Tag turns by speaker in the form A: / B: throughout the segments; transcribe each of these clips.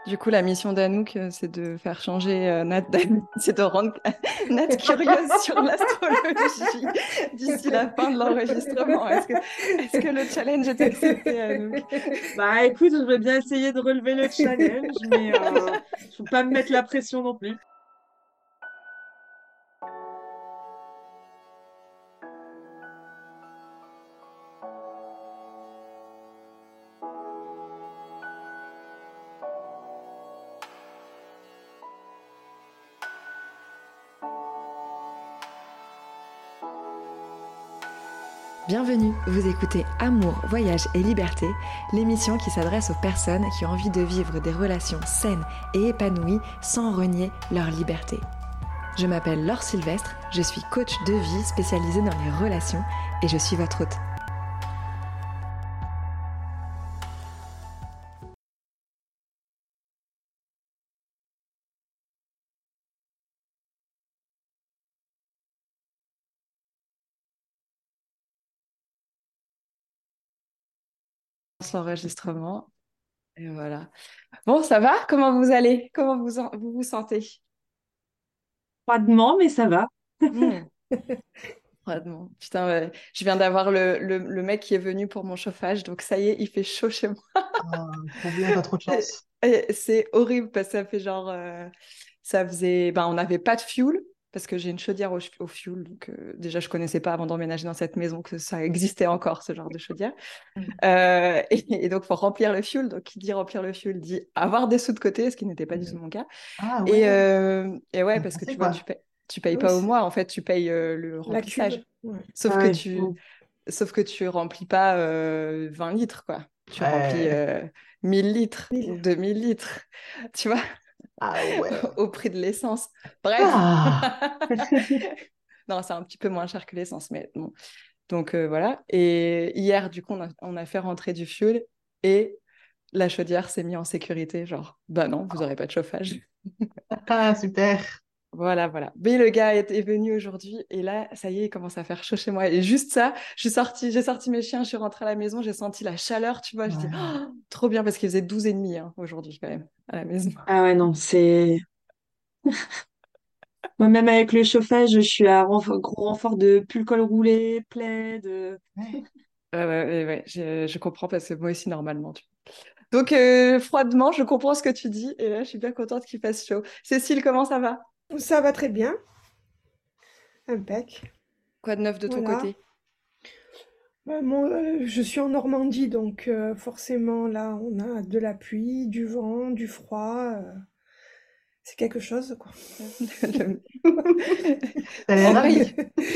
A: Du coup, la mission d'Anouk, c'est de faire changer Nat, c'est de rendre Nat curieuse sur l'astrologie d'ici la fin de l'enregistrement. Est-ce que le challenge est accepté, Anouk?
B: Bah écoute, je vais bien essayer de relever le challenge, mais je ne peux pas me mettre la pression non plus.
C: Bienvenue, vous écoutez Amour, Voyage et Liberté, l'émission qui s'adresse aux personnes qui ont envie de vivre des relations saines et épanouies sans renier leur liberté. Je m'appelle Laure Sylvestre, je suis coach de vie spécialisée dans les relations et je suis votre hôte.
A: L'enregistrement. Et voilà. Bon, ça va? Comment vous allez? Comment vous vous sentez?
B: Froidement, mais ça va.
A: Hmm, froidement. Putain, je viens d'avoir le mec qui est venu pour mon chauffage, donc ça y est, il fait chaud chez moi.
D: Ah, trop bien, t'as trop de chance.
A: Et c'est horrible parce que ça fait genre, ça faisait, ben on n'avait pas de fuel parce que j'ai une chaudière au fuel, donc déjà je connaissais pas avant d'emménager dans cette maison que ça existait encore ce genre de chaudière. Et donc faut remplir le fuel, donc qui dit remplir le fuel dit avoir des sous de côté, ce qui n'était pas du tout mon cas.
D: Ah ouais,
A: Et ouais,
D: bien
A: parce que
D: pensé
A: tu vois,
D: quoi.
A: tu payes
E: Oui,
A: pas au
E: c'est
A: mois, en fait, tu payes le
E: la cube.
A: remplissage.
E: Ouais.
A: Sauf
B: Ah
A: que
B: ouais.
A: tu, sauf que tu remplis pas 20 litres, quoi. Tu remplis
D: Ouais.
A: 1000 litres ou
E: 1000.
A: 2000 litres, tu vois,
D: Ah ouais.
A: au prix de l'essence. Bref.
D: Ah.
A: Non, c'est un petit peu moins cher que l'essence, mais bon. Donc voilà. Et hier, du coup, on a fait rentrer du fuel et la chaudière s'est mise en sécurité. Genre, bah non, vous n'aurez pas de chauffage.
D: Ah, super.
A: Voilà, voilà. Mais le gars est venu aujourd'hui et là, ça y est, il commence à faire chaud chez moi. Et juste ça, j'ai sorti mes chiens, je suis rentrée à la maison, j'ai senti la chaleur, tu vois. Je dis,
D: Ouais.
A: oh, trop bien parce qu'il faisait 12 et demi hein, aujourd'hui quand même à la maison.
B: Ah ouais, non, c'est... Moi-même avec le chauffage, je suis à gros renfort de pull col roulé, plaid.
D: Ouais.
A: Ouais, ouais, ouais, ouais, je comprends parce que moi aussi normalement. Donc froidement, je comprends ce que tu dis et là, je suis bien contente qu'il fasse chaud. Cécile, comment ça va?
E: Ça va très bien. Impec.
A: Quoi de neuf de ton
E: Voilà.
A: côté?
E: Je suis en Normandie, donc forcément, là, on a de la pluie, du vent, du froid. C'est quelque chose, quoi.
A: Le-
D: T'as
A: En
D: l'air
A: vrai,
D: ravi.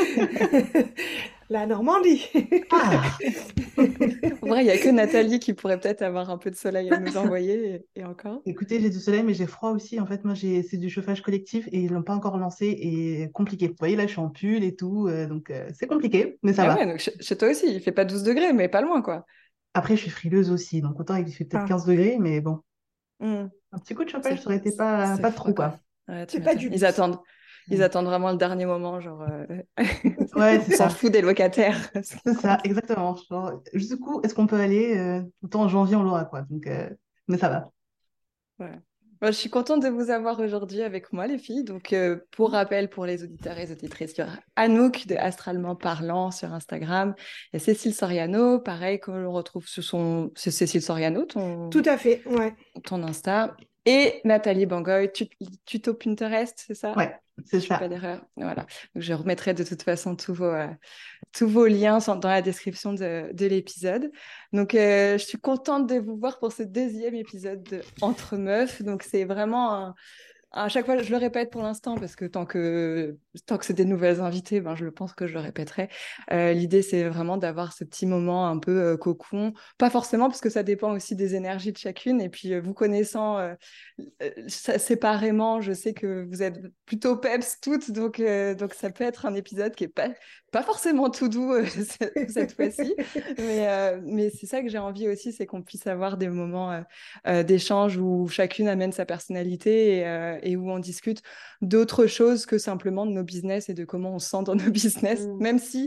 E: La Normandie.
D: Ah.
A: en vrai, il n'y a que Nathalie qui pourrait peut-être avoir un peu de soleil à nous envoyer et encore.
D: Écoutez, j'ai du soleil, mais j'ai froid aussi. En fait, moi, c'est du chauffage collectif et ils l'ont pas encore lancé et compliqué. Vous voyez, là, je suis en pull et tout, donc c'est compliqué, mais ça
A: Ah ouais,
D: va.
A: donc chez toi aussi, il fait pas 12 degrés, mais pas loin, quoi.
D: Après, je suis frileuse aussi, donc autant il fait peut-être
E: Ah,
D: 15 degrés, mais bon,
A: Hmm.
D: un petit coup de chauffage,
A: C'est
D: ça aurait été
A: c'est
D: pas de
A: froid,
D: trou,
A: quoi.
D: quoi.
A: Ouais, tu
E: c'est pas
A: m'étonnes.
E: du
A: Ils
E: luxe.
A: attendent. Ils attendent vraiment le dernier moment, genre,
D: Ouais,
A: on
D: c'est
A: s'en
D: ça.
A: fout des locataires.
D: C'est ça, exactement. Genre, jusqu'où est-ce qu'on peut aller autant en janvier, on l'aura, quoi. Donc, mais ça va.
A: Ouais. Moi, je suis contente de vous avoir aujourd'hui avec moi, les filles. Donc, pour rappel, pour les auditeurs et les auditrices, il y aura Anouk de Astralement Parlant sur Instagram et Cécile Soriano, pareil, que l'on retrouve sur c'est Cécile Soriano,
E: Tout à fait, ouais.
A: ton Insta, et Nathalie Bangoy, tuto Pinterest, c'est ça?
D: Ouais, c'est
A: Si je fais pas
D: ça.
A: d'erreur. Voilà. Donc, je remettrai de toute façon tous vos liens sont dans la description de l'épisode. Donc, je suis contente de vous voir pour ce deuxième épisode de Entre Meufs. Donc, c'est vraiment à chaque fois, je le répète pour l'instant parce que tant que c'est des nouvelles invitées, ben, je le pense que je le répéterai. L'idée, c'est vraiment d'avoir ce petit moment un peu cocon. Pas forcément parce que ça dépend aussi des énergies de chacune. Et puis, vous connaissant séparément, je sais que vous êtes plutôt peps toutes. Donc ça peut être un épisode qui est pas forcément tout doux cette fois-ci. Mais c'est ça que j'ai envie aussi, c'est qu'on puisse avoir des moments d'échange où chacune amène sa personnalité et où on discute d'autres choses que simplement de nos business et de comment on se sent dans nos business,
B: Mm.
A: même si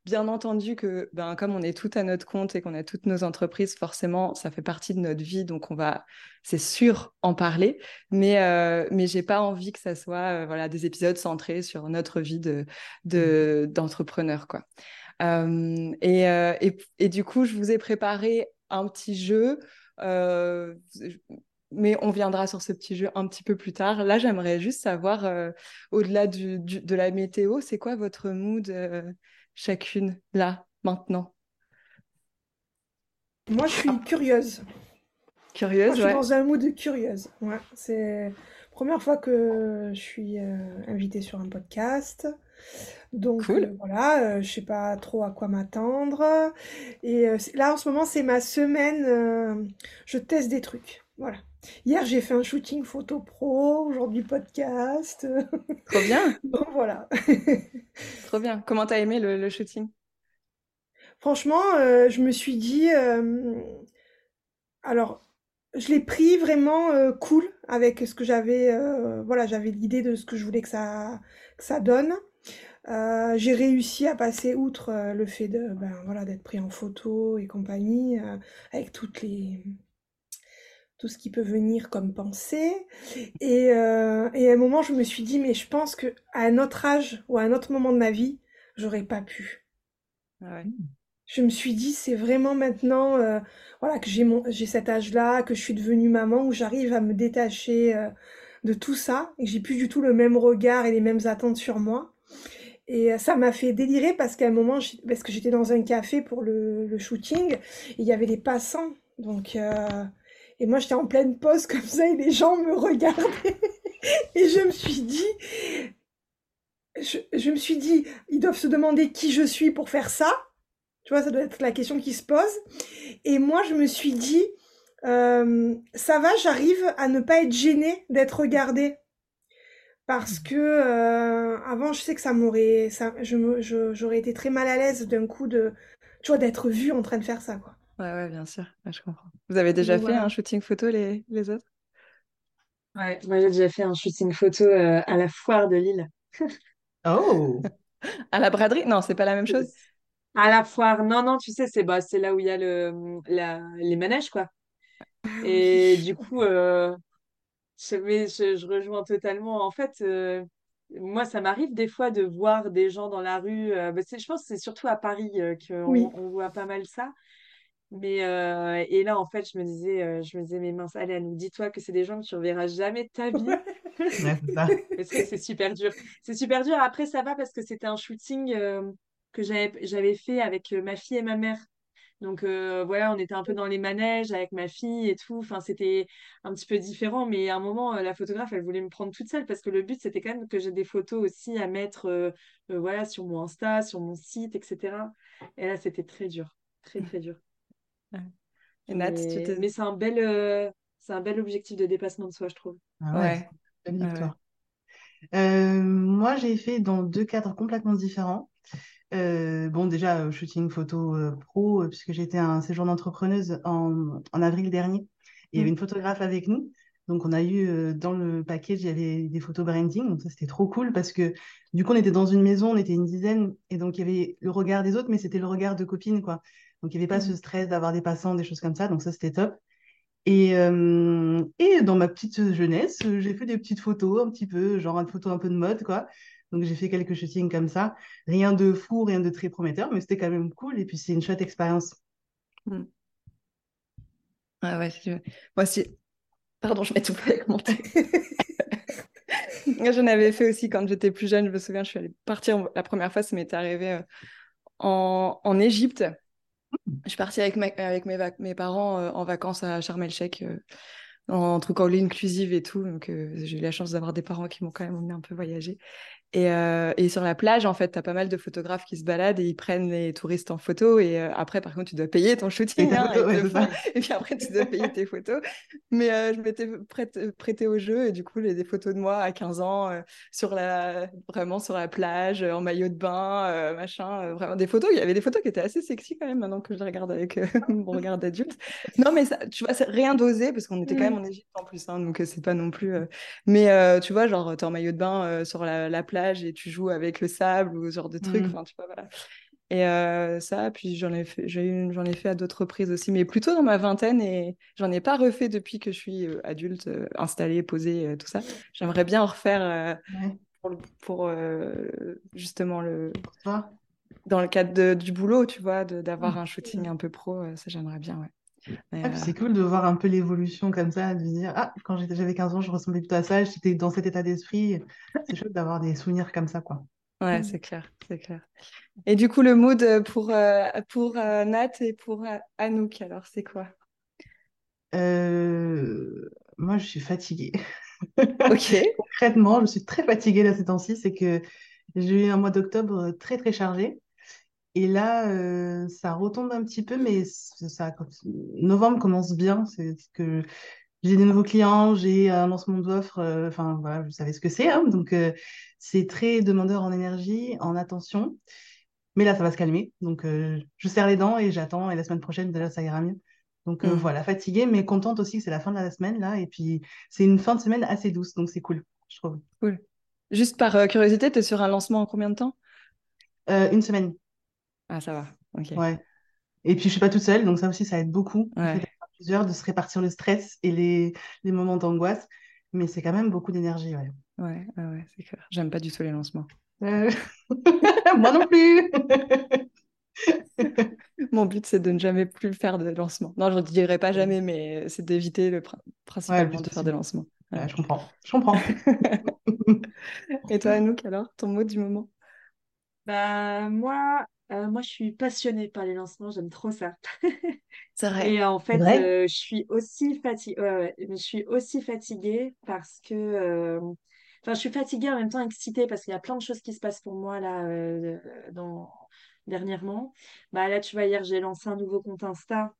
A: Bien entendu que, comme on est tout à notre compte et qu'on a toutes nos entreprises, forcément, ça fait partie de notre vie, donc c'est sûr, en parler. Mais j'ai pas envie que ça soit des épisodes centrés sur notre vie d'entrepreneur, quoi. Et du coup, je vous ai préparé un petit jeu. euh, mais on viendra sur ce petit jeu un petit peu plus tard. Là, j'aimerais juste savoir, au-delà de la météo, c'est quoi votre mood chacune, là, maintenant?
E: Moi, je suis curieuse. Moi,
A: Curieuse,
E: je suis
A: ouais.
E: dans un mood curieuse. Ouais, c'est la première fois que je suis invitée sur un podcast. Donc
A: Cool.
E: voilà, je sais pas trop à quoi m'attendre. Et là, en ce moment, c'est ma semaine. Je teste des trucs. Voilà. Hier, j'ai fait un shooting photo pro. Aujourd'hui, podcast.
A: Trop bien,
E: Donc voilà.
A: trop bien. Comment t'as aimé le shooting?
E: Franchement, je me suis dit, alors, je l'ai pris vraiment cool avec ce que j'avais. Voilà, j'avais l'idée de ce que je voulais que ça donne. J'ai réussi à passer outre le fait de, voilà, d'être pris en photo et compagnie, avec tout ce qui peut venir comme pensée. Et à un moment, je me suis dit, mais je pense que à un autre âge ou à un autre moment de ma vie, j'aurais pas pu.
A: Ah ouais.
E: Je me suis dit, c'est vraiment maintenant, voilà, que j'ai cet âge-là, que je suis devenue maman, où j'arrive à me détacher de tout ça, et que j'ai plus du tout le même regard et les mêmes attentes sur moi. Et ça m'a fait délirer parce qu'à un moment, parce que j'étais dans un café pour le shooting, et il y avait des passants. Donc, et moi, j'étais en pleine pause comme ça, et les gens me regardaient. Et je me suis dit, ils doivent se demander qui je suis pour faire ça. Tu vois, ça doit être la question qui se pose. Et moi, je me suis dit, ça va, j'arrive à ne pas être gênée d'être regardée. Parce que avant, je sais que j'aurais été très mal à l'aise d'un coup tu vois, d'être vue en train de faire ça, quoi.
A: Ouais, ouais, bien sûr. Ouais, je comprends. Vous avez déjà
E: Donc
A: fait un
E: voilà.
A: shooting photo, les autres?
B: Ouais, moi j'ai déjà fait un shooting photo à la foire de Lille.
D: Oh!
A: À la braderie? Non, c'est pas la même chose?
B: À la foire, non, non, tu sais, c'est là où il y a les manèges, quoi.
E: Ah
B: Et
E: oui.
B: du coup, je rejoins totalement. En fait, moi, ça m'arrive des fois de voir des gens dans la rue. Je pense que c'est surtout à Paris
E: Oui.
B: on voit pas mal ça. Mais et là, en fait, je me disais, mais mince, allez, Anne, dis-toi que c'est des gens que tu reverras jamais de ta vie.
D: Ouais, c'est ça.
B: Parce que c'est super dur. C'est super dur. Après, ça va parce que c'était un shooting que j'avais fait avec ma fille et ma mère. Donc voilà, on était un peu dans les manèges avec ma fille et tout. Enfin, c'était un petit peu différent. Mais à un moment, la photographe, elle voulait me prendre toute seule parce que le but, c'était quand même que j'ai des photos aussi à mettre voilà, sur mon Insta, sur mon site, etc. Et là, c'était très dur. Très, très dur.
A: Ouais. Et Nat, tu te...
B: Mais c'est un bel objectif de dépassement de soi, je trouve.
D: Ah ouais, c'est
A: Ouais,
D: une belle
A: ouais, ouais.
D: victoire. Moi, j'ai fait dans deux cadres complètement différents. Bon, déjà, shooting photo pro, puisque j'étais à un séjour d'entrepreneuse en avril dernier. Il y avait
A: Mm.
D: une photographe avec nous. Donc, on a eu dans le package, il y avait des photos branding. Donc, ça, c'était trop cool parce que du coup, on était dans une maison, on était une dizaine. Et donc, il y avait le regard des autres, mais c'était le regard de copines, quoi. Donc, il n'y avait pas ce
E: Mhm.
D: stress d'avoir des passants, des choses comme ça. Donc, ça, c'était top. Et dans ma petite jeunesse, j'ai fait des petites photos, un petit peu, genre une photo un peu de mode, quoi. Donc j'ai fait quelques shootings comme ça. Rien de fou, rien de très prometteur, mais c'était quand même cool. Et puis c'est une chouette expérience.
A: Mm. Ah ouais, moi aussi. Pardon, je m'étouffe avec mon thé. Moi, j'en avais fait aussi quand j'étais plus jeune. Je me souviens, je suis allée partir la première fois, ça m'était arrivé en Égypte. Je suis partie avec mes parents en vacances à Sharm el-Sheikh, en truc all inclusive et tout. Donc, j'ai eu la chance d'avoir des parents qui m'ont quand même emmené un peu voyager. Et sur la plage, en fait, tu as pas mal de photographes qui se baladent et ils prennent les touristes en photo. Et après, par contre, tu dois payer ton
D: Et
A: shooting,
D: ta
A: hein,
D: photo,
A: ils te
D: ouais,
A: le
D: c'est
A: font.
D: ça.
A: Et puis après, tu dois payer tes photos. Mais je m'étais prêtée au jeu. Et du coup, des photos de moi à 15 ans, vraiment sur la plage, en maillot de bain, machin. Vraiment des photos. Il y avait des photos qui étaient assez sexy quand même, maintenant que je les regarde avec mon regard d'adulte. Non, mais ça, tu vois, c'est rien d'osé, parce qu'on était quand même
E: Mhm.
A: en Égypte en plus. Hein, donc, c'est pas non plus. Mais tu vois, genre, t'es en maillot de bain sur la plage et tu joues avec le sable ou ce genre de truc.
D: Mhm.
A: Enfin, tu vois, voilà. Et ça, puis j'en ai fait à d'autres reprises aussi, mais plutôt dans ma vingtaine et j'en ai pas refait depuis que je suis adulte, installée, posée, tout ça. J'aimerais bien en refaire
D: Ouais,
A: pour justement
D: pour toi.
A: dans le cadre du boulot, tu vois, d'avoir un shooting un peu pro, ça j'aimerais bien, ouais. Mais,
D: Ah, puis c'est cool de voir un peu l'évolution comme ça, de se dire, ah, quand j'avais 15 ans, je ressemblais plutôt à ça, j'étais dans cet état d'esprit. C'est chouette d'avoir des souvenirs comme ça, quoi.
A: ouais, c'est clair, c'est clair. Et du coup, le mood pour Nat et pour Anouk, alors c'est quoi?
D: Moi, je suis fatiguée.
A: Ok.
D: Concrètement, je suis très fatiguée là ces temps-ci. C'est que j'ai eu un mois d'octobre très, très chargé. Et là, ça retombe un petit peu, mais novembre commence bien. C'est que j'ai des nouveaux clients, j'ai un lancement d'offres. Enfin, voilà, vous savez ce que c'est, hein. Donc, c'est très demandeur en énergie, en attention. Mais là, ça va se calmer. Donc, je serre les dents et j'attends. Et la semaine prochaine, déjà, ça ira mieux. Donc,
A: Hmm,
D: voilà, fatiguée, mais contente aussi que c'est la fin de la semaine, là. Et puis, c'est une fin de semaine assez douce. Donc, c'est cool, je trouve.
A: cool. Juste par curiosité, tu es sur un lancement en combien de temps?
D: Une semaine,
A: Ah, ça va. Ok.
D: ouais. Et puis, je suis pas toute seule. Donc, ça aussi, ça aide beaucoup. Le fait
A: Ouais,
D: d'être à plusieurs, de se répartir le stress et les moments d'angoisse. Mais c'est quand même beaucoup d'énergie, ouais.
A: ouais, c'est clair. J'aime pas du tout les lancements.
D: Euh, Moi non plus.
A: Mon but, c'est de ne jamais plus faire de lancement. Non, je ne dirais pas
D: Ouais,
A: jamais, mais c'est d'éviter
D: le
A: principalement
D: plus
A: de faire des
D: possible.
A: lancements. Ouais.
D: Ouais, je comprends. Je comprends.
A: Et toi, Anouk, alors, ton mot du moment?
B: Bah, moi, je suis passionnée par les lancements, j'aime trop ça.
A: C'est vrai.
B: Et en
D: C'est
B: fait,
D: vrai?
B: je suis aussi fatiguée. Je suis aussi fatiguée parce que. Enfin, je suis fatiguée en même temps excitée parce qu'il y a plein de choses qui se passent pour moi là dernièrement. Bah là, tu vois, hier, j'ai lancé un nouveau compte Insta.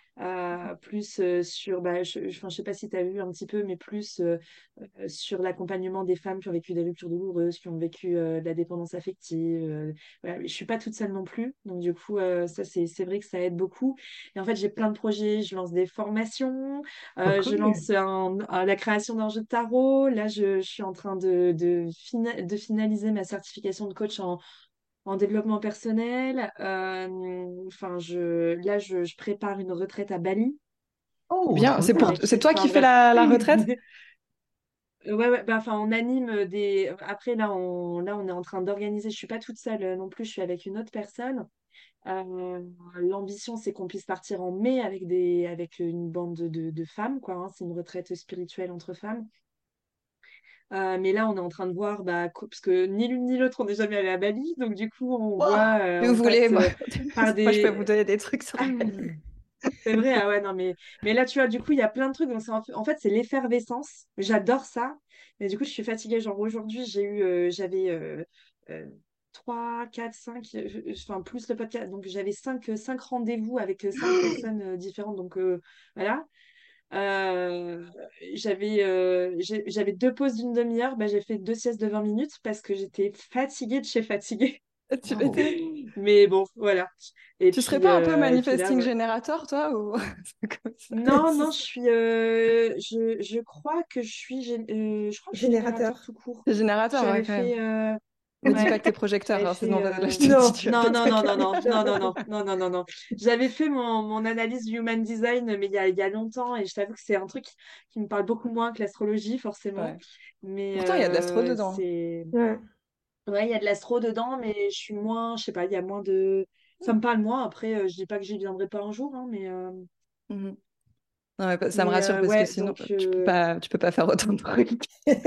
B: Plus sur, bah, enfin, je sais pas si tu as vu un petit peu, mais plus sur l'accompagnement des femmes qui ont vécu des ruptures douloureuses, qui ont vécu de la dépendance affective. Voilà. Je suis pas toute seule non plus, donc du coup, ça c'est vrai que ça aide beaucoup. Et en fait, j'ai plein de projets, je lance des formations,
D: Trop
B: je
D: cool.
B: lance la création d'un jeu de tarot. Là, je suis en train de finaliser ma certification de coach en développement personnel. Enfin, je prépare une retraite à Bali
D: Oh,
A: Bien,
D: trop bien.
A: c'est toi
B: enfin
A: qui fais
B: bref.
A: la retraite?
B: Ouais, bah, enfin, on anime des. Après, là, on est en train d'organiser. Je suis pas toute seule non plus. Je suis avec une autre personne. L'ambition, c'est qu'on puisse partir en mai avec une bande de femmes, quoi, hein. C'est une retraite spirituelle entre femmes. Mais là, on est en train de voir, bah, parce que ni l'une ni l'autre, on n'est jamais allé à Bali. Donc, du coup,
D: Waouh.
A: Si vous
B: on
A: voulez,
B: passe
A: moi,
B: par
A: moi, je peux vous
B: des.
A: donner des trucs sur
B: C'est vrai, ah ouais, non, mais là, tu vois, du coup, il y a plein de trucs. Donc, en fait, c'est l'effervescence. J'adore ça. Mais du coup, je suis fatiguée. Genre, aujourd'hui, j'avais 3, 4, 5, enfin, plus le podcast. Donc, j'avais cinq rendez-vous avec 5 personnes différentes. Donc, voilà. Euh, j'avais 2 pauses d'une demi-heure. Bah, j'ai fait 2 siestes de 20 minutes parce que j'étais fatiguée de chez fatiguée.
A: Tu
D: Waouh.
A: m'étonnes.
B: Mais bon, voilà. Et
A: Tu serais
B: puis,
A: pas un peu
B: là,
A: manifesting
B: ouais.
A: générateur, toi, ou c'est comme ça?
B: Non, non, je crois que je crois que je suis générateur
E: Générateur.
B: tout court.
A: C'est générateur, ouais,
B: J'avais
A: quand même.
B: fait,
A: Me dis
B: ouais,
A: pas que t'es projecteur,
B: j'avais
A: hein,
B: fait,
A: sinon là, je te dis,
E: Non.
A: tu vas
B: non,
A: péter
B: non,
A: un
B: non, non,
A: câble.
B: non, non, non, non, non, non, non, non. J'avais fait mon analyse du Human Design, mais il y a longtemps, et je t'avoue que c'est un truc qui me parle beaucoup moins que l'astrologie, forcément.
A: Ouais.
B: Mais
A: Pourtant, il y a de l'astro dedans.
E: Ouais.
B: ouais, il y a de l'astro dedans, mais je suis moins, je sais pas, il y a moins de, ça me parle moins. Après, je dis pas que j'y viendrai pas un jour, hein,
A: Mhm. Non, mais ça me rassure parce que
B: ouais,
A: sinon, tu peux pas faire autant de trucs.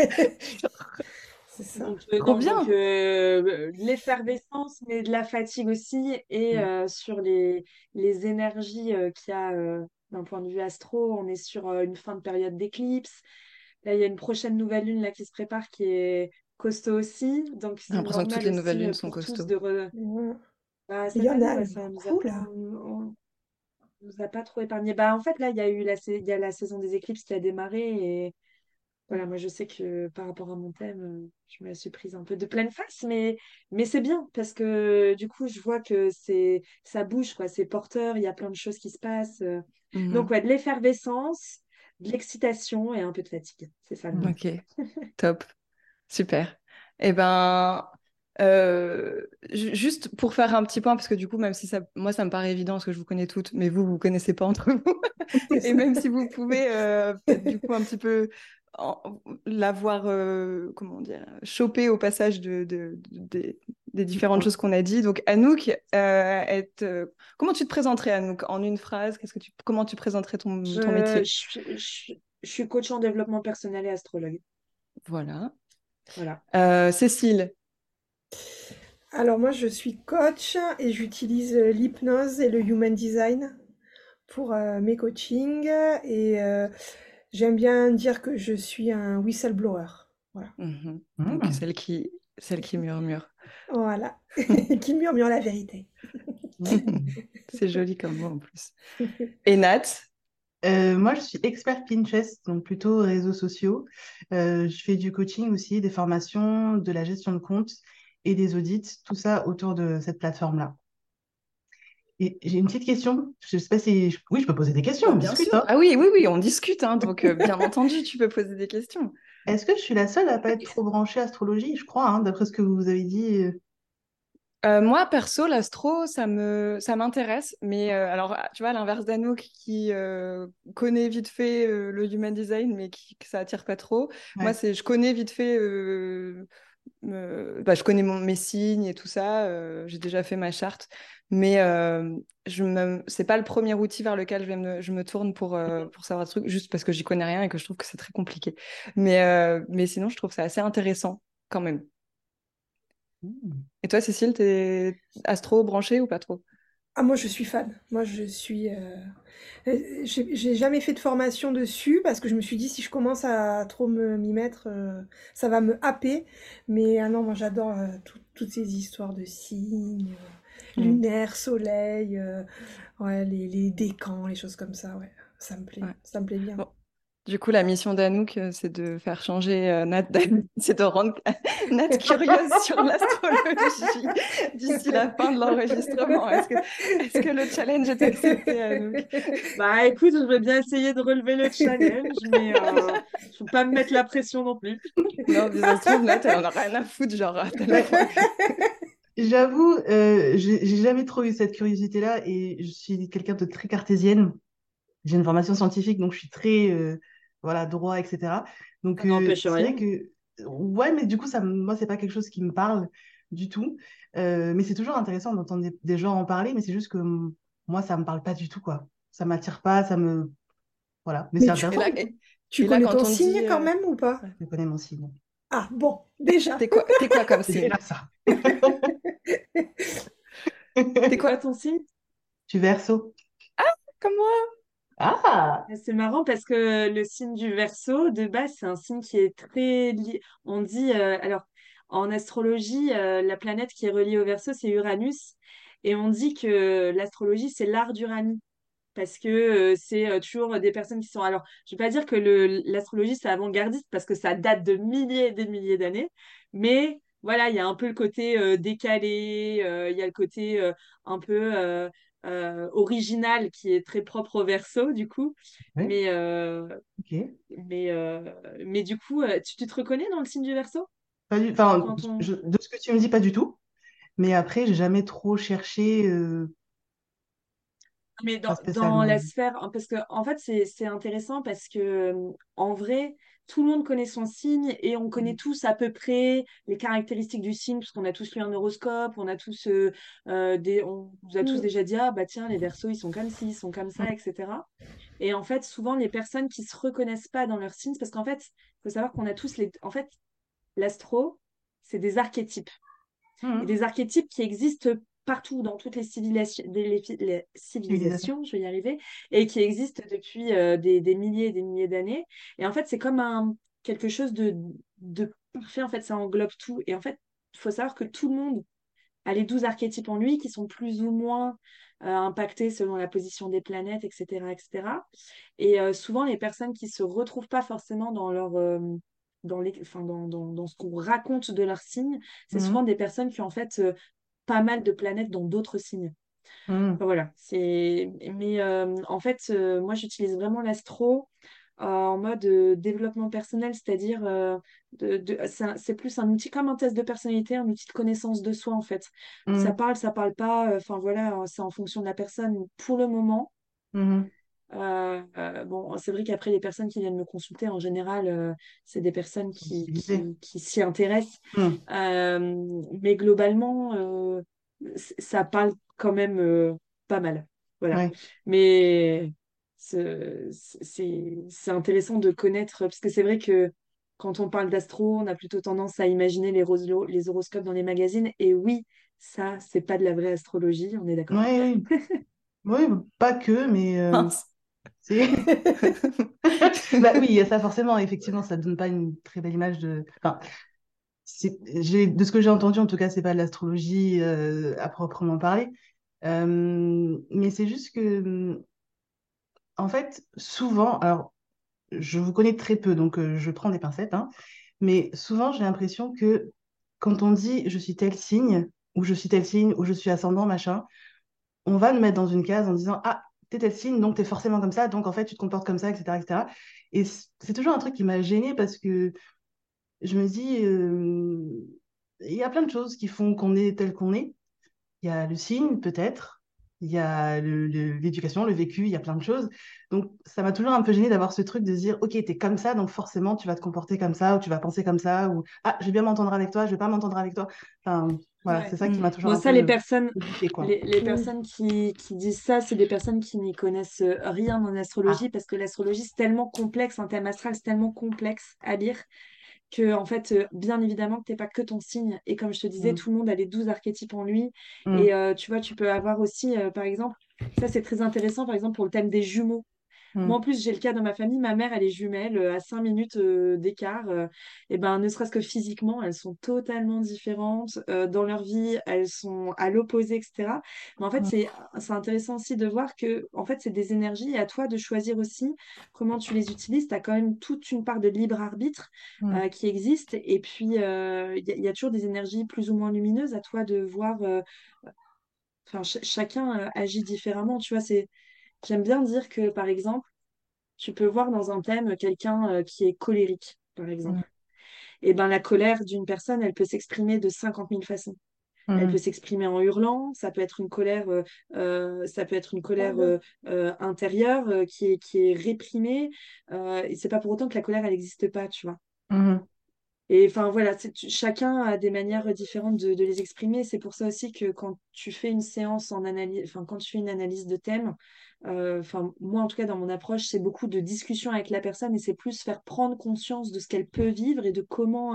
E: C'est ça.
B: Donc,
A: Trop bien.
B: de l'effervescence, mais de la fatigue aussi, et
A: Mm.
B: sur les énergies qu'il y a d'un point de vue astro, on est sur une fin de période d'éclipse. Là, il y a une prochaine nouvelle lune là, qui se prépare qui est costaud aussi. Donc,
A: J'ai
B: c'est
A: l'impression que toutes
B: normal
A: les nouvelles
B: aussi
A: lunes sont
B: pour tous
A: costauds.
B: de.
E: Ouais.
B: Bah,
E: Il y
B: cette
E: en
B: année,
E: a
B: ouais, ça nous a
E: beaucoup,
B: pas,
E: là.
B: on nous a pas trop épargné. Bah, en fait, là, il y a la saison des éclipses qui a démarré. Et voilà, moi je sais que par rapport à mon thème, je me la suis prise un peu de pleine face, mais c'est bien parce que du coup, je vois que ça bouge, quoi, c'est porteur, il y a plein de choses qui se passent. Donc,
A: Mhm.
B: ouais, de l'effervescence, de l'excitation et un peu de fatigue. C'est ça le mot.
D: Mm.
A: Ok, top, super. Eh ben, Juste pour faire un petit point, parce que du coup, même si moi, ça me paraît évident, parce que je vous connais toutes, mais vous connaissez pas entre vous. Et même si vous pouvez peut-être du coup un petit peu l'avoir, comment dire, chopé au passage des différentes choses qu'on a dit. Donc, Anouk, comment tu te présenterais, Anouk, en une phrase? Comment tu présenterais ton métier?
B: Je suis coach en développement personnel et astrologue.
A: Voilà.
B: Voilà.
A: Cécile.
E: Alors moi, je suis coach et j'utilise l'hypnose et le human design pour mes coachings et j'aime bien dire que je suis un whistleblower. Voilà.
A: Donc, celle qui murmure.
E: Voilà. Qui murmure la vérité.
A: C'est joli comme mot en plus. Et Nat?
D: Moi, je suis expert Pinterest, donc plutôt réseaux sociaux. Je fais du coaching aussi, des formations, de la gestion de compte et des audits, tout ça autour de cette plateforme-là. Et j'ai une petite question. Je sais pas si... Oui, je peux poser des questions, on
A: Bien
D: discute,
A: sûr.
D: hein.
A: Ah oui, oui, oui, on discute, hein, donc bien entendu, tu peux poser des questions.
D: Est-ce que je suis la seule à pas être trop branchée astrologie? Je crois, hein, d'après ce que vous avez dit.
A: Moi, perso, l'astro, ça m'intéresse, mais alors, tu vois, à l'inverse d'Anouk qui connaît vite fait le human design, mais que ça attire pas trop. Moi,
D: Ouais.
A: je connais vite fait, je connais mes signes et tout ça. J'ai déjà fait ma charte, mais c'est pas le premier outil vers lequel je me tourne pour savoir ce truc, juste parce que j'y connais rien et que je trouve que c'est très compliqué. Mais sinon, je trouve ça assez intéressant quand même.
D: Hmm.
A: Et toi, Cécile, t'es astro branchée ou pas trop?
E: Ah, moi, je suis fan. Moi, j'ai jamais fait de formation dessus parce que je me suis dit, si je commence à trop m'y mettre, ça va me happer. Mais ah non, moi, j'adore toutes ces histoires de signes,
A: Mm.
E: lunaire, soleil, ouais, les décans, les choses comme ça, ouais.
A: Ouais.
E: Ça me plaît bien.
A: Bon. Du coup, la mission d'Anouk, c'est de faire changer Nat, c'est de rendre Nat curieuse sur l'astrologie d'ici la fin de l'enregistrement. Est-ce que le challenge est accepté, Anouk?
B: Bah écoute, je vais bien essayer de relever le challenge, mais faut pas me mettre la pression non plus.
A: Non, mais ça se trouve, Nat, elle en a rien à foutre, genre, à tel point que...
D: J'avoue, j'ai jamais trop eu cette curiosité-là et je suis quelqu'un de très cartésienne. J'ai une formation scientifique, donc je suis très voilà, droit, etc. Donc
B: Ça n'empêche
D: c'est vrai
B: rien.
D: que, ouais, mais du coup, moi, c'est pas quelque chose qui me parle du tout. Mais c'est toujours intéressant d'entendre des gens en parler, mais c'est juste que moi, ça me parle pas du tout, quoi. Ça m'attire pas, ça me. Voilà, mais c'est
E: Mais
A: Et
D: intéressant.
A: là,
E: tu
A: et là,
E: connais
A: quand
E: ton
A: on dit...
E: signe quand même ou pas?
D: Je connais mon signe.
E: Ah, bon, déjà.
A: T'es quoi comme
D: C'est
A: signe?
D: déjà ça.
A: T'es
B: C'est quoi
A: quoi?
B: ton signe?
D: Tu verso.
A: Comme moi?
D: Ah!
B: C'est marrant parce que le signe du Verseau, de base, c'est un signe qui est très lié. On dit, alors, en astrologie, la planète qui est reliée au Verseau, c'est Uranus. Et on dit que l'astrologie, c'est l'art d'Uranie. Parce que c'est toujours des personnes qui sont... Alors, je ne vais pas dire que l'astrologie, c'est avant-gardiste, parce que ça date de milliers et des milliers d'années. Mais voilà, il y a un peu le côté décalé, il y a le côté un peu original qui est très propre au Verseau, du coup.
D: Oui,
B: Mais,
D: ok.
B: mais, euh, mais du coup, tu te reconnais dans le signe du Verseau?
D: Enfin,
B: Quand on...
D: de ce que tu me dis, pas du tout. Mais après, j'ai jamais trop cherché,
B: Mais
D: pas
B: dans
D: spécialement.
B: la sphère, hein, parce que en fait, c'est intéressant parce que en vrai, tout le monde connaît son signe et on connaît tous à peu près les caractéristiques du signe, parce qu'on a tous lu un horoscope, on a tous on vous a tous
E: Mm.
B: déjà dit, ah bah tiens, les Verseaux, ils sont comme ci, ils sont comme ça, etc. Et en fait, souvent, les personnes qui se reconnaissent pas dans leur signe, parce qu'en fait, il faut savoir qu'on a tous les. En fait, l'astro, c'est des archétypes et
D: Mhm.
B: des archétypes qui existent partout dans toutes les civilisations, les
D: Civilisation.
B: civilisations, je vais y arriver, et qui existent depuis des milliers et des milliers d'années. Et en fait, c'est comme quelque chose de parfait, en fait, ça englobe tout. Et en fait, il faut savoir que tout le monde a les 12 archétypes en lui qui sont plus ou moins impactés selon la position des planètes, etc., etc. Et souvent, les personnes qui se retrouvent pas forcément dans leur enfin, dans ce qu'on raconte de leur signe, c'est souvent
D: Mhm.
B: des personnes qui ont en fait pas mal de planètes dans d'autres signes.
D: Mhm.
B: Enfin, voilà, mais en fait, moi j'utilise vraiment l'astro. en mode développement personnel, c'est-à-dire c'est plus un outil comme un test de personnalité, un outil de connaissance de soi en fait.
D: Mhm.
B: Ça parle pas, enfin voilà, c'est en fonction de la personne. Pour le moment,
D: Mhm.
B: bon, c'est vrai qu'après, les personnes qui viennent me consulter, en général, c'est des personnes
D: Sensibilisé.
B: qui s'y intéressent.
D: Mhm.
B: Mais globalement, ça parle quand même pas mal. Voilà.
D: Ouais.
B: Mais c'est intéressant de connaître, parce que c'est vrai que quand on parle d'astro, on a plutôt tendance à imaginer les horoscopes dans les magazines. Et oui, ça, c'est pas de la vraie astrologie, on est d'accord.
D: Ouais, oui. Oui, pas que, mais
A: Mince.
D: c'est. Bah oui, il y a ça forcément. Effectivement, ça donne pas une très belle image de. Enfin, de ce que j'ai entendu, en tout cas, c'est pas de l'astrologie à proprement parler. Mais c'est juste que, en fait, souvent, alors, je vous connais très peu, donc je prends des pincettes, hein, mais souvent, j'ai l'impression que quand on dit je suis tel signe, ou je suis tel signe, ou je suis ascendant, machin, on va nous mettre dans une case en disant ah, t'es tel signe, donc t'es forcément comme ça, donc en fait, tu te comportes comme ça, etc., etc. Et c'est toujours un truc qui m'a gênée parce que je me dis, il y a plein de choses qui font qu'on est tel qu'on est. Il y a le signe, peut-être. Il y a l'éducation, le vécu, il y a plein de choses. Donc, ça m'a toujours un peu gênée d'avoir ce truc de se dire, OK, t'es comme ça, donc forcément, tu vas te comporter comme ça, ou tu vas penser comme ça, ou ah, je vais bien m'entendre avec toi, je vais pas m'entendre avec toi. Enfin, voilà,
B: Ouais.
D: c'est ça qui
A: Mm.
D: m'a toujours
B: Bon,
D: un
B: ça, les
D: peu
B: personnes,
D: bouffé, quoi.
B: les
E: Mm.
B: personnes qui disent ça, c'est des personnes qui n'y connaissent rien en
D: Ah,
B: astrologie parce que l'astrologie, c'est tellement complexe, un thème astral, c'est tellement complexe à lire que, en fait, bien évidemment, que t'es pas que ton signe. Et comme je te disais,
D: mm,
B: tout le monde a les 12 archétypes en lui.
D: mm,
B: Et tu vois, tu peux avoir aussi, par exemple, ça, c'est très intéressant, par exemple, pour le thème des jumeaux. Moi, en
D: mm,
B: plus, j'ai le cas dans ma famille. Ma mère, elle est jumelle à 5 minutes d'écart. Et ben, ne serait-ce que physiquement, elles sont totalement différentes. Dans leur vie, elles sont à l'opposé, etc. Mais en fait,
D: mm,
B: c'est intéressant aussi de voir que en fait, c'est des énergies et à toi de choisir aussi comment tu les utilises. Tu as quand même toute une part de libre arbitre
D: mm,
B: qui existe. Et puis, il y a toujours des énergies plus ou moins lumineuses à toi de voir. Enfin, chacun agit différemment. Tu vois, j'aime bien dire que, par exemple, tu peux voir dans un thème quelqu'un qui est colérique, par
D: mm,
B: exemple. Et ben la colère d'une personne, elle peut s'exprimer de 50 000 façons. Elle peut
D: mm,
B: s'exprimer en hurlant, ça peut être une colère, intérieure qui est réprimée. Et c'est pas pour autant que la colère, elle n'existe pas, tu vois.
D: mm,
B: Et enfin voilà, chacun a des manières différentes de les exprimer. C'est pour ça aussi que quand tu fais une séance en analyse, enfin quand tu fais une analyse de thème, enfin moi en tout cas dans mon approche, c'est beaucoup de discussion avec la personne et c'est plus faire prendre conscience de ce qu'elle peut vivre et de comment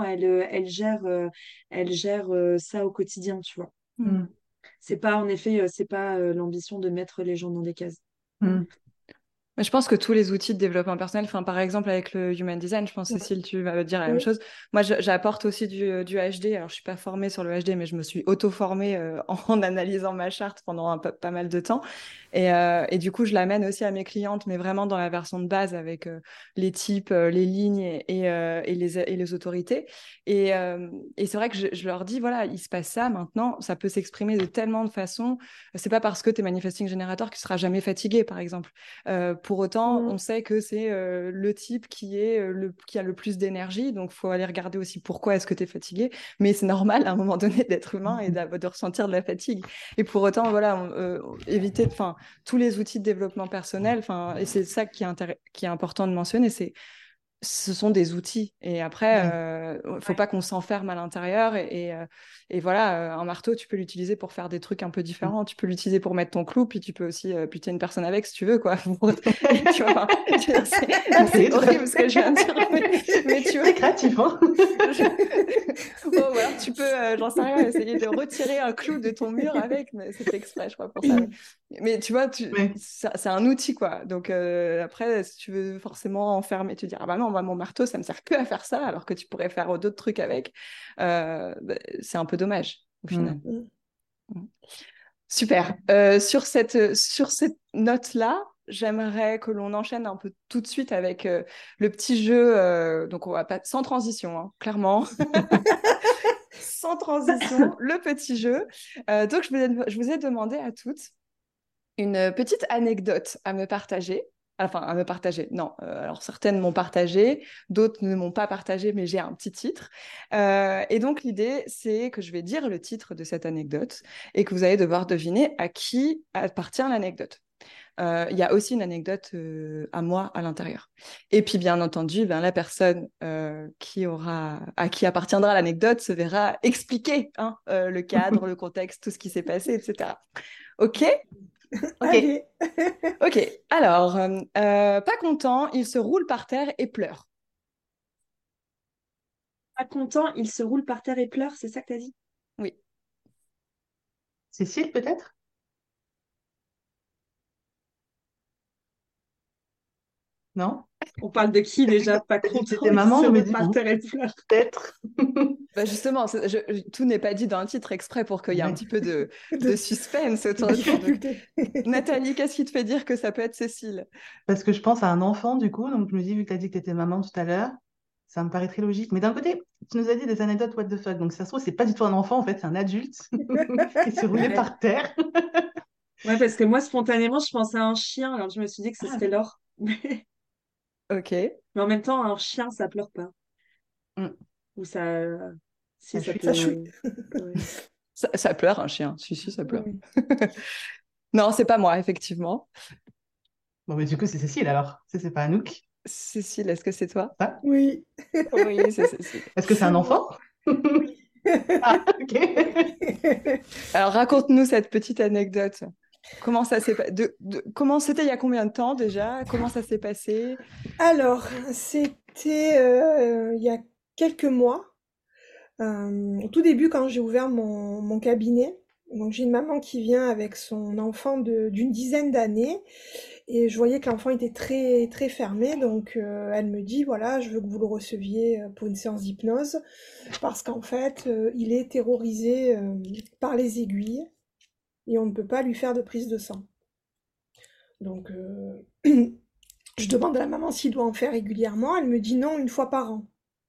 B: elle gère ça au quotidien, tu vois.
A: Mm.
D: mm,
B: C'est pas en effet, c'est pas l'ambition de mettre les gens dans des cases.
D: mm.
A: Mais je pense que tous les outils de développement personnel, enfin, par exemple avec le Human Design, je pense,
E: Ouais.
A: Cécile, tu vas me dire la même
E: Oui.
A: chose. Moi, j'apporte aussi du HD. Alors, je suis pas formée sur le HD, mais je me suis auto-formée en analysant ma charte pendant pas mal de temps. Et du coup, je l'amène aussi à mes clientes, mais vraiment dans la version de base avec les types, les lignes et les autorités. Et c'est vrai que je leur dis, voilà, il se passe ça maintenant, ça peut s'exprimer de tellement de façons. C'est pas parce que tu es manifesting générateur que tu seras jamais fatigué, par exemple. Pour autant,
E: Mm.
A: on sait que c'est le type qui a le plus d'énergie, donc faut aller regarder aussi pourquoi est-ce que tu es fatigué. Mais c'est normal à un moment donné d'être humain et de ressentir de la fatigue. Et pour autant, voilà, éviter, enfin, tous les outils de développement personnel, enfin, et c'est ça qui est important de mentionner, ce sont des outils. Et après,
D: Ouais.
A: faut pas qu'on s'enferme à l'intérieur. Et voilà, un marteau, tu peux l'utiliser pour faire des trucs un peu
D: Mm.
A: différents. Tu peux l'utiliser pour mettre ton clou, puis tu peux aussi buter une personne avec si tu veux, quoi. Tu vois, enfin, je veux dire,
D: Oui,
A: c'est
D: tout à
A: horrible ce que je viens de dire, mais tu vois.
D: Très créatif, hein?
A: Bon, ou alors tu peux, j'en sais rien, essayer de retirer un clou de ton mur avec, mais c'est fait exprès, je crois, pour ça. Mais tu vois,
D: Ouais.
A: c'est un outil, quoi. Donc après, si tu veux forcément enfermer, te dire, ah bah non, moi, mon marteau, ça me sert que à faire ça, alors que tu pourrais faire d'autres trucs avec, c'est un peu dommage, au final.
D: Mm.
E: Mm.
A: Super. Sur cette note-là, j'aimerais que l'on enchaîne un peu tout de suite avec le petit jeu. Donc, on va pas sans transition, hein, clairement. Sans transition, le petit jeu. Donc, je vous ai demandé à toutes une petite anecdote à me partager. enfin à me partager. Non, alors certaines m'ont partagé, d'autres ne m'ont pas partagé, mais j'ai un petit titre. Et donc l'idée, c'est que je vais dire le titre de cette anecdote et que vous allez devoir deviner à qui appartient l'anecdote. Il y a aussi une anecdote à moi à l'intérieur. Et puis, bien entendu, ben, la personne à qui appartiendra l'anecdote se verra expliquer le cadre, le contexte, tout ce qui s'est passé, etc. OK? OK.
E: Allez.
A: OK. Alors, pas content, il se roule par terre et pleure.
B: Pas content, il se roule par terre et pleure, c'est ça que t'as dit?
A: Oui.
D: Cécile, peut-être? Non?
B: On parle de qui déjà? Pas
D: T'as dit que
B: content,
D: t'étais
B: il
D: maman,
B: se
D: je me
B: roule
D: dis,
B: par
D: bon,
B: terre et pleure.
D: peut-être.
A: Bah justement, tout n'est pas dit dans un titre exprès pour qu'il y ait un
D: Ouais.
A: petit peu de
E: De
A: suspense autour de ça. Donc,
E: difficulté.
A: Nathalie, qu'est-ce qui te fait dire que ça peut être Cécile?
D: Parce que je pense à un enfant, du coup, donc je me dis, vu que tu as dit que tu étais maman tout à l'heure, ça me paraît très logique. Mais d'un côté, tu nous as dit des anecdotes what the fuck, donc ça se trouve, c'est pas du tout un enfant, en fait, c'est un adulte qui s'est roulé
B: Ouais.
D: par terre.
B: Ouais, parce que moi, spontanément, je pensais à un chien, alors je me suis dit que ce
D: Ah,
B: serait Laure. Mais
A: OK.
B: en même temps, un chien, ça pleure pas.
D: mm,
B: Ou ça. Si,
D: ça
B: ça
D: chute.
E: Ça
B: peut.
E: chouille.
B: Ouais.
A: Ça pleure, un chien. Si, ça pleure.
E: Oui.
A: Non, c'est pas moi, effectivement.
D: Bon, mais du coup, c'est Cécile alors. C'est pas Anouk.
A: Cécile, est-ce que c'est toi?
D: Ça.
E: Oui.
A: Oui, c'est Cécile.
D: Est-ce que c'est un
E: C'est moi.
D: enfant? Ah, ok.
A: Alors, raconte-nous cette petite anecdote. Comment ça s'est comment c'était il y a combien de temps déjà? Comment ça s'est passé?
E: Alors, c'était il y a quelques mois, au tout début quand j'ai ouvert mon cabinet. Donc j'ai une maman qui vient avec son enfant d'une dizaine d'années et je voyais que l'enfant était très très fermé. Donc elle me dit voilà, je veux que vous le receviez pour une séance d'hypnose parce qu'en fait il est terrorisé par les aiguilles et on ne peut pas lui faire de prise de sang. Donc je demande à la maman s'il doit en faire régulièrement. Elle me dit non, une fois par an.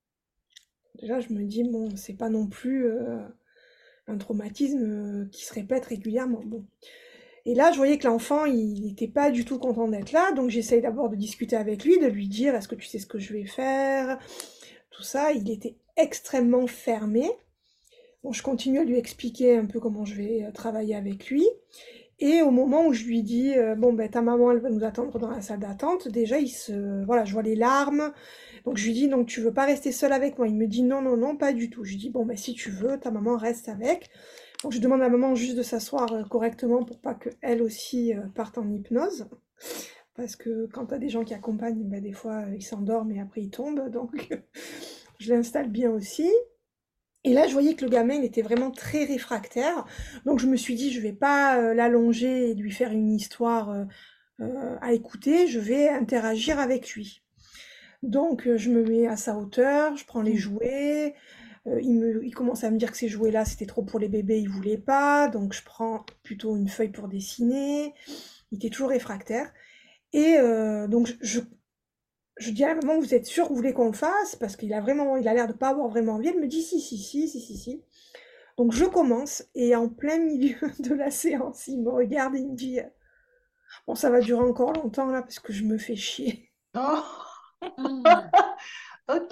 E: Déjà, je me dis, bon, c'est pas non plus un traumatisme qui se répète régulièrement. Bon. Et là, je voyais que l'enfant, il n'était pas du tout content d'être là. Donc, j'essaye d'abord de discuter avec lui, de lui dire, est-ce que tu sais ce que je vais faire? Tout ça. Il était extrêmement fermé. Bon, je continue à lui expliquer un peu comment je vais travailler avec lui. Et au moment où je lui dis, bon, ben, ta maman, elle va nous attendre dans la salle d'attente, déjà, voilà, je vois les larmes. Donc, je lui dis, donc, tu veux pas rester seule avec moi? Il me dit, non, non, non, pas du tout. Je lui dis, bon, ben, si tu veux, ta maman reste avec. Donc, je demande à maman juste de s'asseoir correctement pour pas qu'elle aussi parte en hypnose. Parce que quand t'as des gens qui accompagnent, ben, des fois, ils s'endorment et après ils tombent. Donc, je l'installe bien aussi. Et là, je voyais que le gamin, il était vraiment très réfractaire. Donc, je me suis dit, je vais pas l'allonger et lui faire une histoire à écouter. Je vais interagir avec lui. Donc, je me mets à sa hauteur, je prends les jouets. Il commence à me dire que ces jouets-là, c'était trop pour les bébés, il voulait pas. Donc, je prends plutôt une feuille pour dessiner. Il était toujours réfractaire. Et donc, je dis à la maman, vous êtes sûre que vous voulez qu'on le fasse? Parce qu'il a l'air de pas avoir vraiment envie. Elle me dit, si, si, si, si, si, si. Donc, je commence. Et en plein milieu de la séance, il me regarde et il me dit, bon, ça va durer encore longtemps là, parce que je me fais chier.
D: Oh,
B: Ah.
D: ok.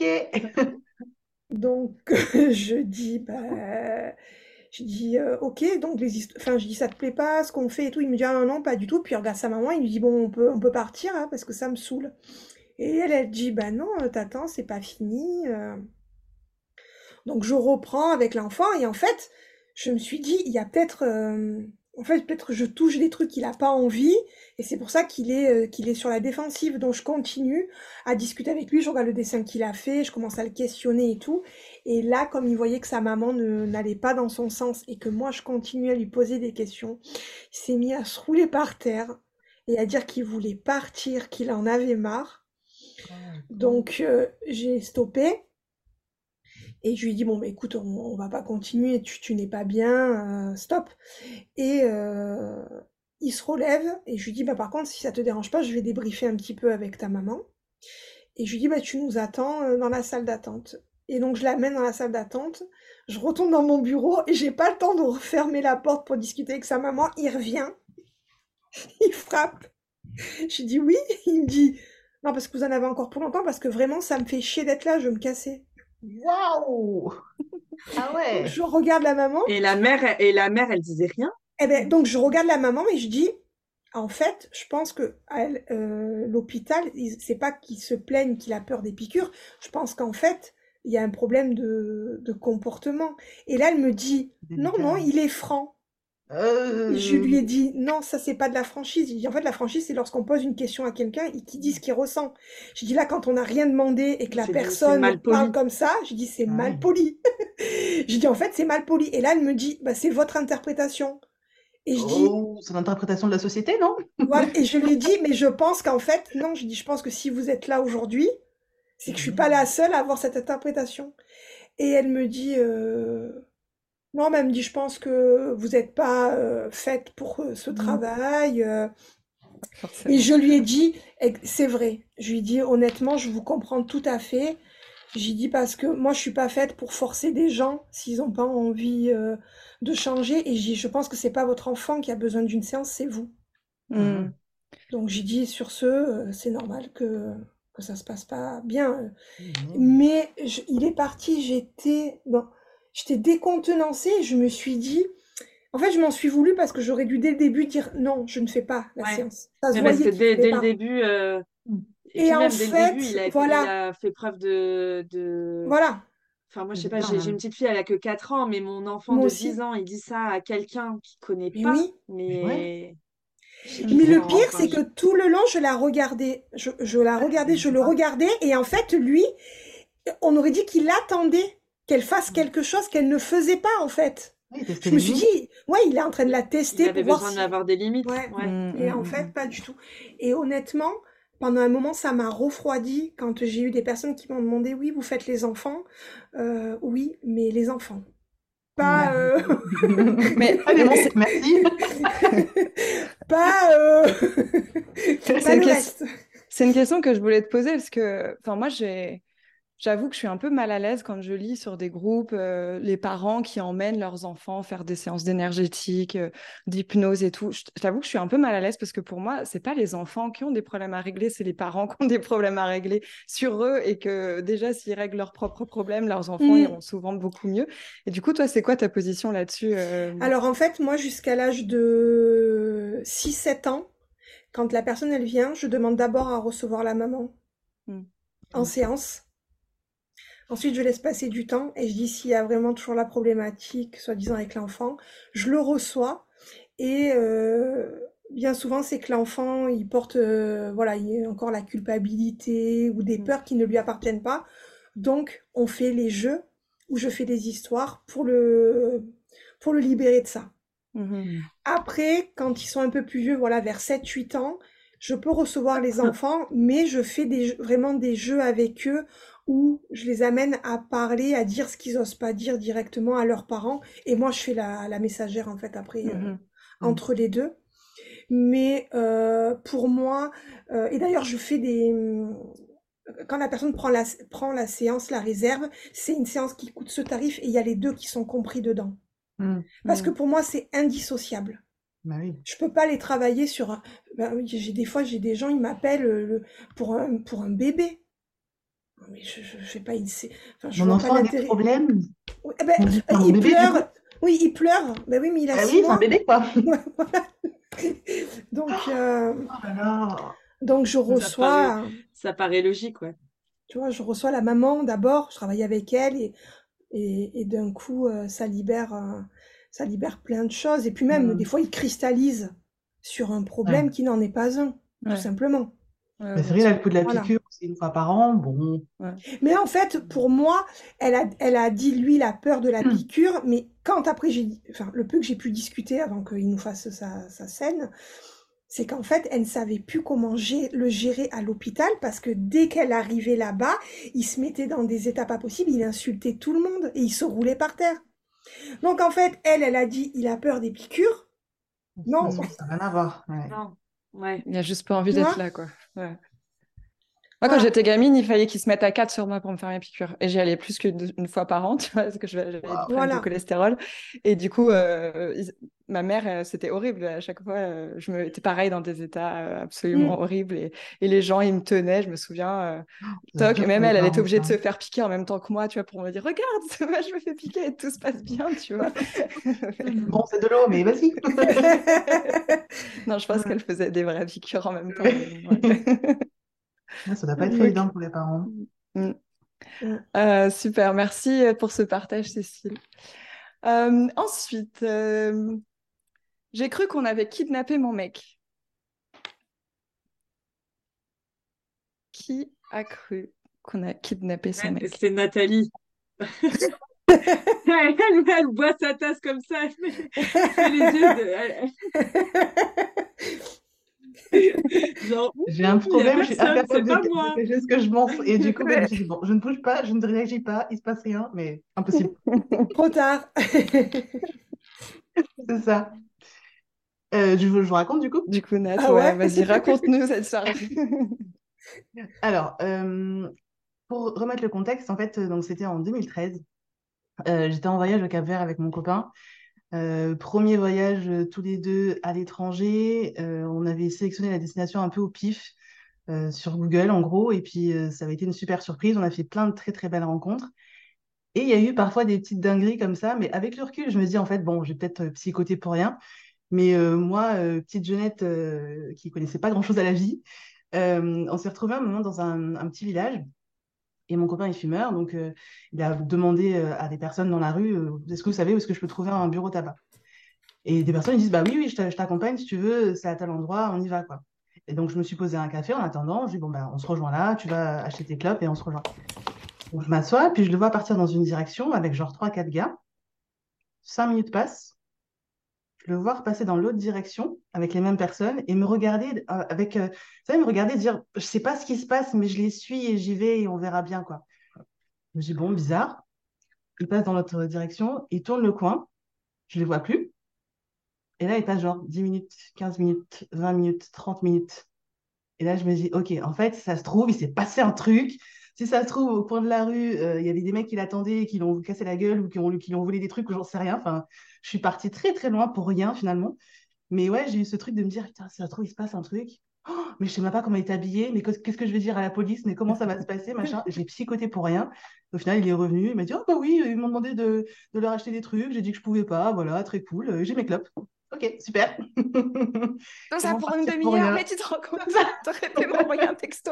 E: Donc, je dis, ok, donc enfin, je dis, ça te plaît pas ce qu'on fait et tout. Il me dit, ah non, non, pas du tout. Puis il regarde sa maman, il lui dit, bon, on peut partir, hein, parce que ça me saoule. Et elle dit, bah non, t'attends, c'est pas fini. Donc je reprends avec l'enfant et en fait, je me suis dit, il y a peut-être, en fait, peut-être je touche des trucs qu'il a pas envie et c'est pour ça qu'il est sur la défensive. Donc je continue à discuter avec lui, je regarde le dessin qu'il a fait, je commence à le questionner et tout. Et là, comme il voyait que sa maman n'allait pas dans son sens et que moi je continuais à lui poser des questions, il s'est mis à se rouler par terre et à dire qu'il voulait partir, qu'il en avait marre. Donc j'ai stoppé. Et je lui ai dit, bon, bah, écoute, on va pas continuer, tu n'es pas bien, stop. Et il se relève, et je lui dis, bah, par contre, si ça te dérange pas, je vais débriefer un petit peu avec ta maman. Et je lui dis, bah, tu nous attends dans la salle d'attente. Et donc, je l'amène dans la salle d'attente, je retourne dans mon bureau, et j'ai pas le temps de refermer la porte pour discuter avec sa maman. Il revient, il frappe, J'ai dit oui. Il me dit, non, parce que vous en avez encore pour longtemps, parce que vraiment, ça me fait chier d'être là, je vais me casser.
D: Waouh! Ah
E: Donc,
D: ouais.
E: je regarde la maman.
B: Et la mère, elle disait rien.
E: Eh ben, donc, je regarde la maman et je dis, en fait, je pense que l'hôpital, c'est pas qu'il se plaigne qu'il a peur des piqûres. Je pense qu'en fait, il y a un problème de comportement. Et là, elle me dit, non,
D: Délicat.
E: non, il est franc. Et je lui ai dit, non, ça, c'est pas de la franchise. J'ai dit, en fait, la franchise, c'est lorsqu'on pose une question à quelqu'un et qu'il dit ce qu'il ressent. J'ai dit, là, quand on n'a rien demandé et que la
B: J'ai dit, c'est
E: personne
B: mal
E: parle
B: poli.
E: comme ça, j'ai dit, c'est
D: Ah
E: mal
D: ouais.
E: poli. J'ai dit, en fait, c'est mal poli. Et là, elle me dit, bah, c'est votre interprétation. Et je dis,
D: Oh, c'est l'interprétation de la société, non?
E: voilà. Et je lui ai dit, mais je pense qu'en fait, non, je dis, je pense que si vous êtes là aujourd'hui, c'est que je suis pas la seule à avoir cette interprétation. Et elle me dit, non, mais elle me dit, je pense que vous n'êtes pas faite pour ce travail. Et
A: Forcément.
E: je lui ai dit, c'est vrai. Je lui ai dit, honnêtement, je vous comprends tout à fait. J'ai dit parce que moi, je suis pas faite pour forcer des gens s'ils n'ont pas envie de changer. Et j'ai dit, je pense que c'est pas votre enfant qui a besoin d'une séance, c'est vous.
A: Mm.
E: Donc j'ai dit, sur ce, c'est normal que ça se passe pas bien.
D: Mhm.
E: Mais il est parti, j'étais décontenancée. Je me suis dit, en fait, je m'en suis voulu parce que j'aurais dû dès le début dire non, je ne fais pas la
B: Ouais.
E: séance. Ça se
B: Mais parce
E: voyait
B: que
E: qu'il
B: dès,
E: voulait
B: dès le
E: pas.
B: début, et
E: Et
B: puis
E: en
B: même dès le début,
E: fait,
B: il
E: voilà,
B: a fait preuve de...
E: voilà.
B: Enfin, moi, je sais pas,
D: Bizarre,
B: j'ai une
D: même.
B: petite fille, elle a que 4 ans, mais mon enfant
E: Moi
B: de 10
E: aussi.
B: ans, il dit ça à quelqu'un qui connaît
E: Mais
B: pas.
E: oui.
D: Mais ouais.
B: Mais j'ai
A: Mm.
E: Mais
B: dit
E: le
B: non,
E: pire,
B: enfin,
E: c'est que tout le long, je la regardais. Je la regardais, je
D: Je
E: le
D: vois.
E: regardais. Et en fait, lui, on aurait dit qu'il attendait qu'elle fasse quelque chose qu'elle ne faisait pas, en fait.
D: Oui, tester
E: Je me
D: les
E: suis
D: limites.
E: dit, ouais, il est en train de la
B: il
E: tester
B: avait
E: pour voir
B: besoin
E: si...
B: d'avoir des limites.
E: Ouais.
B: Ouais.
E: Et en fait,
A: Mm.
E: pas du tout. Et honnêtement, pendant un moment, ça m'a refroidi quand j'ai eu des personnes qui m'ont demandé, oui, vous faites les enfants. Oui, mais les enfants. Pas,
D: Ouais.
A: Mais
D: Pas les mots,
A: c'est
D: merci.
E: pas,
A: c'est
E: pas
A: une
E: le
A: question.
E: reste.
A: C'est une question que je voulais te poser parce que, enfin, moi, j'avoue que je suis un peu mal à l'aise quand je lis sur des groupes les parents qui emmènent leurs enfants faire des séances d'énergétique, d'hypnose et tout. J'avoue que je suis un peu mal à l'aise parce que pour moi, c'est pas les enfants qui ont des problèmes à régler, c'est les parents qui ont des problèmes à régler sur eux et que déjà, s'ils règlent leurs propres problèmes, leurs enfants
E: Mm.
A: iront souvent beaucoup mieux. Et du coup, toi, c'est quoi ta position là-dessus
E: Alors en fait, moi, jusqu'à l'âge de 6 7 ans, quand la personne, elle vient, je demande d'abord à recevoir la maman
A: Mm.
E: en séance. Ensuite, je laisse passer du temps et je dis s'il y a vraiment toujours la problématique, soi-disant avec l'enfant, je le reçois et bien souvent, c'est que l'enfant, il porte, voilà, il y a encore la culpabilité ou des
A: Mm.
E: peurs qui ne lui appartiennent pas. Donc, on fait les jeux où je fais des histoires pour le libérer de ça.
A: Mhm.
E: Après, quand ils sont un peu plus vieux, voilà, vers 7 8 ans, je peux recevoir les enfants, mais je fais vraiment des jeux avec eux où je les amène à parler, à dire ce qu'ils osent pas dire directement à leurs parents. Et moi, je fais la messagère, en fait, après,
A: Mhm.
E: entre les deux. Mais pour moi, et d'ailleurs, je fais des... Quand la personne prend la séance, la réserve, c'est une séance qui coûte ce tarif et il y a les deux qui sont compris dedans. Parce que
A: Mm.
E: pour moi, c'est indissociable.
D: Bah oui.
E: Je peux pas les travailler sur un... Ben oui, des fois, j'ai des gens, ils m'appellent pour un bébé. Non, mais je fais pas enfin, je
D: Mon
E: vois pas
D: enfant a des
E: l'intérêt.
D: problèmes.
E: Oui, eh ben,
D: On dit que c'est un
E: il
D: bébé, du coup.
E: pleure. Oui, il pleure. Ben oui, mais il a
D: Bah
E: six
D: oui, c'est un
E: mois.
D: bébé, quoi.
E: Ouais, voilà. Donc,
D: Oh là là.
E: donc je
B: Ça paraît,
E: reçois,
B: ça paraît logique, ouais.
E: tu vois, je reçois la maman d'abord. Je travaille avec elle et d'un coup, ça libère plein de choses. Et puis même, des
D: Mm.
E: fois, il cristallise sur un
D: Ouais.
E: problème qui n'en est pas un, tout
A: Ouais.
E: simplement.
A: Ouais,
D: Mais c'est
A: bien
D: vrai, là,
A: sûr.
D: le coup de la
E: Voilà.
D: piqûre, c'est une fois par an. Bon.
A: Ouais.
E: Mais en fait, pour moi, elle a dit, lui, la peur de la piqûre, mais quand après, enfin, le peu que j'ai pu discuter avant qu'il nous fasse sa scène, c'est qu'en fait, elle ne savait plus comment le gérer à l'hôpital parce que dès qu'elle arrivait là-bas, il se mettait dans des états pas possibles, il insultait tout le monde et il se roulait par terre. Donc en fait, elle a dit, il a peur des piqûres. Non,
D: Ça n'a rien à voir. Ouais.
B: Non, ouais.
A: Il a juste pas envie
E: tu
A: d'être
E: vois?
A: là, quoi. Ouais. Moi, quand
E: Voilà.
A: j'étais gamine, il fallait qu'ils se mettent à 4 sur moi pour me faire mes piqûres. Et j'y allais plus qu'une fois par an, tu vois, parce que j'avais des problèmes de
E: Voilà.
A: cholestérol. Et du coup, ma mère, c'était horrible. À chaque fois, je me étais pareil dans des états absolument
E: Mm.
A: horribles. Et les gens, ils me tenaient, je me souviens.
D: Ça doit être
A: Toc, et
D: dur pour
A: même
D: les
A: elle était
D: parents,
A: obligée
D: ça.
A: de se faire piquer en même temps que moi, tu vois, pour me dire, regarde, moi, je me fais piquer et tout se passe bien, tu vois.
D: Bon, c'est de l'eau, mais vas-y.
A: Non, je pense qu'elle faisait des vraies piqûres en même temps, mais bon, ouais.
D: Ouais, ça doit pas être
A: Donc,
D: évident pour les parents.
A: mm.
E: Mm.
A: Super, merci pour ce partage, Cécile. Ensuite, j'ai cru qu'on avait kidnappé mon mec. Qui a cru qu'on a kidnappé son
B: Ouais,
A: mec?
B: c'est Nathalie. Elle boit sa tasse comme ça, elle fait les yeux genre,
D: J'ai un
B: il n'y a
D: problème, je suis
B: personne, c'est
D: incapable
B: pas
D: de
B: moi.
D: cacher ce que je pense. Et du coup, ben, je me suis dit, bon, je ne bouge pas, je ne réagis pas, il se passe rien, mais impossible.
E: Trop tard.
D: C'est ça. Je vous raconte du coup.
A: Du coup, Nat,
E: Ah
A: ouais,
E: ouais?
A: vas-y, raconte-nous cette soirée.
D: Alors, pour remettre le contexte, en fait, donc c'était en 2013. J'étais en voyage au Cap-Vert avec mon copain. Premier voyage tous les deux à l'étranger. On avait sélectionné la destination un peu au pif sur Google, en gros. Et puis, ça avait été une super surprise. On a fait plein de très, très belles rencontres. Et il y a eu parfois des petites dingueries comme ça. Mais avec le recul, je me dis, en fait, bon, j'ai peut-être psychoté pour rien. Mais moi, petite jeunette qui connaissait pas grand-chose à la vie, on s'est retrouvé un moment dans un petit village. Et mon copain est fumeur, donc il a demandé à des personnes dans la rue, est-ce que vous savez où est-ce que je peux trouver un bureau tabac? Et des personnes ils disent, bah oui, oui, je t'accompagne si tu veux, c'est à tel endroit, on y va, quoi. Et donc je me suis posé un café en attendant, je dis, bon, bah, on se rejoint là, tu vas acheter tes clopes et on se rejoint. Donc je m'assois, puis je le vois partir dans une direction avec genre trois quatre gars. 5 minutes passent, je le vois repasser dans l'autre direction avec les mêmes personnes et me regarder vous savez, me regarder dire, je sais pas ce qui se passe, mais je les suis et j'y vais et on verra bien, quoi. Je me dis, bon, bizarre. Il passe dans l'autre direction, il tourne le coin, je ne les vois plus. Et là, il passe genre 10 minutes, 15 minutes, 20 minutes, 30 minutes. Et là, je me dis, OK, en fait, si ça se trouve, il s'est passé un truc. Si ça se trouve, au coin de la rue, il y avait des mecs qui l'attendaient, qui l'ont cassé la gueule ou qui lui ont volé des trucs ou j'en sais rien. Enfin, je suis partie très, très loin pour rien finalement. Mais ouais, j'ai eu ce truc de me dire, putain, si ça se trouve, il se passe un truc. Oh, mais je sais même pas comment il est habillé, mais qu'est-ce que je vais dire à la police, mais comment ça va se passer, machin. J'ai psychoté pour rien. Au final, il est revenu, il m'a dit, oh bah oui, ils m'ont demandé de leur acheter des trucs, j'ai dit que je pouvais pas, voilà, très cool, j'ai mes clopes. Ok, super.
A: Tout ça
D: Comment
A: pour une
D: partir pour
A: demi-heure, mais
D: rien?
A: tu te rends
D: C'est
A: compte?
D: ça,
A: T'aurais pu m'envoyer un texto.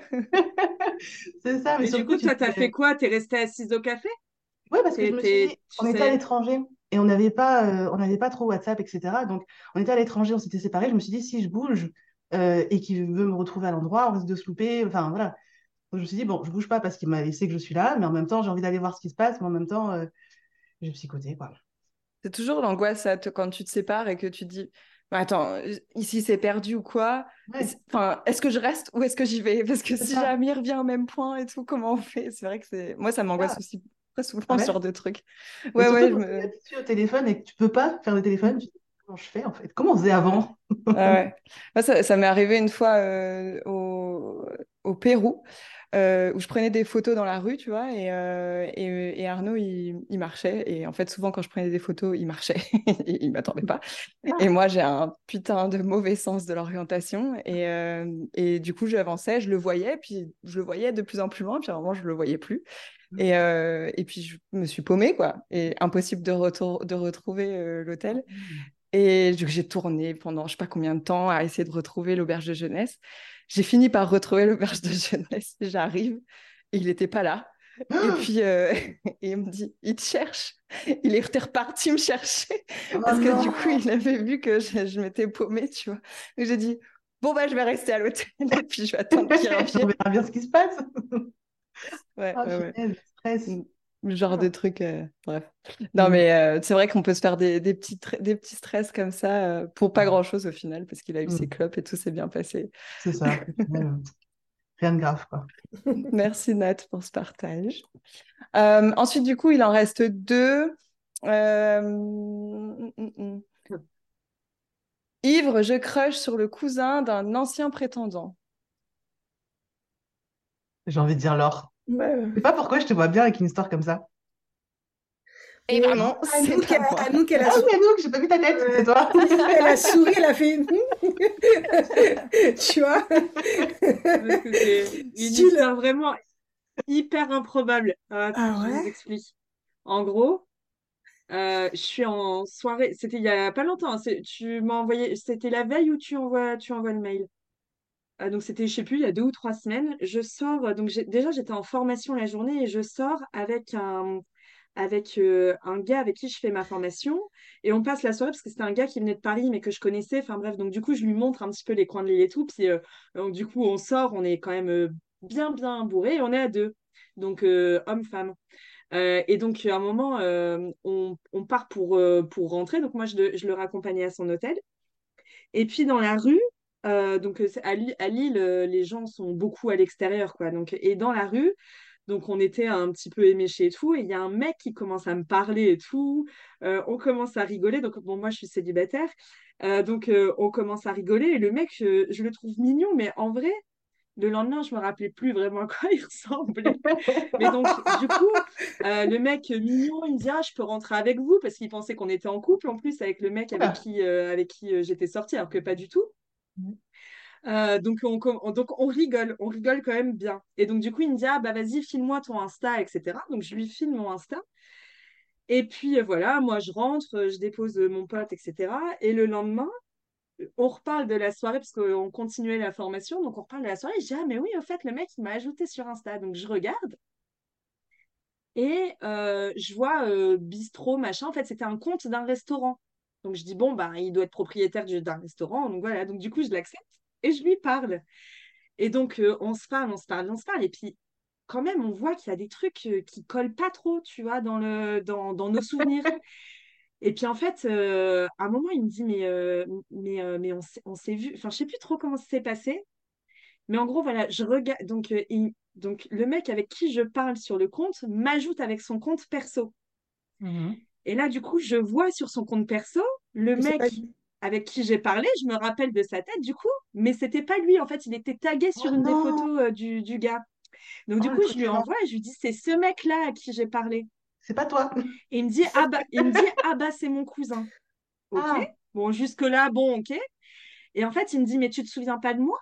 D: c'est ça, mais
B: Et
D: sur
B: du
D: le coup,
B: coup,
D: tu te
B: toi,
D: dis,
B: t'as fait quoi? T'es restée assise au café?
D: ouais, parce que je me suis dit,
B: Tu
D: on était à
B: sais.
D: l'étranger et on n'avait pas trop WhatsApp, etc. Donc, on était à l'étranger, on s'était séparés. Je me suis dit, si je bouge et qu'il veut me retrouver à l'endroit, on risque de se louper. Enfin, voilà. Donc, je me suis dit, bon, je bouge pas parce il sait que je suis là, mais en même temps, j'ai envie d'aller voir ce qui se passe, mais en même temps, j'ai psychoté, quoi.
A: C'est toujours l'angoisse quand tu te sépares et que tu te dis, bah, attends, ici c'est perdu ou quoi?
D: Ouais,
A: Enfin, est-ce que je reste ou est-ce que j'y vais? Parce que
D: c'est
A: si
D: ça.
A: jamais il revient au même point et tout, comment on fait? C'est vrai que moi, ça m'angoisse
D: Ça.
A: aussi très
D: Ah
A: souvent ce
D: ouais.
A: genre de truc.
D: Et
A: Ouais,
D: surtout
A: ouais,
D: quand tu es habitué au téléphone et que tu peux pas faire le téléphone, tu te dis, comment je fais en fait? Comment on faisait
A: Ouais.
D: avant?
A: Ah ouais. Moi, ça m'est arrivé une fois au Pérou, où je prenais des photos dans la rue, tu vois, et Arnaud, il marchait. Et en fait, souvent, quand je prenais des photos, il marchait. Il ne m'attendait pas. Et moi, j'ai un putain de mauvais sens de l'orientation. Et du coup, j'avançais, je le voyais, puis je le voyais de plus en plus loin, puis à un moment, je ne le voyais plus. Et puis, je me suis paumée, quoi. Et impossible de retrouver l'hôtel. Et j'ai tourné pendant je sais pas combien de temps à essayer de retrouver l'auberge de jeunesse. J'ai fini par retrouver l'auberge de jeunesse. J'arrive, et il n'était pas là. Et puis, et il me dit, il te cherche. Il est reparti me chercher
D: Oh
A: parce que du coup,
D: non!
A: il avait vu que je m'étais paumée, tu vois. Donc j'ai dit, bon, bah, je vais rester à l'hôtel et puis je vais attendre qu'il
D: On
A: revienne.
D: verra bien ce qui se passe.
A: Ouais,
D: Oh,
A: ouais, ouais.
D: punaise, le stress.
A: Mm. Le genre de truc, bref. Non,
D: Mm.
A: mais c'est vrai qu'on peut se faire des petits stress comme ça pour pas grand-chose au final, parce qu'il a eu ses
D: Mm.
A: clopes et tout s'est bien passé.
D: C'est ça. Au final, rien de grave, quoi.
A: Merci Nat pour ce partage. Ensuite, du coup, il en reste deux. Mm. Ivre, je crush sur le cousin d'un ancien prétendant.
D: J'ai envie de dire Laure.
E: Ouais.
D: Je sais pas pourquoi je te vois bien avec une histoire comme ça.
A: Et ben non, c'est
E: Anouk,
A: pas moi.
E: Anouk, elle a
D: Ah oui,
E: souri.
D: Anouk, j'ai pas vu ta tête, c'est toi.
E: Elle a souri, elle a fait. Tu vois?
B: Parce que c'est une
E: Style.
B: histoire vraiment hyper improbable.
E: Ah
B: Je vous
E: ouais?
B: explique. En gros, je suis en soirée. C'était il y a pas longtemps, hein. Tu m'as envoyé. C'était la veille où tu envoies le mail. Donc c'était, je sais plus, il y a 2 ou 3 semaines. Je sors. Donc déjà, j'étais en formation la journée et je sors avec un gars avec qui je fais ma formation. Et on passe la soirée parce que c'était un gars qui venait de Paris mais que je connaissais. Enfin bref, donc du coup, je lui montre un petit peu les coins de l'île et tout. Puis donc, du coup, on sort, on est quand même bien, bien bourré et on est à deux. Donc homme-femme. Et donc, à un moment, on part pour rentrer. Donc, moi, je le raccompagnais à son hôtel. Et puis, dans la rue, donc à Lille, les gens sont beaucoup à l'extérieur, quoi. Donc, et dans la rue, donc on était un petit peu éméchés et tout. Et il y a un mec qui commence à me parler et tout. On commence à rigoler. Donc, bon, moi, je suis célibataire. Donc, on commence à rigoler. Et le mec, je le trouve mignon. Mais en vrai, le lendemain, je me rappelais plus vraiment à quoi il ressemblait. Mais donc, du coup, le mec mignon, il me dit, ah, je peux rentrer avec vous parce qu'il pensait qu'on était en couple en plus avec le mec avec
D: Oula.
B: qui j'étais sortie, alors que pas du tout. Donc, on rigole quand même bien. Et donc, du coup, il me dit, ah, bah vas-y, file-moi ton Insta, etc. Donc, je lui file mon Insta. Et puis, voilà, moi, je rentre, je dépose mon pote, etc. Et le lendemain, on reparle de la soirée parce qu'on continuait la formation, donc on reparle de la soirée. Je dis, ah, mais oui, au fait, le mec, il m'a ajouté sur Insta. Donc, je regarde. Et je vois bistrot, machin. En fait, c'était un compte d'un restaurant. Donc, je dis, bon, bah, il doit être propriétaire d'un restaurant. Donc, voilà. Donc, du coup, je l'accepte et je lui parle. Et donc, on se parle, on se parle, on se parle. Et puis, quand même, on voit qu'il y a des trucs qui collent pas trop, tu vois, dans nos souvenirs. Et puis, en fait, à un moment, il me dit, mais on s'est vu. Enfin, je sais plus trop comment ça s'est passé. Mais en gros, voilà, je regarde. Donc, le mec avec qui je parle sur le compte m'ajoute avec son compte perso.
D: Mhm.
B: Et là, du coup, je vois sur son compte perso le
E: Mais c'est pas
B: mec
E: lui.
B: avec qui j'ai parlé. Je me rappelle de sa tête, du coup, mais c'était pas lui. En fait, il était tagué
D: Oh
B: sur une des
D: non!
B: photos du gars. Donc,
D: Oh,
B: du
D: le
B: coup, je
D: truc
B: lui
D: gênant.
B: envoie et je lui dis, c'est ce mec-là à qui j'ai parlé.
D: C'est pas toi.
B: Et ah bah, c'est mon cousin. Ok.
D: Ah!
B: Bon, jusque-là, bon, ok. Et en fait, il me dit, mais tu te souviens pas de moi?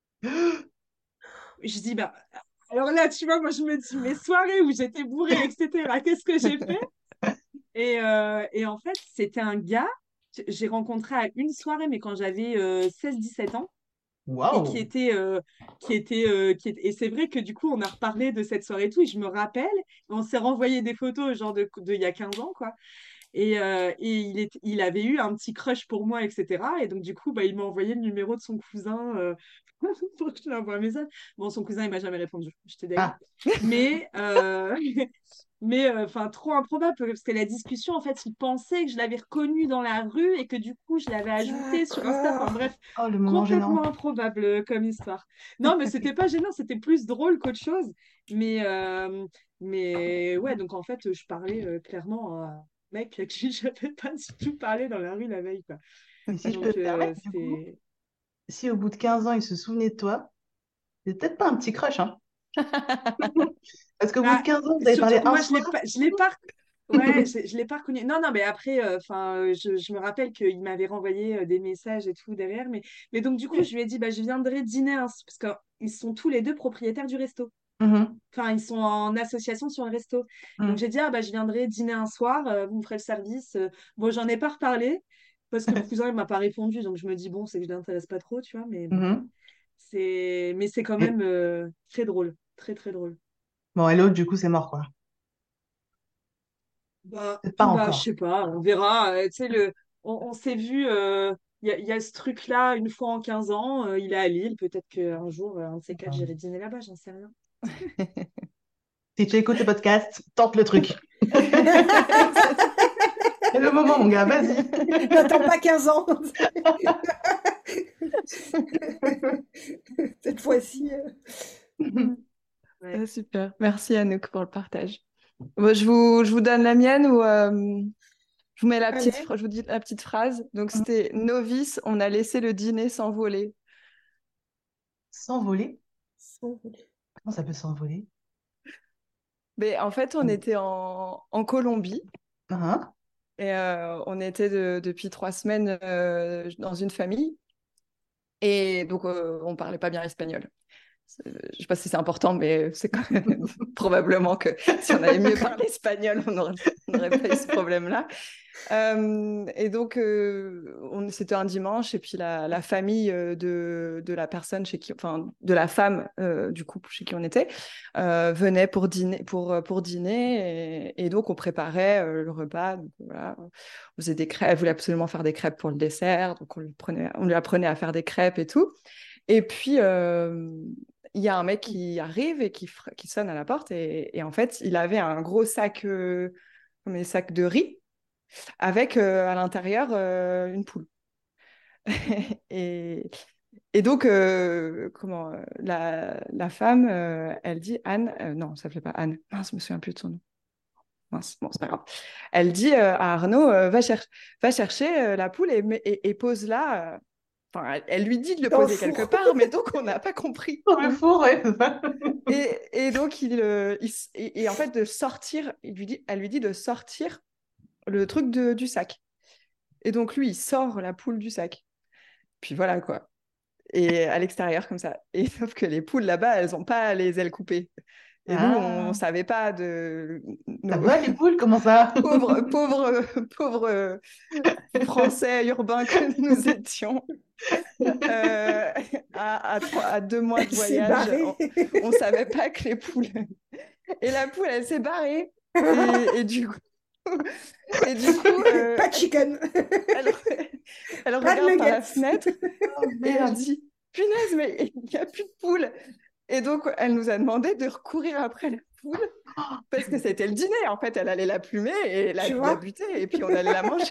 B: Je dis, bah, alors là, tu vois, moi, je me dis, mes soirées où j'étais bourrée, etc., qu'est-ce que j'ai fait? Et en fait, c'était un gars que j'ai rencontré à une soirée, mais quand j'avais 16-17 ans, et
D: Waouh!
B: et c'est vrai que du coup, on a reparlé de cette soirée et tout, et je me rappelle, on s'est renvoyé des photos, genre de il y a 15 ans, quoi. Et il avait eu un petit crush pour moi, etc. Et donc, du coup, bah, il m'a envoyé le numéro de son cousin pour que je lui envoie un message. Bon, son cousin, il m'a jamais répondu. J'étais deg.
D: Ah!
B: Mais, mais enfin, trop improbable parce que la discussion, en fait, il pensait que je l'avais reconnu dans la rue et que du coup, je l'avais ajouté sur Insta. Enfin,
E: D'accord.
B: bref,
D: Oh, le moment gênant.
B: complètement improbable comme histoire. Non, mais c'était pas gênant, c'était plus drôle qu'autre chose. Mais, euh, mais ouais, donc en fait, je parlais clairement à un mec à qui j'avais pas du tout parlé dans la rue la veille, quoi.
D: Et si je peux
B: Donc,
D: te permettre, du coup,
B: c'était.
D: si au bout de 15 ans, il se souvenait de toi, c'est peut-être pas un petit crush, hein. Parce qu'au bout de
B: Bah,
D: 15 ans, vous avez
B: surtout
D: parlé
B: que
D: un
B: moi,
D: soir.
B: je l'ai pas. Ouais, je l'ai pas reconnu. Non, non, mais après, enfin, je me rappelle qu'il m'avait renvoyé des messages et tout derrière. Mais donc, du coup, je lui ai dit, bah, je viendrai dîner, parce qu'ils sont tous les deux propriétaires du resto.
D: Mhm,
B: Enfin, ils sont en association sur le resto. Donc,
D: mhm.
B: j'ai dit, ah, bah, je viendrai dîner un soir, vous me ferez le service. Bon, j'en ai pas reparlé parce que le cousin, il m'a pas répondu. Donc, je me dis, bon, c'est que je l'intéresse pas trop, tu vois. Mais bon,
D: Mhm.
B: c'est quand
D: Et-
B: même très drôle. Très, très drôle.
D: Bon, et l'autre, du coup, c'est mort, quoi. Peut-être pas
B: Bah, je
D: encore.
B: sais pas, on verra. Tu sais, on s'est vu, il y a ce truc-là une fois en 15 ans, il est à Lille, peut-être qu'un jour, un de ces quatre,
D: Enfin,
B: j'irai dîner là-bas, j'en sais rien.
D: si tu écoutes le podcast, tente le truc. C'est le moment, mon gars, vas-y.
E: N'attends pas 15 ans. Cette fois-ci.
B: Ouais.
A: Super. Merci Anouk pour le partage. Bon, je vous donne la mienne ou je vous mets
E: Allez.
A: je vous dis la petite phrase. Donc c'était novice, on a laissé le dîner s'envoler.
D: S'envoler. Comment ça peut s'envoler?
A: Mais en fait, on était en Colombie
D: Ah,
A: et on était depuis 3 semaines dans une famille. Et donc, on parlait pas bien espagnol. Je sais pas si c'est important, mais c'est quand même probablement que si on avait mieux parlé espagnol, on n'aurait pas eu ce problème-là. Et donc, c'était un dimanche, et puis la famille de la personne chez qui, enfin, de la femme du couple chez qui on était, venait pour dîner, pour dîner, et donc on préparait le repas. Donc, voilà, on faisait des crêpes, elle voulait absolument faire des crêpes pour le dessert, donc on lui apprenait à faire des crêpes et tout. Et puis, il y a un mec qui arrive et qui sonne à la porte, et en fait, il avait un gros sac, comme des sacs de riz avec à l'intérieur une poule. et, et donc, la femme, elle dit Anne, non, ça ne s'appelait pas Anne, mince, je me souviens plus de son nom. Mince, bon, c'est pas grave. Elle dit à Arnaud, va chercher la poule et pose-la. Enfin, elle lui dit de le
E: Dans le
A: poser quelque
E: four.
A: part, mais donc on n'a pas compris.
D: dans le four, ouais, c'est ça.
A: Et donc, et en fait, de sortir, elle lui dit de sortir le truc du sac. Et donc, lui, il sort la poule du sac. Puis voilà, quoi. Et à l'extérieur, comme ça. Et sauf que les poules, là-bas, elles n'ont pas les ailes coupées. Et nous, on ne
D: Ah,
A: savait pas de
D: ça
A: nos
D: va les poules, comment ça?
A: pauvres Français urbains que nous étions. À 2 mois de
E: Elle s'est
A: voyage,
E: barrée.
A: on ne savait pas que les poules... Et la poule, elle s'est barrée. Et du coup... Et du coup,
E: Pas de chicken.
A: elle, elle
E: Pas de
A: regarde par la
E: nuggets.
A: fenêtre
D: Oh,
A: et elle
D: merde.
A: dit, punaise, mais il n'y a plus de poule. Et donc, elle nous a demandé de recourir après la poule parce que c'était le dîner. En fait, elle allait la plumer et
E: Tu
A: la
E: vois?
A: buter et puis on allait la manger.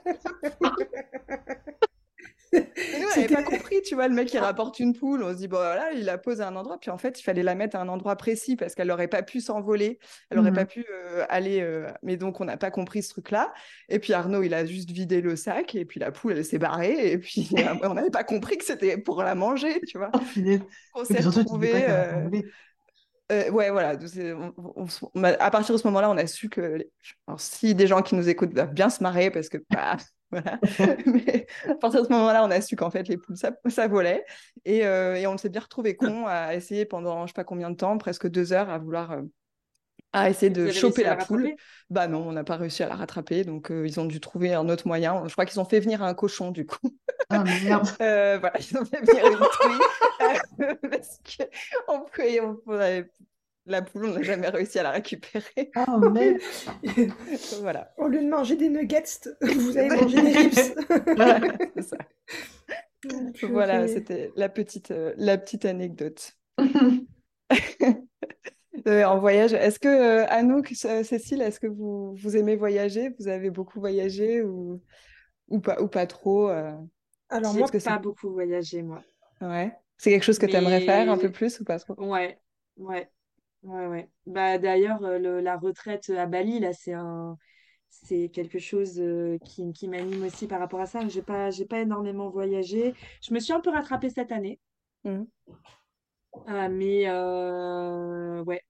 A: Et nous, on n'avait
E: C'était...
A: pas compris, tu vois, le mec, il rapporte une poule, on se dit, bon, voilà, il la pose à un endroit, puis en fait, il fallait la mettre à un endroit précis parce qu'elle n'aurait pas pu s'envoler, elle n'aurait pas
D: Mhm.
A: pu aller, mais donc on n'a pas compris ce truc-là. Et puis Arnaud, il a juste vidé le sac, et puis la poule, elle s'est barrée, et puis on n'avait pas compris que c'était pour la manger, tu vois.
D: Oh, punaise.
A: On
D: Et
A: s'est
D: puis surtout, tu dis pas
A: retrouvés...
D: qu'elle va s'envoler.
A: Ouais, voilà. À partir de ce moment-là, on a su que alors, si des gens qui nous écoutent doivent bien se marrer parce que, bah, voilà. Mais à partir de ce moment-là, on a su qu'en fait, les poules, ça volait. Et on s'est bien retrouvés cons à essayer pendant je sais pas combien de temps, presque 2 heures, à vouloir à essayer
B: Et vous
A: de
B: avez réussi
A: choper
B: à la
A: la poule.
B: rattraper?
A: Bah non, on n'a pas réussi à la rattraper. Donc, ils ont dû trouver un autre moyen. Je crois qu'ils ont fait venir un cochon, du coup.
D: Ah, merde.
A: Voilà, ils ont fait venir une truie. Parce que la poule, on n'a jamais réussi à la récupérer.
D: Oh, merde.
A: Voilà.
E: Au lieu de manger des nuggets, vous avez mangé des ribs.
A: Voilà, c'est ça. Voilà,
E: Purée.
A: c'était la petite anecdote. En voyage, est-ce que Anouk, Cécile, est-ce que vous aimez voyager? Vous avez beaucoup voyagé ou pas trop
E: Alors
B: J'ai
A: Est-ce
E: moi,
A: que
B: pas
A: c'est
B: beaucoup voyagé, moi.
A: ouais. C'est quelque chose que tu aimerais faire un peu
B: Mais
A: plus ou pas trop?
B: ouais, ouais, ouais. Bah, d'ailleurs, la retraite à Bali, là, c'est quelque chose qui m'anime aussi par rapport à ça. J'ai pas énormément voyagé. Je me suis un peu rattrapée cette année.
A: Mhm.
B: Mais ouais,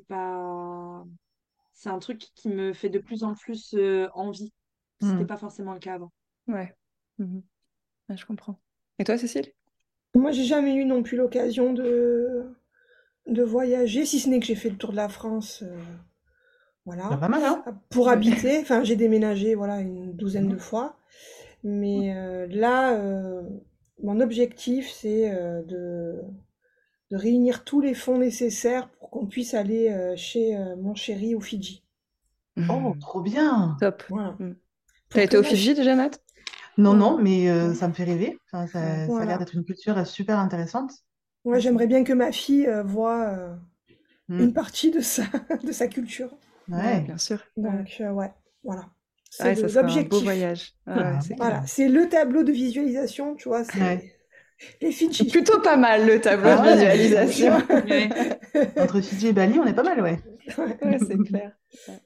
B: c'est un truc qui me fait de plus en plus envie. C'était
D: Hmm.
B: pas forcément le cas avant.
A: Ouais. Mhm. Ouais, je comprends. Et toi, Cécile?
E: moi, j'ai jamais eu non plus l'occasion de voyager, si ce n'est que j'ai fait le tour de la France,
D: C'est
E: voilà,
D: pas mal, hein?
E: pour
A: Ouais.
E: habiter. Enfin, j'ai déménagé, voilà, une douzaine de
D: Mhm.
E: fois. Mais là, mon objectif, c'est de réunir tous les fonds nécessaires pour qu'on puisse aller chez mon chéri aux Fidji.
D: Oh,
A: Mhm.
D: trop bien.
A: Top.
E: Voilà.
A: Mhm. T'as
E: Pour
A: été
E: que
A: aux
E: ma
A: Fidji
E: fille...
A: déjà, Nat?
D: Non,
E: Ouais,
D: non, mais
E: ouais,
D: ça me fait rêver. Enfin,
A: Ouais.
D: ça a l'air
E: voilà.
D: d'être une culture super intéressante.
E: Ouais,
A: Mhm.
E: j'aimerais bien que ma fille voit une
D: Hmm.
E: partie de de sa culture.
A: Ouais,
D: Ouais.
A: bien sûr. Ouais.
E: Donc, ouais, voilà. C'est
A: Ouais, ça sera un beau
E: l'objectif.
A: voyage. Ouais, ouais,
D: Ah,
A: c'est
E: Voilà,
A: clair.
E: c'est le tableau de visualisation, tu vois,
D: ouais.
E: c'est les Fidji.
A: Plutôt pas mal le tableau de
D: Ah ouais.
E: Tu
A: visualisation.
E: vois?
B: Ouais.
D: Entre Fidji et Bali, on est pas mal, ouais.
E: Ouais.
A: Ouais, c'est clair. Ouais.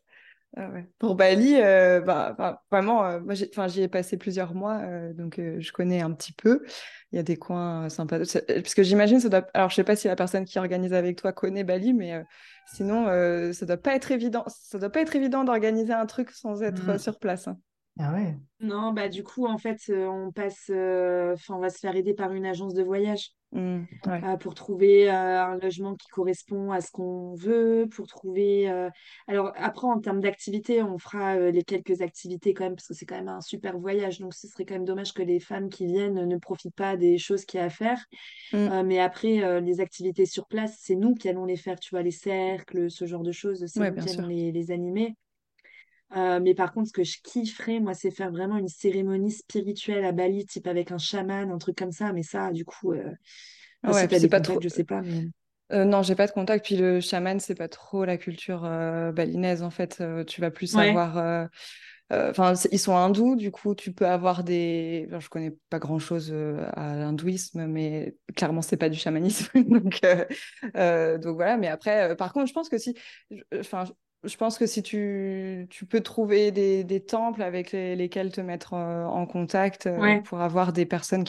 A: Ah ouais. Pour Bali, vraiment, moi, j'y ai passé plusieurs mois, donc je connais un petit peu. Il y a des coins sympas. Parce que j'imagine, ça doit. Alors, je sais pas si la personne qui organise avec toi connaît Bali, mais sinon, ça doit pas être évident. Ça doit pas être évident d'organiser un truc sans être
D: Mm.
A: sur place, hein.
D: Ah ouais.
B: Non, bah du coup, en fait, on va se faire aider par une agence de voyage.
A: Ouais.
B: Pour trouver un logement qui correspond à ce qu'on veut, pour trouver... Alors après, en termes d'activités, on fera les quelques activités quand même, parce que c'est quand même un super voyage, donc ce serait quand même dommage que les femmes qui viennent ne profitent pas des choses qu'il y a à faire.
A: Mm.
B: Mais après, les activités sur place, c'est nous qui allons les faire, tu vois, les cercles, ce genre de choses, c'est
A: Ouais,
B: nous
A: bien
B: qui allons
A: sûr.
B: les animer. Mais par contre, ce que je kifferais, moi, c'est faire vraiment une cérémonie spirituelle à Bali, type avec un chaman, un truc comme ça. Mais ça, du coup,
A: Ah
B: si
A: ouais,
B: tu
A: puis
B: as
A: c'est
B: des
A: pas
B: contacts,
A: trop.
B: je sais pas, mais...
A: Non, j'ai pas de contact. Puis le chaman, c'est pas trop la culture balinaise en fait. Tu vas plus
B: Ouais,
A: avoir. Enfin, ils sont hindous, du coup, tu peux avoir des. Enfin, je connais pas grand-chose à l'hindouisme, mais clairement, c'est pas du chamanisme. Donc voilà. Mais après, par contre, je pense que si. Enfin, je pense que si tu peux trouver des temples avec lesquels te mettre en contact
B: ouais.
A: pour avoir des personnes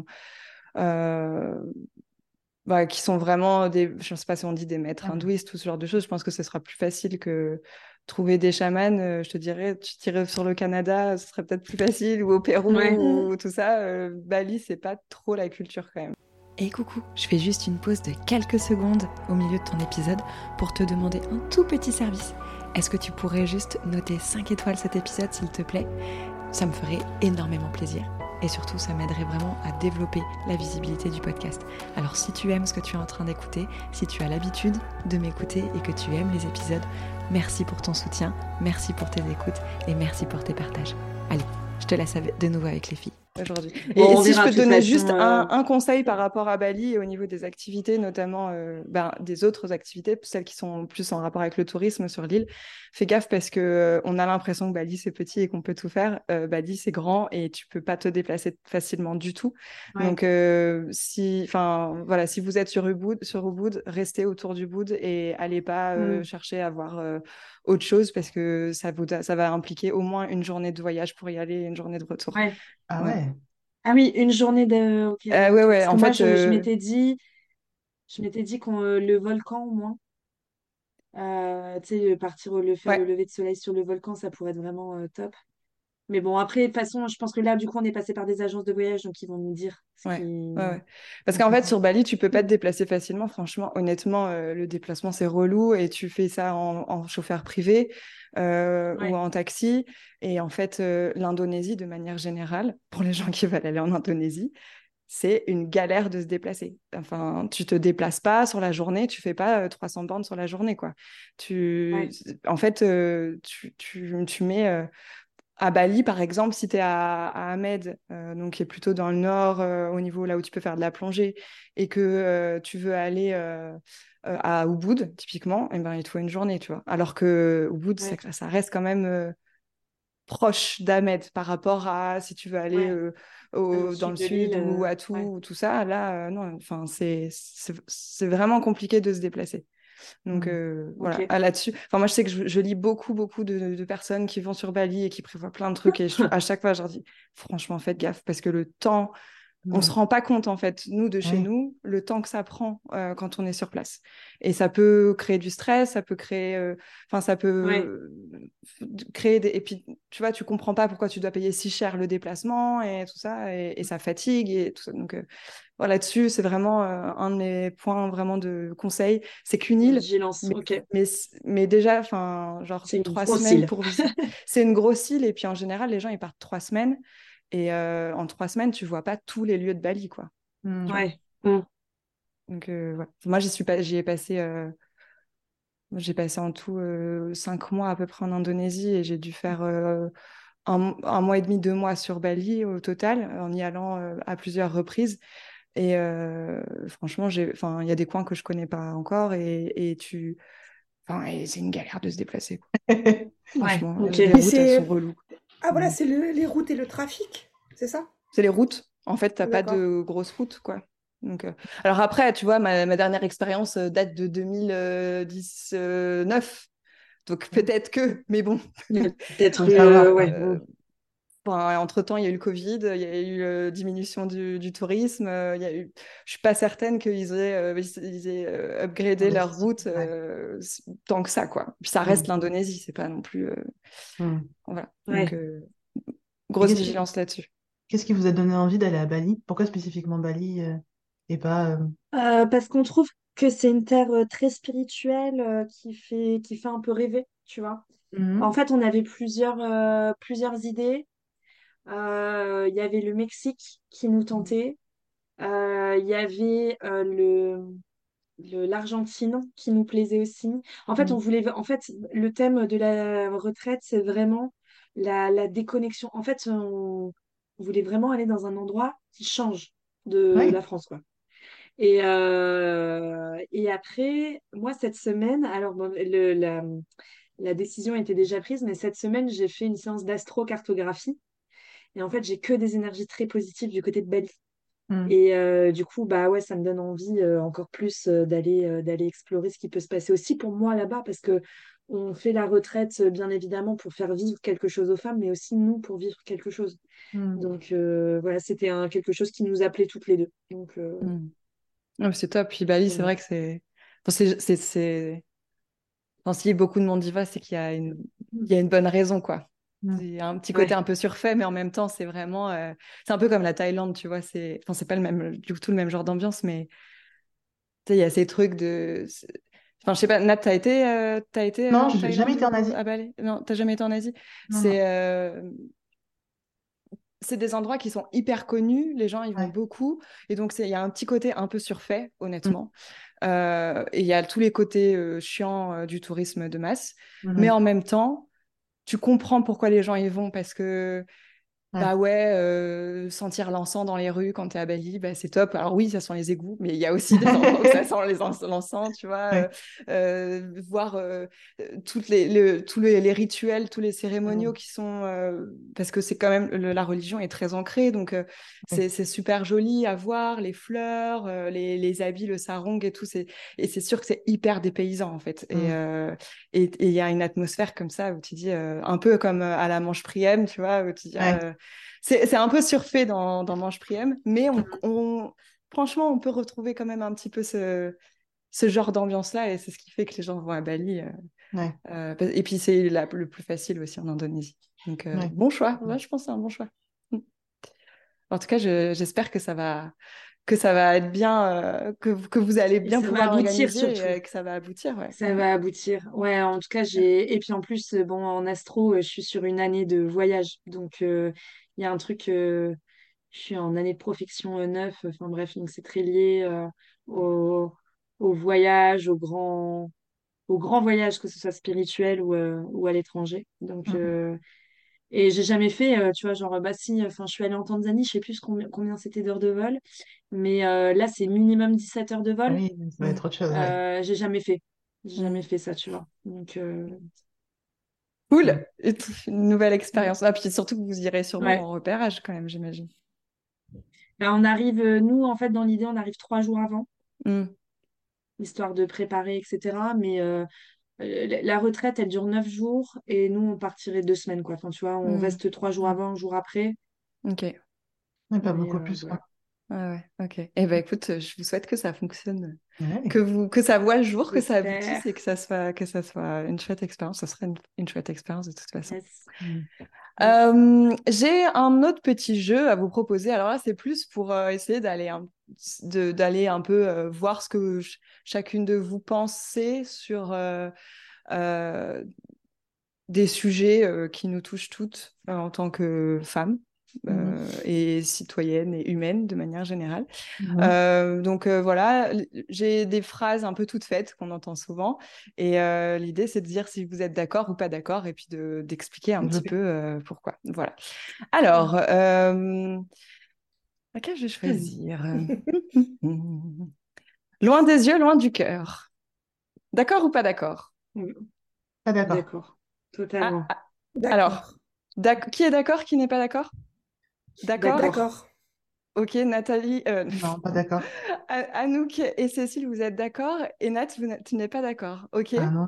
A: euh, qui sont vraiment des, je ne sais pas si on dit des maîtres
D: Ah ouais.
A: hindouistes ou ce genre de choses, je pense que ce sera plus facile que trouver des chamans. Je te dirais, tu tirais sur le Canada, ce serait peut-être plus facile, ou au
B: Ouais.
A: Pérou, ou tout ça. Bali, c'est pas trop la culture quand même.
C: Et coucou, je fais juste une pause de quelques secondes au milieu de ton épisode pour te demander un tout petit service. Est-ce que tu pourrais juste noter 5 étoiles cet épisode s'il te plaît? Ça me ferait énormément plaisir. Et surtout, ça m'aiderait vraiment à développer la visibilité du podcast. Alors si tu aimes ce que tu es en train d'écouter, si tu as l'habitude de m'écouter et que tu aimes les épisodes, merci pour ton soutien, merci pour tes écoutes et merci pour tes partages. Allez, je te laisse de nouveau avec les filles.
A: Aujourd'hui.
B: Bon,
A: Et
B: on
A: si je
B: verra
A: peux
B: de
A: te
B: toute
A: donner
B: façon.
A: juste un conseil par rapport à Bali et au niveau des activités, notamment des autres activités, celles qui sont plus en rapport avec le tourisme sur l'île, fais gaffe parce que on a l'impression que Bali c'est petit et qu'on peut tout faire. Bali c'est grand et tu peux pas te déplacer facilement du tout.
B: Ouais.
A: Donc enfin voilà, si vous êtes sur Ubud, restez autour du Ubud et allez pas
B: Mm.
A: chercher à voir autre chose parce que ça va impliquer au moins une journée de voyage pour y aller et une journée de retour.
B: Ouais.
D: Ah
A: Ouais.
D: ouais.
B: Ah oui, une journée de... Ok,
A: Ouais,
B: ok.
A: ouais,
B: Parce que
A: en
B: moi,
A: fait,
B: je m'étais dit qu'on le volcan au moins. Tu sais, faire le
A: ouais,
B: lever de soleil sur le volcan, ça pourrait être vraiment top. Mais bon, après, de toute façon, je pense que là, du coup, on est passé par des agences de voyage, donc ils vont nous dire ce
A: ouais,
B: qui...
A: ouais. Parce
B: Donc,
A: qu'en fait, sur Bali, tu peux pas te déplacer facilement. Franchement, honnêtement, le déplacement, c'est relou et tu fais ça en chauffeur privé ou
B: ouais,
A: en taxi. Et en fait, l'Indonésie, de manière générale, pour les gens qui veulent aller en Indonésie, c'est une galère de se déplacer. Enfin, tu te déplaces pas sur la journée, tu fais pas 300 bornes sur la journée, quoi. Tu,
B: ouais,
A: en fait, tu mets à Bali, par exemple, si tu es à Ahmed, donc qui est plutôt dans le nord, au niveau là où tu peux faire de la plongée, et que tu veux aller à Ubud, typiquement, eh ben, il te faut une journée, tu vois. Alors que Ubud,
B: ouais,
A: ça reste quand même proche d'Ahmed par rapport à si tu veux aller
B: ouais. Le
A: dans le
B: sud de
A: sud
B: l'île,
A: ou à
B: ouais.
A: tout ça. Là, non, enfin, c'est vraiment compliqué de se déplacer. Donc
D: Mm.
A: voilà,
B: Ok.
A: là-dessus. Enfin, moi, je sais que je lis beaucoup de personnes qui vont sur Bali et qui prévoient plein de trucs. Et à chaque fois, je leur dis, franchement, faites gaffe parce que le temps, on se
D: Mm.
A: rend pas compte, en fait, nous, de chez
D: Ouais.
A: nous, le temps que ça prend quand on est sur place. Et ça peut créer du stress, ça peut créer. Enfin, ça
B: Ouais.
A: peut créer des. Et puis, tu vois, tu comprends pas pourquoi tu dois payer si cher le déplacement et tout ça. Et ça fatigue et tout ça. Donc, voilà, là-dessus, c'est vraiment un de mes points vraiment de conseil. C'est qu'une île,
B: Vigilance,
A: mais,
B: ok.
A: mais, mais déjà, enfin, genre
B: C'est une
A: 3 semaines
B: grosse
A: pour visiter. C'est une grosse île et puis en général, les gens, ils partent 3 semaines et en 3 semaines, tu vois pas tous les lieux de Bali, quoi. Tu
D: Mm.
A: vois.
B: Ouais. Mm.
A: Donc, voilà. Moi, j'y ai passé, j'ai passé en tout 5 mois à peu près en Indonésie et j'ai dû faire un mois et demi, 2 mois sur Bali au total, en y allant à plusieurs reprises. Et franchement, enfin, il y a des coins que je connais pas encore enfin, et c'est une galère de se déplacer, quoi.
B: Ouais,
A: Franchement,
B: ok.
A: les
E: Mais
A: routes, elles sont
E: c'est...
A: reloues.
E: Ah voilà,
D: Mm.
E: c'est les routes et le trafic, c'est ça?
A: C'est les routes. En fait, t'as pas
E: D'accord.
A: de grosses routes, quoi. Donc, alors après, tu vois, ma dernière expérience date de 2019. Donc peut-être que, mais bon.
B: Peut-être,
D: Faut savoir,
B: ouais.
A: Entre-temps, il y a eu le Covid, il y a eu diminution du tourisme. Je suis pas certaine qu'ils aient upgradé leur
D: investi.
A: route
D: Ouais.
A: tant que ça, quoi. Puis ça reste l'Indonésie, c'est pas non plus. Voilà. Donc,
B: Ouais.
D: Et
A: grosse vigilance là-dessus.
D: qu'est-ce qui vous a donné envie d'aller à Bali? Pourquoi spécifiquement Bali et pas...
B: Parce qu'on trouve que c'est une terre très spirituelle qui fait un peu rêver, tu vois. En
D: Mhm.
B: fait, on avait plusieurs idées. Il y avait le Mexique qui nous tentait. Il y avait l'Argentine qui nous plaisait aussi. En fait,
D: Mhm.
B: en fait, le thème de la retraite, c'est vraiment la déconnexion. En fait, on voulait vraiment aller dans un endroit qui change de
D: Ouais.
B: la France, quoi. Et après, moi, cette semaine, alors bon, la décision était déjà prise, mais cette semaine, j'ai fait une séance d'astrocartographie. Et en fait, j'ai que des énergies très positives du côté de Bali.
D: Mhm.
B: Et du coup, bah ouais, ça me donne envie encore plus d'aller explorer ce qui peut se passer aussi pour moi là-bas, parce que on fait la retraite, bien évidemment, pour faire vivre quelque chose aux femmes, mais aussi nous pour vivre quelque chose.
D: Mhm.
B: Donc voilà, c'était quelque chose qui nous appelait toutes les deux. Donc
A: Non, mais c'est top. Puis Bali, c'est
B: voilà.
A: vrai que c'est. Enfin, Enfin, si beaucoup de monde y va, c'est il y a une bonne raison, quoi.
D: Mhm.
A: C'est un petit côté
B: Ouais.
A: un peu surfait, mais en même temps, c'est vraiment. C'est un peu comme la Thaïlande, tu vois. Enfin, c'est pas du tout le même genre d'ambiance, mais tu sais, il y a ces trucs de. Enfin, je sais pas, Nat, t'as été
D: Non,
A: en
D: j'ai jamais
A: Thaïlande
D: été en
A: ou
D: Asie.
A: à Bali? Non, t'as jamais été en Asie?
D: Non, non.
A: C'est c'est des endroits qui sont hyper connus, les gens y vont
D: Ouais.
A: beaucoup, et donc il y a un petit côté un peu surfait,
D: Mhm.
A: honnêtement. Et il y a tous les côtés chiants du tourisme de masse, mais
D: Mhm.
A: en même temps, tu comprends pourquoi les gens y vont, parce que
D: Ouais.
A: bah ouais, sentir l'encens dans les rues quand t'es à Bali, bah c'est top. Alors oui, ça sent les égouts, mais il y a aussi des endroits où ça sent l'encens, tu vois.
D: Ouais.
A: Voir tous les rituels, tous les cérémoniaux
D: Mhm.
A: qui sont... parce que c'est quand même... la religion est très ancrée, donc
D: Ouais.
A: c'est super joli à voir, les fleurs, les habits, le sarong et tout. Et c'est sûr que c'est hyper dépaysant, en fait.
D: Mhm.
A: Et il y a une atmosphère comme ça où tu dis... un peu comme à la Manche Priem, tu vois, où tu dis...
D: Ouais.
A: c'est un peu surfait dans Manche Priem, mais franchement, on peut retrouver quand même un petit peu ce genre d'ambiance-là, et c'est ce qui fait que les gens vont à Bali.
D: Ouais.
A: Et puis, c'est le plus facile aussi en Indonésie. Donc,
D: Ouais.
A: bon choix. Ouais, je pense que c'est un bon choix. Mm. En tout cas, j'espère que ça va être bien, que vous allez
B: Et
A: bien
B: ça va
A: pouvoir
B: aboutir
A: l'organiser
B: surtout.
A: et que ça va aboutir. Ouais.
B: Ça
A: Mm.
B: va aboutir. Ouais, en tout cas, Et puis en plus, bon, en astro, je suis sur une année de voyage. Donc, il y a un truc. Je suis en année de profession 9. Enfin bref, donc c'est très lié au, au voyage, au grand voyage, que ce soit spirituel ou à l'étranger. Donc,
D: Mhm.
B: et j'ai jamais fait, tu vois, genre, bah si, enfin, je suis allée en Tanzanie, je sais plus combien c'était d'heures de vol. Mais là, c'est minimum 17 heures de
D: Ah
B: vol.
D: oui, ça va
A: Mm.
D: être autre chose, ouais.
B: J'ai jamais fait. J'ai jamais
A: Mm.
B: fait ça, tu vois. Donc,
A: Cool.
D: Mhm.
A: Une nouvelle expérience. Ah, puis surtout que vous irez sûrement
B: ouais.
A: en repérage quand même, j'imagine.
B: Là, on arrive, nous, en fait, dans l'idée, on arrive 3 jours avant,
A: Mm.
B: histoire de préparer, etc. Mais la retraite, elle dure 9 jours et nous, on partirait 2 semaines, quoi. Enfin, tu vois, on
A: Mm.
B: reste 3 jours
D: Mhm.
B: avant, un jour après.
A: Ok.
D: Ouais, pas
B: Mais
D: beaucoup plus,
B: voilà.
D: quoi.
A: Ah ouais, ok. Eh ben écoute, je vous souhaite que ça fonctionne,
D: Ouais.
A: que ça voie le jour, que ça aboutisse et
B: J'espère.
A: que ça soit une chouette expérience. Ce serait une chouette expérience de toute façon.
B: Yes.
D: Mhm.
B: Yes.
A: J'ai un autre petit jeu à vous proposer. Alors là, c'est plus pour essayer d'aller un peu voir ce que chacune de vous pensez sur euh, des sujets qui nous touchent toutes en tant que femmes.
D: Mhm.
A: Et citoyennes et humaines de manière générale.
D: Mhm.
A: Donc voilà, j'ai des phrases un peu toutes faites qu'on entend souvent. Et l'idée, c'est de dire si vous êtes d'accord ou pas d'accord et puis d'expliquer un petit peu
D: Développer.
A: pourquoi. Voilà. Alors, laquelle je vais choisir? Loin des yeux, loin du cœur. D'accord ou pas d'accord?
D: Pas d'accord.
B: D'accord.
A: Ah,
B: Totalement.
A: ah, alors,
E: D'accord.
A: qui est d'accord, qui n'est pas d'accord? D'accord?
B: D'accord.
E: D'accord.
A: Ok, Nathalie,
D: Non, pas d'accord.
A: Anouk et Cécile, vous êtes d'accord? Et Nat, tu n'es pas d'accord. Ok?
D: Ah non.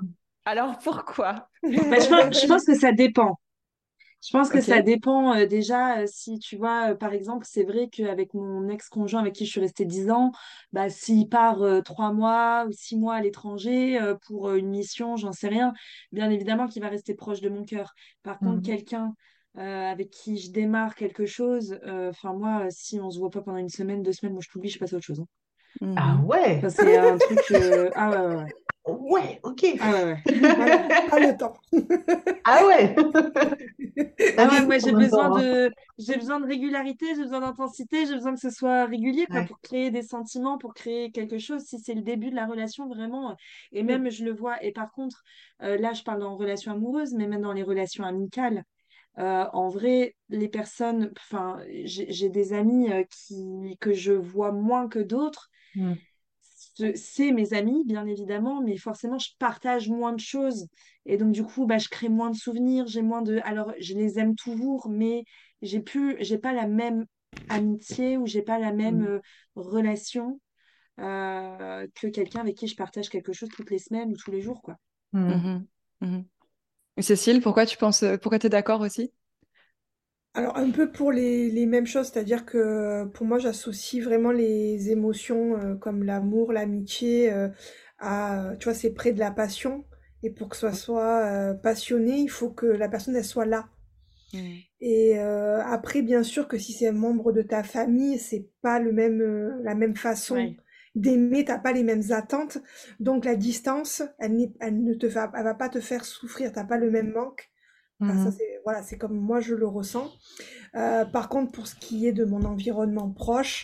A: Alors pourquoi?
B: Bah, je pense que ça dépend. Je pense que
A: Ok.
B: ça dépend déjà si tu vois, par exemple, c'est vrai qu'avec mon ex-conjoint avec qui je suis restée 10 ans, bah, s'il part 3 mois ou 6 mois à l'étranger pour une mission, j'en sais rien, bien évidemment qu'il va rester proche de mon cœur. Par contre,
D: Mhm.
B: quelqu'un avec qui je démarre quelque chose, enfin moi, si on se voit pas pendant une semaine, 2 semaines, moi je t'oublie, je passe à autre chose, hein.
D: Ah
A: Mhm.
D: ouais,
B: Enfin, c'est un truc. Ah ouais, ouais, ouais.
D: ouais, ok.
B: Ah ouais, ouais.
E: Voilà, pas le temps.
D: Ah ouais.
B: Ah
D: T'as
B: ouais,
D: dit
B: moi
D: combien de temps, hein?
B: j'ai besoin de régularité, j'ai besoin d'intensité, j'ai besoin que ce soit régulier quoi
D: Ouais.
B: pour créer des sentiments, pour créer quelque chose. Si c'est le début de la relation vraiment, et
D: Mm.
B: même je le vois. Et par contre, là je parle en relation amoureuse, mais même dans les relations amicales, en vrai, les personnes, enfin, j'ai des amis que je vois moins que d'autres.
D: Mm.
B: C'est mes amis, bien évidemment, mais forcément, je partage moins de choses. Et donc, du coup, bah, je crée moins de souvenirs, j'ai moins de... Alors, je les aime toujours, mais j'ai pas la même amitié ou j'ai pas la même
D: Mm.
B: relation que quelqu'un avec qui je partage quelque chose toutes les semaines ou tous les jours, quoi.
D: Mm.
A: Mhm. Mhm. Et Cécile, pourquoi tu es d'accord aussi?
E: Alors, un peu pour les mêmes choses, c'est-à-dire que pour moi, j'associe vraiment les émotions comme l'amour, l'amitié à, tu vois, c'est près de la passion. Et pour que ça soit passionné, il faut que la personne, elle soit là.
A: Mhm.
E: Et après, bien sûr que si c'est un membre de ta famille, c'est pas la même façon
B: Ouais.
E: d'aimer, t'as pas les mêmes attentes. Donc la distance, elle va pas te faire souffrir, t'as pas le même manque. Enfin, ça,
D: Mhm.
E: c'est, voilà, c'est comme moi je le ressens. Par contre, pour ce qui est de mon environnement proche,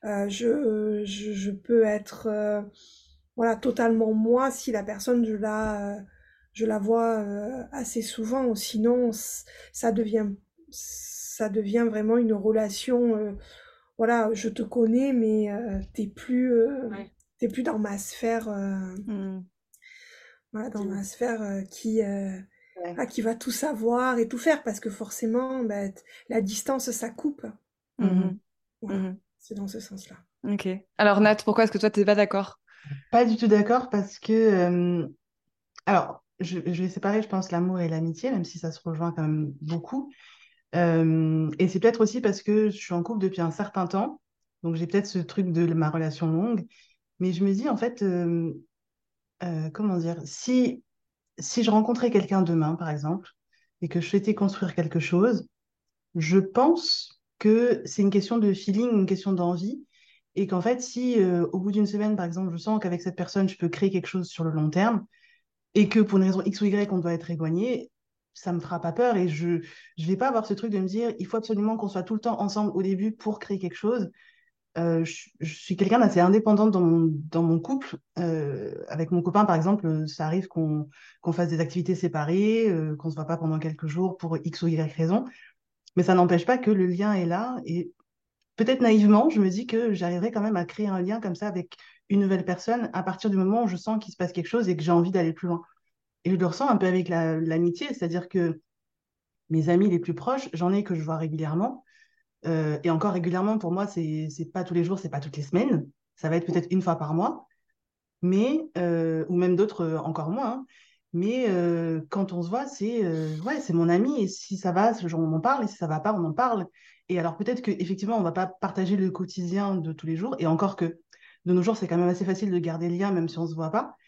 E: je peux être voilà, totalement moi si la personne, je la vois assez souvent, ou sinon, ça devient vraiment une relation. Voilà, je te connais, mais
B: Ouais.
E: t'es plus dans ma sphère,
A: Mhm.
E: voilà, dans
B: Mm.
E: ma sphère
D: Ouais.
E: ah, qui va tout savoir et tout faire, parce que forcément, bah, la distance, ça coupe.
D: Mhm.
A: Mhm.
E: Voilà,
A: Mhm.
E: c'est dans ce sens-là.
A: Ok. Alors Nat, pourquoi est-ce que toi t'es pas d'accord?
D: Pas du tout d'accord parce que, alors, je vais séparer, je pense, l'amour et l'amitié, même si ça se rejoint quand même beaucoup. Et c'est peut-être aussi parce que je suis en couple depuis un certain temps, donc j'ai peut-être ce truc de ma relation longue, mais je me dis, en fait, comment dire, si je rencontrais quelqu'un demain, par exemple, et que je souhaitais construire quelque chose, je pense que c'est une question de feeling, une question d'envie, et qu'en fait, si au bout d'une semaine, par exemple, je sens qu'avec cette personne, je peux créer quelque chose sur le long terme, et que pour une raison X ou Y, on doit être éloigné, ça me fera pas peur, et je vais pas avoir ce truc de me dire, il faut absolument qu'on soit tout le temps ensemble au début pour créer quelque chose. Je suis quelqu'un d'assez indépendante dans mon couple. Avec mon copain, par exemple, ça arrive qu'on fasse des activités séparées, qu'on se voit pas pendant quelques jours pour X ou Y raison. Mais ça n'empêche pas que le lien est là. Et peut-être naïvement, je me dis que j'arriverai quand même à créer un lien comme ça avec une nouvelle personne à partir du moment où je sens qu'il se passe quelque chose et que j'ai envie d'aller plus loin. Et je le ressens un peu avec l'amitié, c'est-à-dire que mes amis les plus proches, j'en ai que je vois régulièrement. Et encore régulièrement, pour moi, c'est pas tous les jours, c'est pas toutes les semaines. Ça va être peut-être une fois par mois, mais ou même d'autres encore moins, hein. Mais quand on se voit, c'est ouais, c'est mon ami. Et si ça va, on en parle. Et si ça va pas, on en parle. Et alors peut-être qu'effectivement, on va pas partager le quotidien de tous les jours. Et encore que de nos jours, c'est quand même assez facile de garder le lien, même si on se voit pas.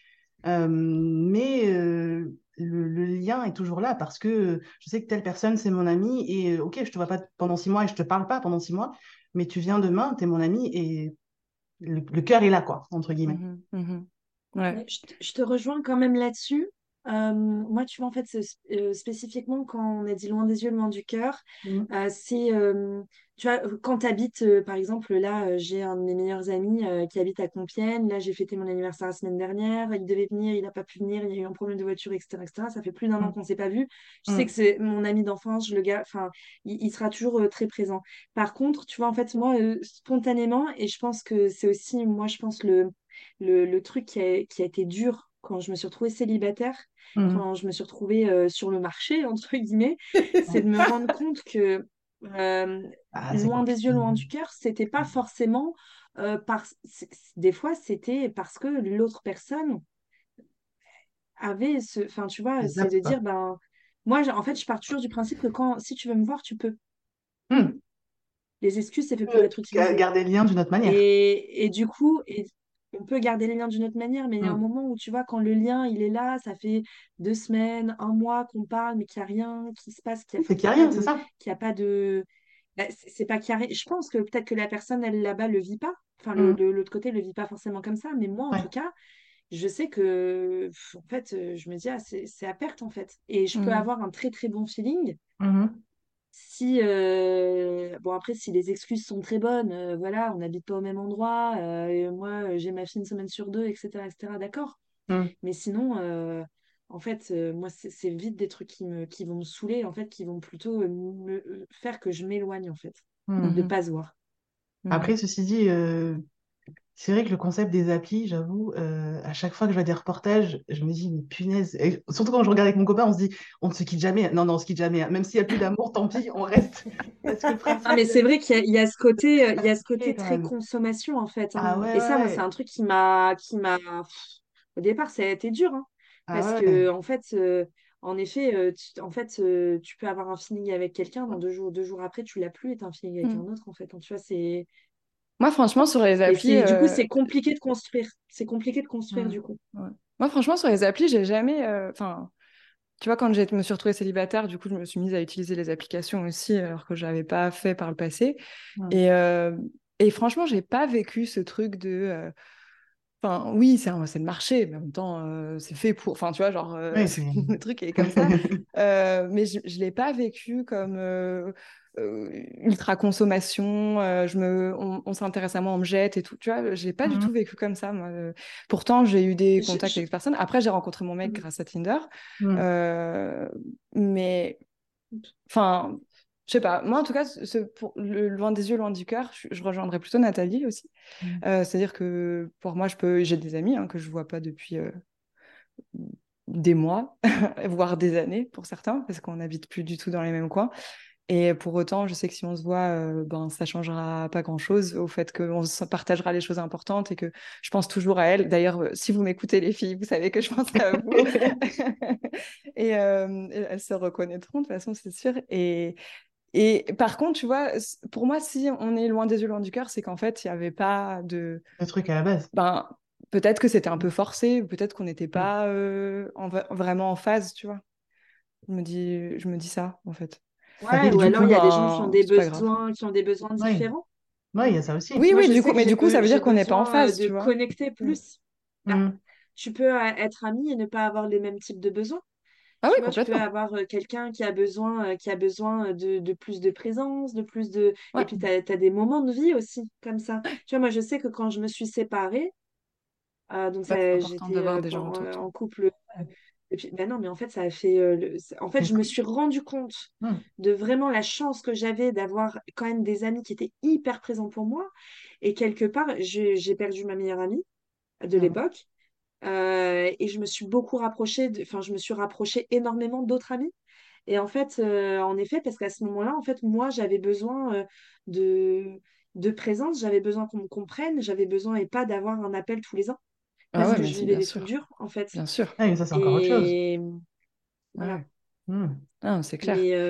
D: Mais le lien est toujours là parce que je sais que telle personne, c'est mon ami et ok, je te vois pas pendant 6 mois et je te parle pas pendant 6 mois, mais tu viens demain, tu es mon ami et le cœur est là, quoi, entre guillemets.
A: Mhm. Mhm. Ouais.
B: Mais je te rejoins quand même là-dessus. Moi, tu vois, en fait, spécifiquement, quand on a dit loin des yeux, loin du cœur,
D: Mhm.
B: c'est, tu vois, quand tu habites, par exemple, là, j'ai un de mes meilleurs amis qui habite à Compiègne. Là, j'ai fêté mon anniversaire la semaine dernière. Il devait venir, il n'a pas pu venir, il y a eu un problème de voiture, etc., etc. Ça fait plus d'un an
D: Mhm.
B: qu'on ne s'est pas vu. Je sais que
D: Mhm.
B: c'est mon ami d'enfance, je le gars, enfin, il sera toujours très présent. Par contre, tu vois, en fait, moi, spontanément, et je pense que c'est aussi, moi, je pense, le truc qui a été dur quand je me suis retrouvée célibataire,
D: Mhm.
B: quand je me suis retrouvée sur le marché, entre guillemets, c'est de me rendre compte que euh,
D: Ah, c'est
B: loin des yeux,
D: compliqué.
B: loin du cœur, c'était pas forcément des fois, c'était parce que l'autre personne enfin, tu vois,
D: Ils
B: c'est de
D: zappent, quoi.
B: dire, ben, moi, en fait, je pars toujours du principe que si tu veux me voir, tu peux.
D: Hmm.
B: Les excuses, c'est fait pour être utilisé.
D: Garder le lien d'une autre manière.
B: Et du coup, on peut garder les liens d'une autre manière, mais il y a un
D: Hmm.
B: moment où tu vois, quand le lien, il est là, ça fait 2 semaines, un mois qu'on parle, mais qu'il n'y a rien qui se passe,
D: C'est qu'il
B: qu'il
D: n'y a
B: n'y a pas
D: rien, c'est
B: de,
D: ça.
B: qu'il y a pas de... Bah, c'est pas qu'il y a rien. Je pense que peut-être que la personne, elle, là-bas, le vit pas. Enfin,
D: Hmm.
B: l'autre côté le vit pas forcément comme ça, mais moi, en
D: Ouais.
B: tout cas, je sais que, en fait, je me dis, ah, c'est à perte, en fait. Et je peux
A: Mm.
B: avoir un très, très bon feeling.
D: Mhm.
B: Si, bon, après, si les excuses sont très bonnes, voilà, on n'habite pas au même endroit, et moi, j'ai ma fille une semaine sur deux, etc., d'accord.
D: Hmm.
B: Mais sinon, en fait, moi, c'est vite des trucs qui vont me saouler, en fait, qui vont plutôt faire que je m'éloigne, en fait,
D: Hmm.
B: de
A: Mhm.
B: pas se voir.
A: Mhm.
D: Après, ceci dit, c'est vrai que le concept des applis, j'avoue, à chaque fois que je vois des reportages, je me dis, mais punaise. Et surtout quand je regarde avec mon copain, on se dit, on ne se quitte jamais. Non, non, on se quitte jamais. Même s'il n'y a plus d'amour, tant pis, on reste. Parce que le
B: Ah,
D: principe,
B: mais c'est vrai qu'il y a ce côté,
D: c'est
B: il y a ce
D: compliqué
B: côté
D: quand
B: très
D: même.
B: consommation, en fait,
D: Ah
B: hein.
D: ouais,
B: Et ça, moi, c'est
D: ouais.
B: un truc au départ, ça a été dur, hein.
D: Ah
B: Parce
D: ouais.
B: que, en fait, en effet, tu peux avoir un feeling avec quelqu'un, dans 2 jours après, tu l'as plus, et t'as un feeling avec un
A: Mm.
B: autre, en fait. Donc, tu vois, c'est...
A: Moi, franchement, sur les
B: Et
A: applis,
B: du coup, c'est compliqué de construire. C'est compliqué de construire,
D: Hmm.
B: du coup.
A: ouais. Moi, franchement, sur les applis, j'ai jamais. Enfin, tu vois, quand je me suis retrouvée célibataire, du coup, je me suis mise à utiliser les applications aussi, alors que je l'avais pas fait par le passé.
D: Hmm.
A: Et, euh, et franchement, j'ai pas vécu ce truc de. Enfin, oui, c'est le marché, mais en même temps, c'est fait pour. Enfin, tu vois, genre,
D: Ouais, c'est.
A: le truc est comme ça. Mais je ne l'ai pas vécu comme ultra consommation. On s'intéresse à moi, on me jette et tout. Tu vois, je l'ai pas du
D: Mhm.
A: tout vécu comme ça, moi. Pourtant, j'ai eu des
B: Je-
A: contacts
B: je-
A: avec des personnes. Après, j'ai rencontré mon mec grâce à Tinder.
D: Hmm.
A: Euh, mais, enfin, je sais pas. Moi, en tout cas, pour le loin des yeux, loin du cœur, je rejoindrais plutôt Nathalie aussi.
D: Hmm.
A: C'est-à-dire que pour moi, j'ai des amis hein, que je vois pas depuis des mois, voire des années pour certains, parce qu'on n'habite plus du tout dans les mêmes coins. Et pour autant, je sais que si on se voit, ben, ça changera pas grand-chose au fait qu'on se partagera les choses importantes et que je pense toujours à elle. D'ailleurs, si vous m'écoutez les filles, vous savez que je pense à vous. Elles se reconnaîtront de toute façon, c'est sûr. Et par contre, tu vois, pour moi, si on est loin des yeux, loin du cœur, c'est qu'en fait, il n'y avait pas de
D: Le truc à la base.
A: ben, peut-être que c'était un peu forcé, peut-être qu'on n'était
D: Hmm.
A: pas vraiment en phase, tu vois. Je me dis ça, en fait.
D: Ça
B: Ouais,
D: fait
A: Et
B: ou
A: du
B: alors
A: coup,
B: il y a des gens
A: ben, c'est pas grave.
B: qui ont des besoins
D: Ouais.
B: différents.
D: Ouais, il y a ça aussi.
A: Oui,
B: Moi,
A: oui,
B: je
A: du
B: sais
A: coup,
B: que
A: mais du coup, ça veut
B: j'ai
A: dire qu'on n'est pas en
B: besoin
A: phase,
B: de
A: tu vois.
B: connecter
A: Mm.
B: plus. Bah,
D: Hmm.
B: tu peux être ami et ne pas avoir les mêmes types de besoins.
A: Ah
B: Tu
A: oui,
B: vois, tu peux
A: complètement.
B: avoir quelqu'un qui a besoin de plus de présence, de plus de... Et
A: Ouais,
B: puis, tu as des moments de vie aussi, comme ça. Tu vois, moi, je sais que quand je me suis séparée, donc
A: ouais, c'est
B: ça,
A: important
B: j'étais
A: d'avoir des gens autour de toi.
B: en couple. Et puis, ben non, mais en fait, ça a fait... en fait,
D: C'est
B: je me
D: fou.
B: suis rendu compte
D: Hmm.
B: de vraiment la chance que j'avais d'avoir quand même des amis qui étaient hyper présents pour moi. Et quelque part, j'ai perdu ma meilleure amie de
D: Hmm.
B: l'époque. Et je me suis beaucoup rapprochée, enfin, je me suis rapprochée énormément d'autres amis. Et en fait, en effet, parce qu'à ce moment-là, en fait, moi, j'avais besoin de, de présence, j'avais besoin qu'on me comprenne, j'avais besoin et pas d'avoir un appel tous les ans,
A: Ah
B: parce
A: ouais,
B: que
A: mais
B: je
A: c'est
B: vivais
A: bien
B: des trucs
A: sûr.
B: durs, en fait.
A: Bien sûr.
D: Ah, mais ça, c'est encore autre chose.
B: Et
A: Ah
B: voilà.
A: ouais.
D: Hmm.
A: Ah, c'est clair.
B: Mais,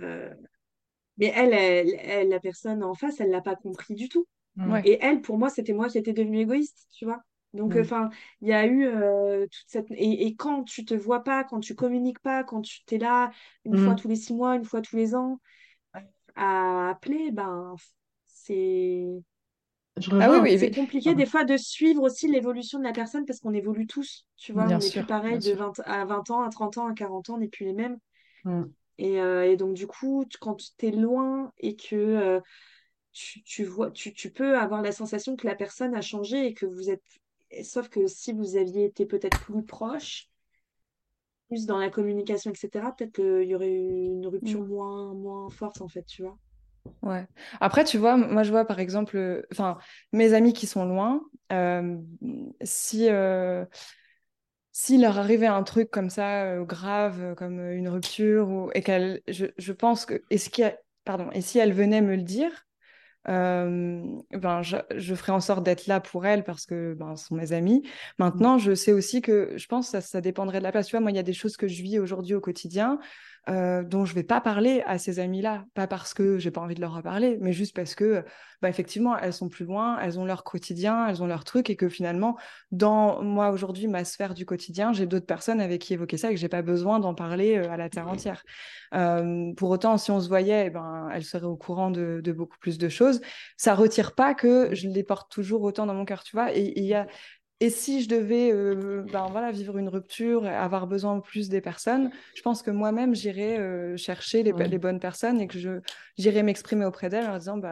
B: la personne en face, elle l'a pas compris du tout.
D: Hmm.
A: Ouais.
B: Et elle, pour moi, c'était moi qui étais devenue égoïste, tu vois. Donc,
D: Hmm.
B: enfin, il y a eu toute cette... Et quand tu te vois pas, quand tu communiques pas, quand tu t'es là une fois
D: Hmm.
B: tous les 6 mois, une fois tous les ans, à appeler, ben, c'est...
D: Je
A: Ah oui,
D: rejoins.
A: oui,
B: C'est
A: oui.
B: compliqué
D: Pardon.
B: des fois de suivre aussi l'évolution de la personne parce qu'on évolue tous, tu vois. On
A: Bien
B: n'est plus
A: sûr,
B: pareil
A: bien
B: de
A: sûr.
B: 20 à 20 ans, à 30 ans, à 40 ans, on n'est plus les mêmes.
D: Hmm.
B: Et donc, du coup, quand tu es loin et que tu vois, tu peux avoir la sensation que la personne a changé et que vous êtes. Sauf que si vous aviez été peut-être plus proche, plus dans la communication, etc., peut-être qu'il y aurait eu une rupture
A: Mm.
B: moins forte, en fait, tu vois.
A: Ouais. Après, tu vois, moi, je vois par exemple, enfin, mes amis qui sont loin, si s'il leur arrivait un truc comme ça, grave, comme une rupture, et je pense que, pardon, et si elle venait me le dire, je ferai en sorte d'être là pour elles parce que ce sont mes amis. Maintenant, je sais aussi que je pense que ça dépendrait de la place. Tu vois, moi, il y a des choses que je vis aujourd'hui au quotidien dont je vais pas parler à ces amis-là, pas parce que j'ai pas envie de leur reparler, mais juste parce que, effectivement, elles sont plus loin, elles ont leur quotidien, elles ont leur truc, et que finalement, dans moi aujourd'hui, ma sphère du quotidien, j'ai d'autres personnes avec qui évoquer ça et que j'ai pas besoin d'en parler à la terre entière. Pour autant, si on se voyait, elles seraient au courant de beaucoup plus de choses. Ça retire pas que je les porte toujours autant dans mon cœur, tu vois. Et si je devais vivre une rupture, avoir besoin plus des personnes, je pense que moi-même, j'irais chercher les bonnes personnes et que j'irais m'exprimer auprès d'elles en disant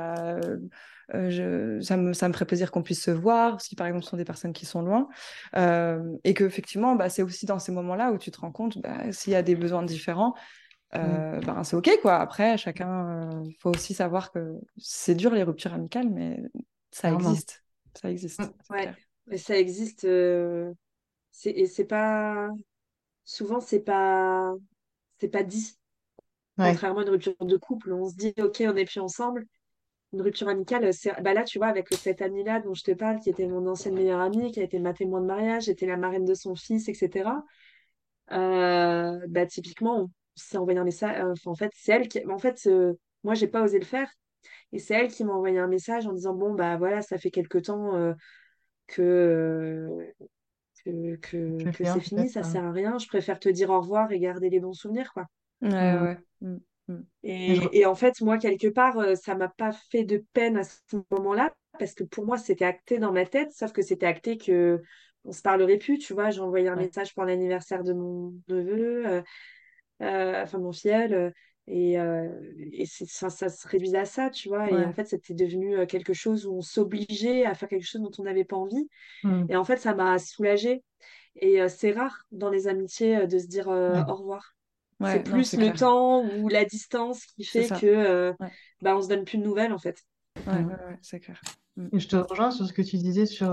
A: ça me ferait plaisir qu'on puisse se voir, si par exemple ce sont des personnes qui sont loin. Et qu'effectivement, c'est aussi dans ces moments-là où tu te rends compte s'il y a des besoins différents. C'est ok quoi. Après, chacun, faut aussi savoir que c'est dur les ruptures amicales, mais ça
D: Clairement.
A: existe. Ça existe. C'est
B: Ouais,
A: clair.
B: mais ça existe. Et c'est pas. Souvent, c'est pas dit.
D: Ouais.
B: Contrairement à une rupture de couple, on se dit, OK, on n'est plus ensemble. Une rupture amicale, là, tu vois, avec cette amie-là dont je te parle, qui était mon ancienne meilleure amie, qui a été ma témoin de mariage, j'étais la marraine de son fils, etc. Typiquement, on s'est envoyé un message. En fait, c'est elle qui. En fait, moi, j'ai pas osé le faire. Et c'est elle qui m'a envoyé un message en disant, bon, bah voilà, ça fait quelque temps que, euh,
D: Je
B: que
D: fais
B: c'est
D: un
B: fini,
D: peut-être.
B: ça sert à rien. Je préfère te dire au revoir et garder les bons souvenirs, quoi.
A: Ouais,
D: Mm.
A: ouais. Mm.
D: Mais
B: Et en fait, moi, quelque part, ça m'a pas fait de peine à ce moment-là, parce que pour moi, c'était acté dans ma tête, sauf que c'était acté que on se parlerait plus, tu vois. J'ai envoyé un
A: Ouais.
B: message pour l'anniversaire de mon neveu, enfin mon filleul, et ça se réduisait à ça, tu vois. Et en
A: Ouais.
B: fait, c'était devenu quelque chose où on s'obligeait à faire quelque chose dont on n'avait pas envie.
D: Mm.
B: Et en fait, ça m'a soulagée. Et c'est rare dans les amitiés de se dire
D: Ouais.
B: au revoir. C'est
A: Ouais, non,
B: plus
A: c'est
B: le
A: clair.
B: temps ou la distance qui
A: C'est
B: fait
A: ça.
B: que
A: Ouais,
B: on se donne plus de nouvelles en fait.
A: ouais,
D: Mm.
A: ouais, ouais, c'est clair.
D: Et je te rejoins sur ce que tu disais sur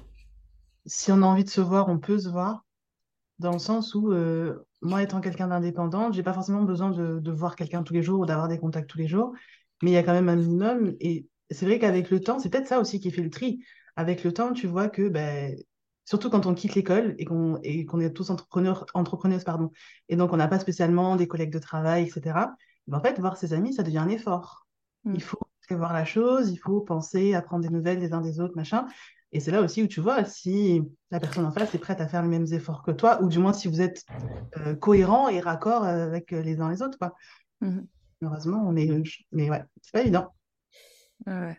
D: si on a envie de se voir, on peut se voir, dans le sens où moi, étant quelqu'un d'indépendant, j'ai pas forcément besoin de voir quelqu'un tous les jours ou d'avoir des contacts tous les jours, mais il y a quand même un minimum. Et c'est vrai qu'avec le temps, c'est peut-être ça aussi qui fait le tri. Avec le temps, tu vois que, ben, surtout quand on quitte l'école et qu'on est tous entrepreneuses, pardon, et donc on n'a pas spécialement des collègues de travail, etc. Ben, en fait, voir ses amis, ça devient un effort. Il
A: Mm.
D: faut prévoir la chose, il faut penser à prendre des nouvelles des uns des autres, machin. Et c'est là aussi où tu vois si la personne en face est prête à faire les mêmes efforts que toi, ou du moins si vous êtes cohérent et raccord avec les uns les autres, quoi.
A: Mhm.
D: Heureusement, mais ouais, c'est pas évident.
A: Ouais, ouais.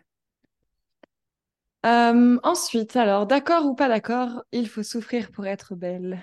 A: Ensuite, alors, d'accord ou pas d'accord, il faut souffrir pour être belle.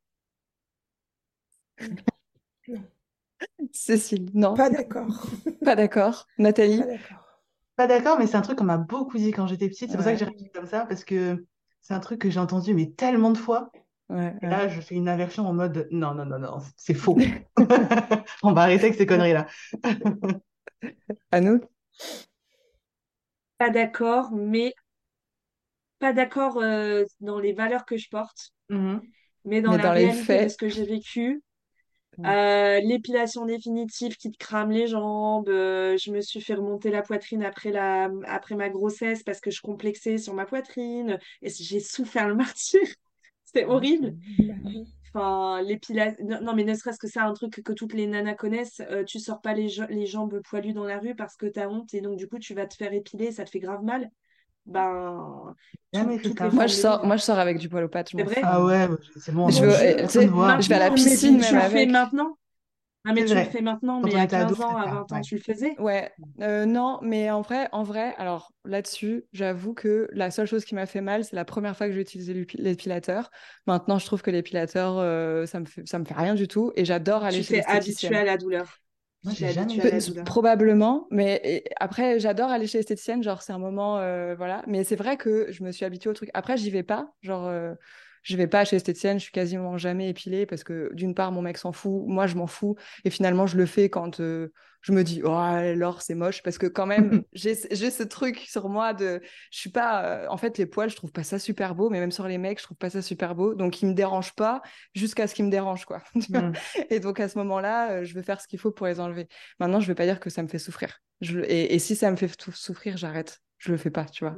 E: Non,
A: Cécile, non,
E: pas d'accord.
A: pas d'accord.
E: Pas
A: Nathalie?
E: d'accord.
D: Pas d'accord, mais c'est un truc qu'on m'a beaucoup dit quand j'étais petite. C'est pour ça que
A: Ouais,
D: j'ai réagi comme ça, parce que c'est un truc que j'ai entendu mais tellement de fois.
A: ouais,
D: Et
A: ouais.
D: là, je fais une aversion en mode non, non, non, non, c'est faux. On va arrêter avec ces conneries-là.
A: Anouk?
B: Pas d'accord, mais pas d'accord dans les valeurs que je porte,
D: Mhm.
B: mais dans
A: Mais
B: la
A: dans les
B: réalité de
A: faits.
B: ce que j'ai vécu.
D: Ouais.
B: L'épilation définitive qui te crame les jambes. Je me suis fait remonter la poitrine après ma grossesse parce que je complexais sur ma poitrine. Et j'ai souffert le martyr. C'était horrible.
E: Bah oui.
B: Enfin, l'épilation. Non, non, mais ne serait-ce que ça, un truc que toutes les nanas connaissent. Tu sors pas les jambes poilues dans la rue parce que t'as honte et donc du coup tu vas te faire épiler, ça te fait grave mal. Ben,
D: Jamais fait
B: toutes les
D: ça.
A: Moi,
B: formes de vie, hein.
A: je sors avec du poil aux pattes, je
B: C'est
A: m'en
B: vrai.
D: Ah
A: fous.
D: ouais, c'est bon,
A: Je
E: Moi,
A: veux,
D: personne ne
A: tu sais,
D: voit.
A: je vais à la
B: Maintenant, mais
A: piscine
B: tu
A: même
B: le fais
A: avec.
B: maintenant. Ah, mais
D: C'est
B: tu le
D: vrai.
B: fais maintenant,
D: Quand
B: mais
D: on
B: à
D: était ado,
B: 15 ans,
D: c'est
B: à
D: ça.
B: 20 ans,
D: Ouais.
B: tu le faisais.
A: Ouais, non, mais en vrai, alors là-dessus, j'avoue que la seule chose qui m'a fait mal, c'est la première fois que j'ai utilisé l'épilateur. Maintenant, je trouve que l'épilateur, ça me fait rien du tout, et j'adore aller
B: Tu
A: chez
B: t'es habitué
A: l'esthéticienne.
B: à la douleur.
D: Moi,
B: Tu t'es
D: j'ai jamais
B: habitué à
D: fait
B: la
A: Pe-
D: ça.
B: douleur.
A: Probablement, mais après, j'adore aller chez l'esthéticienne, genre c'est un moment, voilà. Mais c'est vrai que je me suis habituée au truc. Après, j'y vais pas, genre je vais pas chez l'esthéticienne, je suis quasiment jamais épilée parce que d'une part, mon mec s'en fout, moi je m'en fous, et finalement je le fais quand je me dis, oh alors c'est moche, parce que quand même, j'ai ce truc sur moi de, je suis pas, en fait les poils, je trouve pas ça super beau, mais même sur les mecs, je trouve pas ça super beau, donc ils me dérangent pas jusqu'à ce qu'ils me dérangent, quoi. Et donc à ce moment-là, je vais faire ce qu'il faut pour les enlever. Maintenant, je vais pas dire que ça me fait souffrir. Et si ça me fait souffrir, j'arrête. Je le fais pas, tu vois.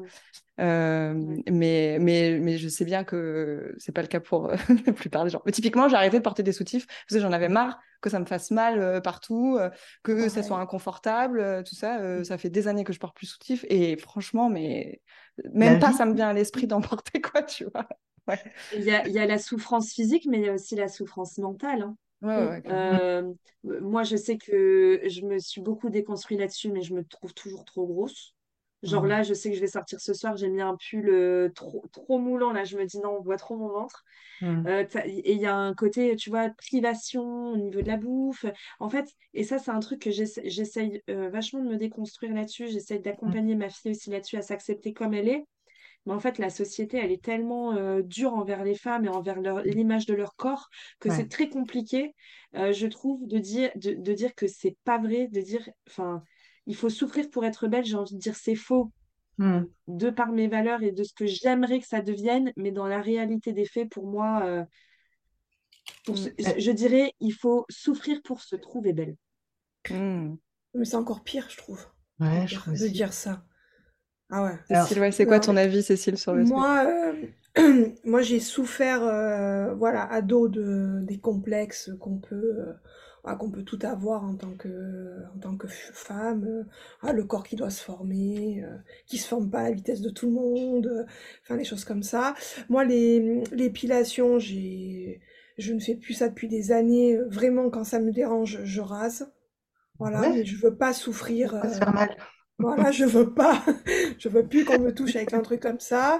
A: Mais je sais bien que c'est pas le cas pour la plupart des gens. Mais typiquement, j'ai arrêté de porter des soutifs parce que j'en avais marre que ça me fasse mal partout, que ça soit inconfortable, tout ça. Ça fait des années que je porte plus soutif et franchement, mais même pas ça me vient à l'esprit d'en porter, quoi, tu vois. Ouais.
B: Il y a la souffrance physique, mais il y a aussi la souffrance mentale, hein. Moi, je sais que je me suis beaucoup déconstruit là-dessus, mais je me trouve toujours trop grosse. Genre là, je sais que je vais sortir ce soir, j'ai mis un pull trop moulant, là, je me dis non, on voit trop mon ventre. Et il y a un côté, tu vois, privation au niveau de la bouffe. En fait, et ça, c'est un truc que j'essaye vachement de me déconstruire là-dessus. J'essaye d'accompagner ma fille aussi là-dessus à s'accepter comme elle est. Mais en fait, la société, elle est tellement dure envers les femmes et envers l'image de leur corps que c'est très compliqué, je trouve, de dire que c'est pas vrai, de dire, enfin, il faut souffrir pour être belle. J'ai envie de dire c'est faux de par mes valeurs et de ce que j'aimerais que ça devienne, mais dans la réalité des faits, pour moi, je dirais, il faut souffrir pour se trouver belle.
E: Mais c'est encore pire, je trouve,
D: Ouais, je trouve
E: de
D: aussi.
E: dire ça. Ah ouais.
A: Cécile, c'est quoi ton avis, Cécile, sur le
E: truc? Moi, j'ai souffert, voilà, ado des complexes qu'on peut tout avoir en tant que femme, le corps qui doit se former, qui se forme pas à la vitesse de tout le monde, enfin des choses comme ça. Moi, l'épilation, je ne fais plus ça depuis des années. Vraiment, quand ça me dérange, je rase. Voilà, mais je veux pas souffrir.
D: Ça se faire mal.
E: Voilà, je veux pas, je veux plus qu'on me touche avec un truc comme ça.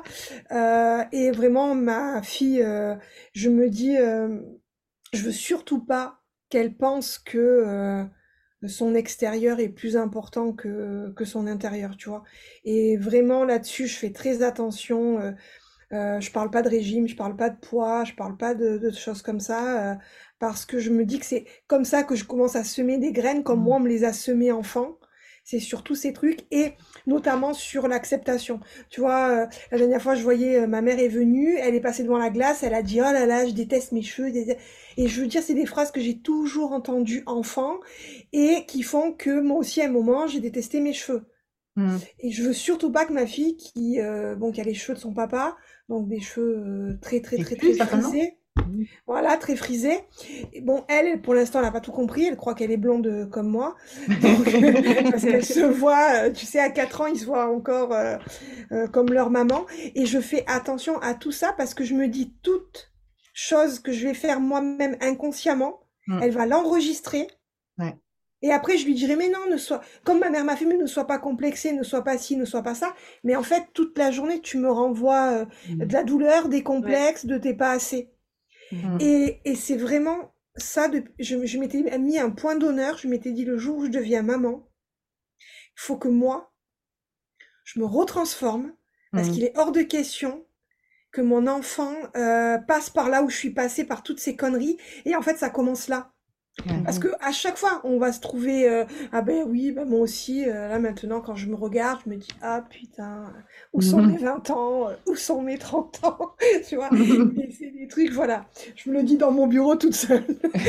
E: Et vraiment, ma fille, je me dis, je veux surtout pas qu'elle pense que son extérieur est plus important que son intérieur, tu vois. Et vraiment là-dessus, je fais très attention. Je parle pas de régime, je parle pas de poids, je parle pas de choses comme ça, parce que je me dis que c'est comme ça que je commence à semer des graines, comme moi on me les a semées enfant. C'est sur tous ces trucs et notamment sur l'acceptation. Tu vois, la dernière fois, je voyais ma mère est venue, elle est passée devant la glace, elle a dit oh là là, je déteste mes cheveux. Et je veux dire, c'est des phrases que j'ai toujours entendues enfant et qui font que moi aussi, à un moment, j'ai détesté mes cheveux. Et je veux surtout pas que ma fille, qui a les cheveux de son papa, donc des cheveux très frisés. Voilà, très frisés. Et bon, elle, pour l'instant, elle n'a pas tout compris. Elle croit qu'elle est blonde comme moi. Donc, parce qu'elle se voit, tu sais, à 4 ans, ils se voient encore comme leur maman. Et je fais attention à tout ça parce que je me dis toute chose que je vais faire moi-même inconsciemment, elle va l'enregistrer.
D: Ouais.
E: Et après, je lui dirais, mais non, comme ma mère m'a fait, mais ne sois pas complexée, ne sois pas ci, ne sois pas ça. Mais en fait, toute la journée, tu me renvoies de la douleur, des complexes, de t'es pas assez. Et c'est vraiment ça, je m'étais mis un point d'honneur, je m'étais dit le jour où je deviens maman, il faut que moi, je me retransforme, parce qu'il est hors de question que mon enfant passe par là où je suis passée, par toutes ces conneries. Et en fait, ça commence là. Parce que à chaque fois, on va se trouver ah ben oui, ben moi aussi, là maintenant, quand je me regarde, je me dis ah putain, où sont mes 20 ans, où sont mes 30 ans, tu vois, et c'est des trucs, voilà, je me le dis dans mon bureau toute seule.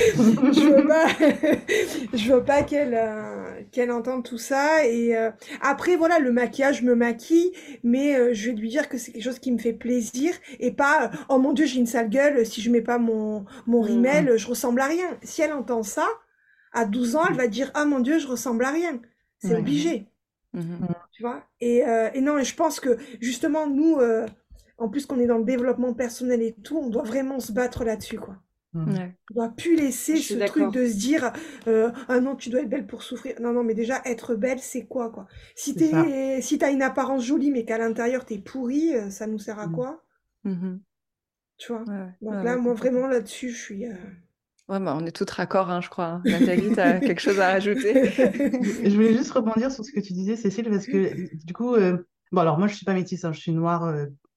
E: Je veux pas qu'elle entende tout ça. Et après, voilà, le maquillage, je me maquille, mais je vais lui dire que c'est quelque chose qui me fait plaisir et pas oh mon Dieu, j'ai une sale gueule, si je mets pas mon rímel, je ressemble à rien. Si elle entend ça, à 12 ans, elle va dire ah mon Dieu, je ressemble à rien. C'est obligé. Tu vois. Et non, je pense que justement, nous, en plus qu'on est dans le développement personnel et tout, on doit vraiment se battre là-dessus, quoi. On doit plus laisser ce truc de se dire ah non, tu dois être belle pour souffrir. Non, mais déjà, être belle, c'est quoi, quoi? Si t'as une apparence jolie, mais qu'à l'intérieur, t'es pourrie, ça nous sert à quoi? Tu vois. Donc là, moi, vraiment, là-dessus, je suis...
A: Ouais, bah, on est toutes raccord, hein, je crois. Hein. Nathalie, tu as quelque chose à rajouter?
D: Je voulais juste rebondir sur ce que tu disais, Cécile, parce que du coup, bon, alors moi, je suis pas métisse, hein, je suis noire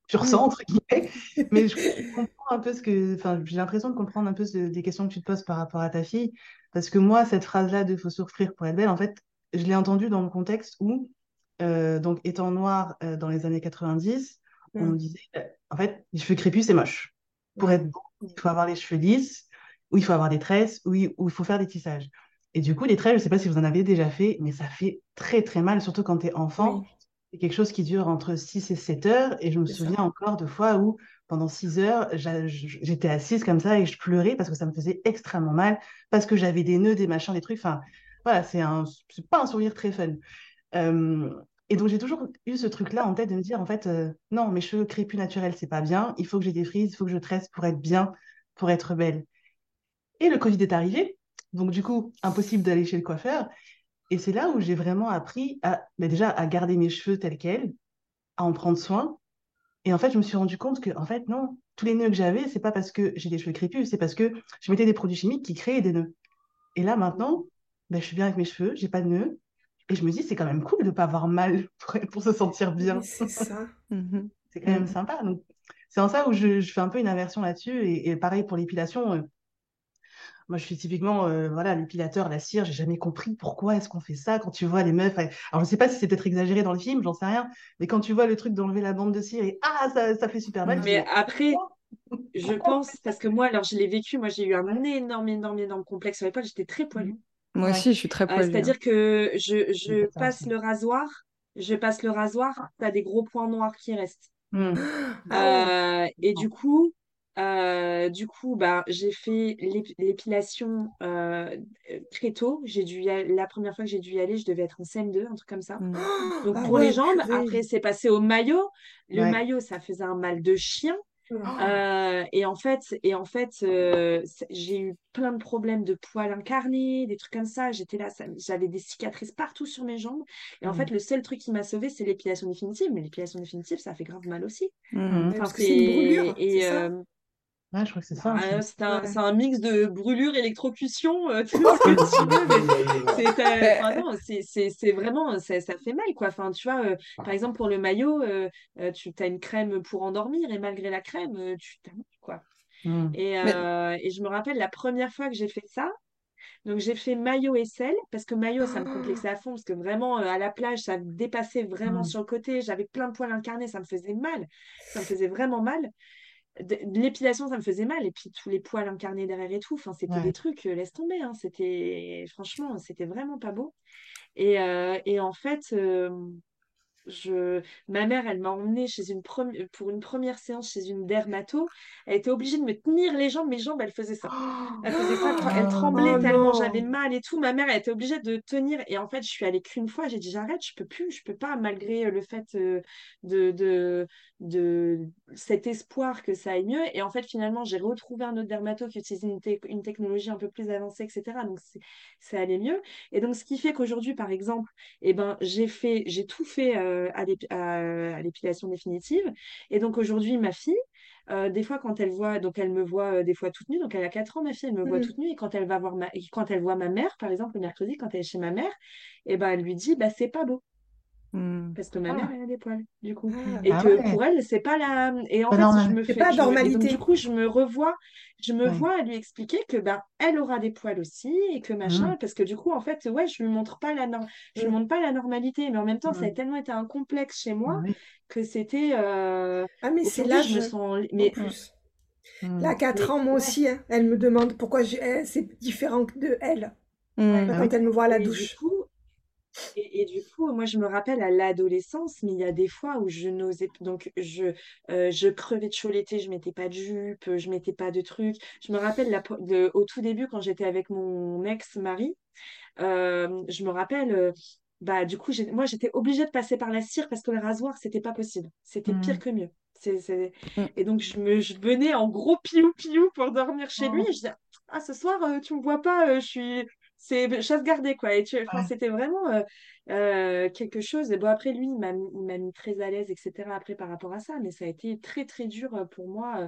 D: pur
E: Mm.
D: sang, entre guillemets. Mais je comprends un peu enfin, j'ai l'impression de comprendre un peu les questions que tu te poses par rapport à ta fille. Parce que moi, cette phrase-là de faut souffrir pour être belle, en fait, je l'ai entendue dans le contexte où, donc, étant noire dans les années 90, on nous
E: Mm.
D: disait, en fait, les cheveux crépus, c'est moche. Pour
E: Ouais.
D: être beau, il faut avoir les cheveux lisses, ou il faut avoir des tresses, ou il faut faire des tissages. Et du coup, les tresses, je ne sais pas si vous en avez déjà fait, mais ça fait très, très mal, surtout quand tu es enfant.
E: Oui,
D: C'est quelque chose qui dure entre 6 et 7 heures. Et je me
E: c'est ça.
D: souviens encore de fois où, pendant 6 heures, j'étais assise comme ça et je pleurais parce que ça me faisait extrêmement mal, parce que j'avais des nœuds, des machins, des trucs. Enfin, voilà, c'est pas un souvenir très fun. Euh, et donc, j'ai toujours eu ce truc-là en tête de me dire, en fait, non, mes cheveux crépus naturels, c'est pas bien. Il faut que j'ai des frises, il faut que je tresse pour être bien, pour être belle. Et le Covid est arrivé. Donc, du coup, impossible d'aller chez le coiffeur. Et c'est là où j'ai vraiment appris déjà à garder mes cheveux tels quels, à en prendre soin. Et en fait, je me suis rendu compte que, en fait, non, tous les nœuds que j'avais, c'est pas parce que j'ai des cheveux crépus, c'est parce que je mettais des produits chimiques qui créaient des nœuds. Et là, maintenant, ben, je suis bien avec mes cheveux, j'ai pas de nœuds. Et je me dis, c'est quand même cool de pas avoir mal pour se sentir
E: Mais
D: bien.
E: c'est ça.
A: Mhm.
D: C'est quand même
A: Mm.
D: sympa. Donc, c'est en ça où je fais un peu une aversion là-dessus. Et pareil pour l'épilation. Moi, je suis typiquement, voilà, l'épilateur, la cire, j'ai jamais compris pourquoi est-ce qu'on fait ça quand tu vois les meufs. Alors, je sais pas si c'est peut-être exagéré dans le film, j'en sais rien, mais quand tu vois le truc d'enlever la bande de cire et ça fait super mal, tu
A: Mm.
D: dis,
B: Mais
D: mais
B: après,
D: pourquoi
B: je
D: pourquoi on
B: pense,
D: fait ça?
B: parce que moi, alors je l'ai vécu, moi j'ai eu un
D: Ouais.
B: énorme, énorme, énorme complexe sur l'épaule, j'étais très poilue.
D: Mhm.
A: Moi
D: Ouais,
A: aussi, je suis très poilue, hein.
B: C'est-à-dire que
D: j'ai
B: je
D: fait ça
B: passe
D: aussi.
B: le rasoir, t'as des gros points noirs qui restent.
D: Mhm.
E: Ah ouais.
B: Et du coup, bah, j'ai fait l'épilation très tôt. La première fois que j'ai dû y aller, je devais être en CM2, un truc comme ça.
A: Mm.
B: Donc
E: Ah
B: pour les
E: ouais,
B: jambes,
E: purée.
B: après c'est passé au maillot. Le
D: Ouais.
B: maillot, ça faisait un mal de chien.
E: Oh.
B: J'ai eu plein de problèmes de poils incarnés, des trucs comme ça. J'étais là, j'avais des cicatrices partout sur mes jambes. Et en fait,
D: Mhm.
B: le seul truc qui m'a sauvée, c'est l'épilation définitive. Mais l'épilation définitive, ça fait grave mal aussi.
A: Mm.
D: Mhm.
E: Ouais,
B: Enfin,
E: parce que c'est une brûlure, c'est ça?
D: Ouais, je crois que c'est ça aussi.
E: Ouais.
B: c'est un mix de brûlure, électrocution, tout ce que tu veux. Mais enfin,
A: Euh,
B: non, c'est vraiment, ça fait mal, quoi. Enfin, tu vois, par exemple, pour le maillot, tu as une crème pour endormir et malgré la crème, tu t'as mal, quoi.
D: Mhm.
A: mais
B: Et je me rappelle la première fois que j'ai fait ça. Donc, j'ai fait maillot et sel parce que maillot, ça me complexait à fond parce que vraiment, à la plage, ça me dépassait vraiment
D: Mhm.
B: sur le côté. J'avais plein de poils incarnés, ça me faisait mal. Ça me faisait vraiment mal. L'épilation, ça me faisait mal. Et puis, tous les poils incarnés derrière et tout. Enfin, c'était des
D: Ouais.
B: trucs, laisse tomber, hein. Franchement, c'était vraiment pas beau. Et en fait, ma mère, elle m'a emmenée pour une première séance chez une dermato. Elle était obligée de me tenir les jambes. Mes jambes, elle faisait ça. Elle faisait ça, elle tremblait
E: Oh
B: tellement j'avais
E: non.
B: mal et tout. Ma mère, elle était obligée de tenir. Et en fait, je suis allée qu'une fois. J'ai dit, j'arrête, je peux pas, malgré le fait de, de, de cet espoir que ça aille mieux. Et en fait, finalement, j'ai retrouvé un autre dermato qui utilise une technologie un peu plus avancée, etc. Donc, ça allait mieux. Et donc, ce qui fait qu'aujourd'hui, par exemple, eh ben, j'ai tout fait à l'épilation définitive. Et donc, aujourd'hui, ma fille, des fois, quand elle voit, donc elle me voit des fois toute nue, donc elle a 4 ans, ma fille, elle me voit
E: Hmm.
B: toute nue, et quand elle voit ma mère, par exemple, le mercredi, quand elle est chez ma mère, et ben, elle lui dit, bah, c'est pas beau.
A: Mm.
B: Parce que ma mère,
D: Ah,
B: elle a des poils, du coup.
E: Ah,
B: Et
D: ah
B: que
D: ouais,
B: pour elle, c'est pas la. Et en
D: pas
B: fait,
D: normal.
E: c'est pas
B: et donc, du
E: normalité.
B: coup, je me
D: Ouais.
B: vois à lui expliquer que bah, elle aura des poils aussi et que
D: Mhm.
B: machin. Parce que du coup, en fait, ouais, je lui
E: Hmm.
B: montre pas la normalité. Mais en même temps, ça a
D: Mhm.
B: tellement été un complexe chez
D: Ah
B: moi
D: oui.
B: que c'était.
E: Ah, mais c'est
B: Aujourd'hui, je me
E: l'âge
B: sens.
E: en
B: Mais,
A: Mm.
E: plus. Là, à
D: Mhm.
E: 4
B: mais
E: ans, moi
B: ouais,
E: aussi, hein, elle me demande pourquoi c'est différent de elle.
B: ouais.
D: Ah
E: Quand
D: oui.
E: elle me voit à la
B: Et du
E: douche.
B: coup, du coup, moi, je me rappelle à l'adolescence, mais il y a des fois où je n'osais. Donc, je crevais de chaud l'été, je mettais pas de jupe, je mettais pas de trucs. Je me rappelle au tout début, quand j'étais avec mon ex-mari, je me rappelle, bah, du coup, moi, j'étais obligée de passer par la cire parce que le rasoir, c'était pas possible. C'était pire
D: Mhm.
B: que mieux.
A: Mm.
B: Et donc, je venais en gros piou-piou pour dormir chez lui. Et je
D: Mhm.
B: disais, ah, ce soir, tu me vois pas, c'est chasse gardée, quoi. Enfin,
D: Ouais.
B: c'était vraiment quelque chose. Et bon, après, lui, il m'a mis très à l'aise, etc. après par rapport à ça. Mais ça a été très, très dur pour moi.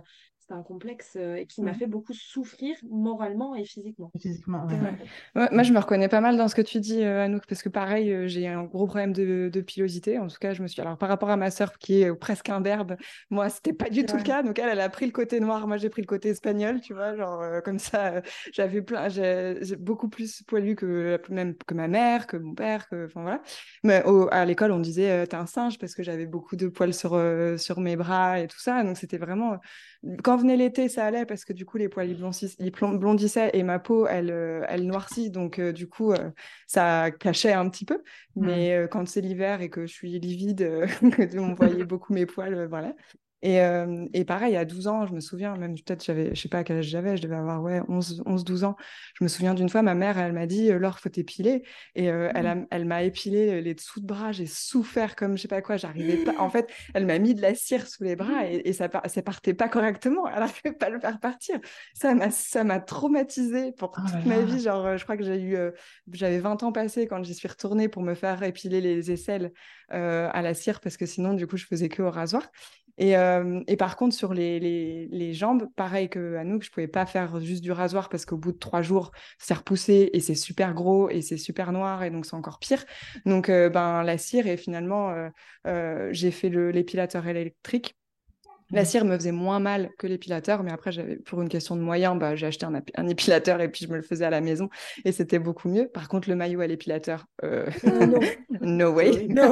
B: c'était un complexe et qui m'a fait beaucoup souffrir moralement et physiquement.
D: Physiquement,
A: Moi, je me reconnais pas mal dans ce que tu dis, Anouk, parce que pareil, j'ai un gros problème de pilosité. En tout cas, je me suis. Alors, par rapport à ma sœur, qui est presque imberbe, moi, c'était pas du tout le cas. Donc, elle a pris le côté noir. Moi, j'ai pris le côté espagnol, tu vois. Genre, comme ça, j'ai beaucoup plus poilu même que ma mère, que mon père, enfin voilà. Mais à l'école, on disait, t'es un singe, parce que j'avais beaucoup de poils sur mes bras et tout ça. Donc, c'était vraiment. Quand venait l'été, ça allait parce que du coup, les poils ils blondissaient et ma peau, elle noircit. Donc, du coup, ça cachait un petit peu. Mais quand c'est l'hiver et que je suis livide, on voyait beaucoup mes poils. Voilà. Et pareil, à 12 ans, je me souviens, même peut-être, je sais pas quel âge j'avais, je devais avoir 11-12 ans. Je me souviens d'une fois, ma mère, elle m'a dit, Laure, faut t'épiler. Et elle m'a épilé les dessous de bras. J'ai souffert comme je sais pas quoi. J'arrivais pas. En fait, elle m'a mis de la cire sous les bras et ça partait pas correctement. Elle n'arrivait pas à le faire partir. Ça m'a traumatisée pour toute ma vie. Genre, je crois que j'avais 20 ans passés quand j'y suis retournée pour me faire épiler les aisselles à la cire parce que sinon, du coup, je faisais que au rasoir. Et par contre, sur les jambes, pareil que Anouk, je pouvais pas faire juste du rasoir parce qu'au bout de 3 jours, c'est repoussé et c'est super gros et c'est super noir et donc c'est encore pire. Donc, la cire et finalement, j'ai fait l'épilateur électrique. La cire me faisait moins mal que l'épilateur, mais après, pour une question de moyens, j'ai acheté un épilateur et puis je me le faisais à la maison et c'était beaucoup mieux. Par contre, le maillot à l'épilateur,
E: Non.
A: no way.
E: Non.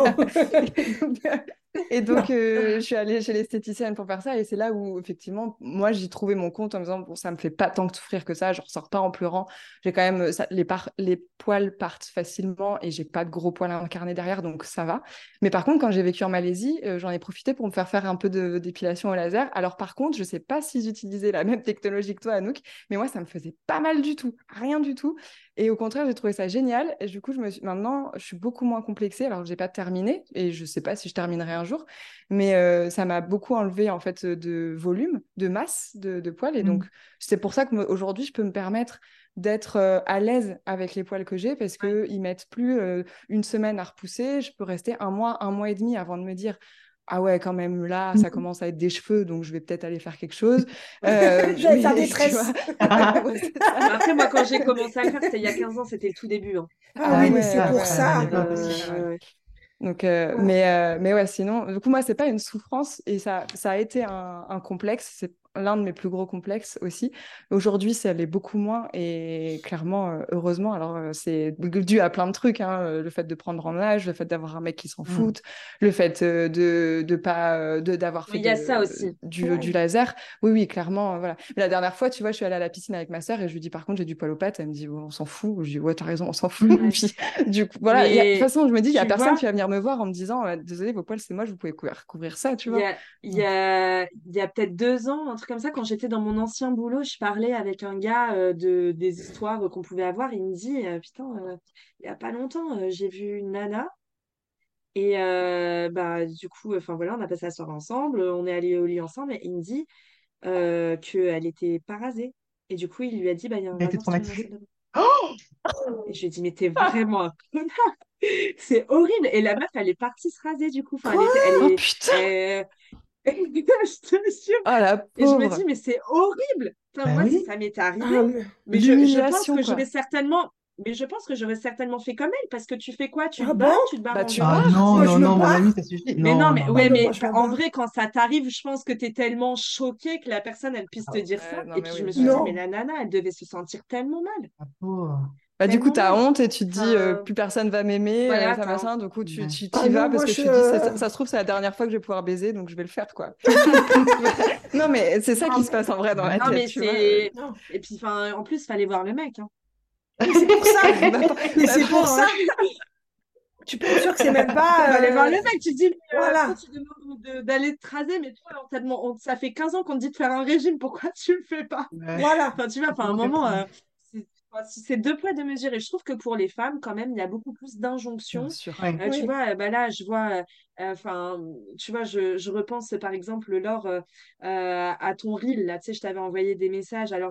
A: Et donc, je suis allée chez l'esthéticienne pour faire ça. Et c'est là où, effectivement, moi, j'ai trouvé mon compte en me disant, bon, ça me fait pas tant que souffrir que ça. Je ressors pas en pleurant. J'ai quand même, les poils partent facilement et j'ai pas de gros poils incarnés derrière, donc ça va. Mais par contre, quand j'ai vécu en Malaisie, j'en ai profité pour me faire un peu d'épilation au laser. Alors, par contre, je sais pas s'ils utilisaient la même technologie que toi, Anouk, mais moi, ça me faisait pas mal du tout. Rien du tout. Et au contraire, j'ai trouvé ça génial. Et du coup, maintenant, je suis beaucoup moins complexée. Alors, je n'ai pas terminé et je ne sais pas si je terminerai un jour. Mais ça m'a beaucoup enlevé, en fait, de volume, de masse de poils. Et donc, c'est pour ça qu'aujourd'hui, je peux me permettre d'être à l'aise avec les poils que j'ai parce qu'ils mettent plus une semaine à repousser. Je peux rester un mois et demi avant de me dire ah ouais, quand même, là, ça commence à être des cheveux, donc je vais peut-être aller faire quelque chose.
E: J'allais faire des tresses.
B: Après, moi, quand j'ai commencé à le faire, c'était il y a 15 ans, c'était le tout début. Hein.
E: Ah oui, mais c'est pour ça.
A: Donc, mais ouais, sinon, du coup, moi, c'est pas une souffrance et ça a été un complexe. C'est l'un de mes plus gros complexes aussi. Aujourd'hui, ça l'est beaucoup moins et clairement, heureusement. Alors, c'est dû à plein de trucs, hein, le fait de prendre en âge, le fait d'avoir un mec qui s'en fout, le fait d'avoir fait
B: il y a ça aussi.
A: du laser. Oui, clairement, voilà. Mais la dernière fois, tu vois, je suis allée à la piscine avec ma sœur et je lui dis, par contre, j'ai du poil aux pattes. Elle me dit, oh, on s'en fout. Je dis, ouais, t'as raison, on s'en fout. Puis, du coup, voilà. De toute façon, je me dis, il y a personne qui va venir me voir en me disant, désolé, vos poils, c'est moi, vous pouvez couvrir ça, tu vois.
B: Il y a peut-être 2 ans, un truc comme ça, quand j'étais dans mon ancien boulot, je parlais avec un gars des histoires qu'on pouvait avoir. Il me dit, putain, il y a pas longtemps, j'ai vu une nana. Et du coup, enfin voilà, on a passé la soirée ensemble, on est allé au lit ensemble, et il me dit qu'elle était pas rasée. Et du coup, il lui a dit, il y a un
D: Elle était
B: rasoir sur la
D: traumatisée.
B: salle de bain. Et je lui ai dit, mais t'es vraiment un connard. C'est horrible. Et la meuf, elle est partie se raser, du coup. Enfin,
A: Oh putain!
B: Je te jure.
A: Oh la
B: Et je me
A: pauvre!
B: dis, mais c'est horrible. Enfin, moi, si ça m'était arrivé, mais je pense que j'aurais certainement. Mais je pense que j'aurais certainement fait comme elle, parce que tu fais quoi? Tu te bats, tu te barres en
A: tu
B: courant.
A: pars.
D: Non,
E: Moi,
D: non,
E: je me
D: non, mon
E: barre.
D: ami, ça suffit.
B: Mais non, mais ouais, mais
E: moi, je me
B: en
E: barre.
B: vrai, quand ça t'arrive, je pense que t'es tellement choqué que la personne, elle puisse te dire ça.
A: non,
B: Et
A: mais
B: puis
A: oui,
B: je me
A: t'as
B: suis dit,
E: Non.
B: mais la nana, elle devait se sentir tellement mal.
D: Ah, pauvre.
A: du coup,
B: Tellement
A: t'as
B: mal.
A: honte et tu te dis
B: Enfin,
A: plus personne va m'aimer,
B: voilà,
A: ça
B: t'as
A: machin. Du coup, tu
D: Ouais.
A: t'y
E: Ah
A: vas
E: non,
A: parce
E: moi,
A: que tu te dis ça se trouve, c'est la dernière fois que je vais pouvoir baiser, donc je vais le faire, quoi. Non, mais c'est ça qui se passe en vrai dans la
B: non,
A: tête,
B: mais
A: tu vois.
B: c'est.
E: Non.
B: Et puis, enfin, en plus, fallait voir le mec. Hein.
E: Mais c'est pour ça. Mais
A: La
E: c'est pour
A: pauvre,
E: ça. Tu peux être sûr que c'est même pas.
B: Fallait voir le mec. Tu dis,
E: Voilà.
B: toi, tu demandes d'aller te raser, mais toi, ça fait 15 ans qu'on te dit de faire un régime. Pourquoi tu le fais pas?
D: Ouais.
E: Voilà.
B: Enfin, tu vois, enfin, à un moment, c'est deux poids, deux mesures. Et je trouve que pour les femmes, quand même, il y a beaucoup plus
A: bien
B: d'injonctions.
A: sûr.
D: Ouais.
B: Tu
E: Oui.
B: vois, là, je vois, enfin, tu vois, je repense par exemple, Laure, à ton reel, là, tu sais, je t'avais envoyé des messages, alors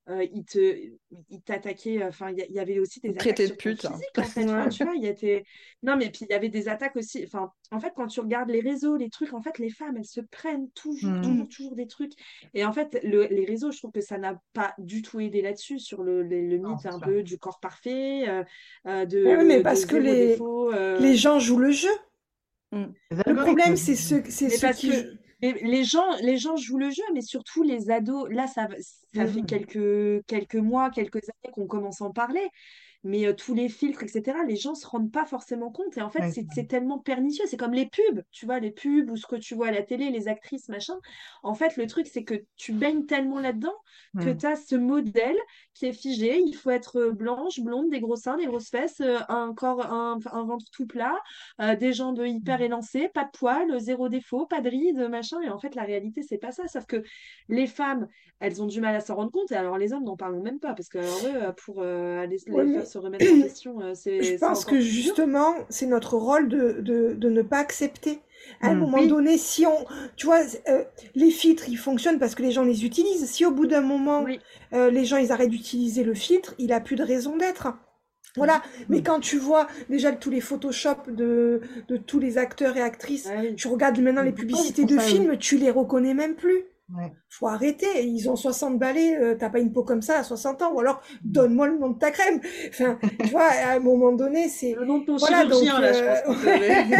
B: il t'attaquait, enfin, il y avait aussi des attaques
A: Traité de
B: sur ton
A: pute.
B: physique, en fait, enfin, tu vois, il y avait, non, mais puis il y avait des attaques aussi, enfin, en fait, quand tu regardes les réseaux, les trucs, en fait, les femmes, elles se prennent toujours des trucs. Et en fait, les réseaux, je trouve que ça n'a pas du tout aidé là-dessus, sur le
D: Non,
B: mythe
D: c'est
B: un
D: sûr.
B: peu du corps parfait,
E: Ouais, oui, mais
B: de
E: parce que
B: zéro défaut.
E: les gens jouent le jeu.
A: Mm.
D: Les
E: Le problème,
D: algorithmes.
E: c'est
B: Mais
E: ceux
B: parce
E: qui
B: que
E: jouent.
B: les gens jouent le jeu, mais surtout les ados. Là, ça fait
D: Mhm.
B: quelques mois, quelques années qu'on commence à en parler. Mais tous les filtres, etc., les gens se rendent pas forcément compte. Et en fait,
D: Ouais,
B: c'est tellement pernicieux. C'est comme les pubs, tu vois, les pubs ou ce que tu vois à la télé, les actrices, machin. En fait, le truc, c'est que tu baignes tellement là-dedans que
D: mhm.
B: tu as ce modèle qui est figé. Il faut être blanche, blonde, des gros seins, des grosses fesses, un corps, un ventre tout plat, des jambes hyper élancées, pas de poils, zéro défaut, pas de rides, machin. Et en fait, la réalité, c'est pas ça. Sauf que les femmes, elles ont du mal à s'en rendre compte. Et alors, les hommes, n'en parlons même pas. Parce que alors, eux, pour
E: Ouais,
B: les faire
E: mais
B: se remettre en question,
E: je
B: c'est
E: pense que
B: encore plus dur.
E: justement, c'est notre rôle de ne pas accepter. À un
D: Mhm.
E: moment
B: Oui,
E: donné, si on, tu vois, les filtres, ils fonctionnent parce que les gens les utilisent. Si au bout d'un moment,
B: oui.
E: les gens, ils arrêtent d'utiliser le filtre, il a plus de raison d'être. Voilà, mais
D: Mhm.
E: quand tu vois déjà tous les Photoshop de tous les acteurs et actrices,
B: Ah oui.
E: tu regardes maintenant les
D: Pourquoi ils
E: publicités
D: font
E: de
D: ça, eux?
E: films, tu les reconnais même plus.
D: Ouais.
E: Faut arrêter, ils ont 60 balais, t'as pas une peau comme ça à 60 ans, ou alors
D: Mhm.
E: donne-moi le nom de ta crème. Enfin, tu vois, à un moment donné, c'est...
B: Le nom de ton
E: Voilà, donc...
B: chirurgien, là, je pense qu'il te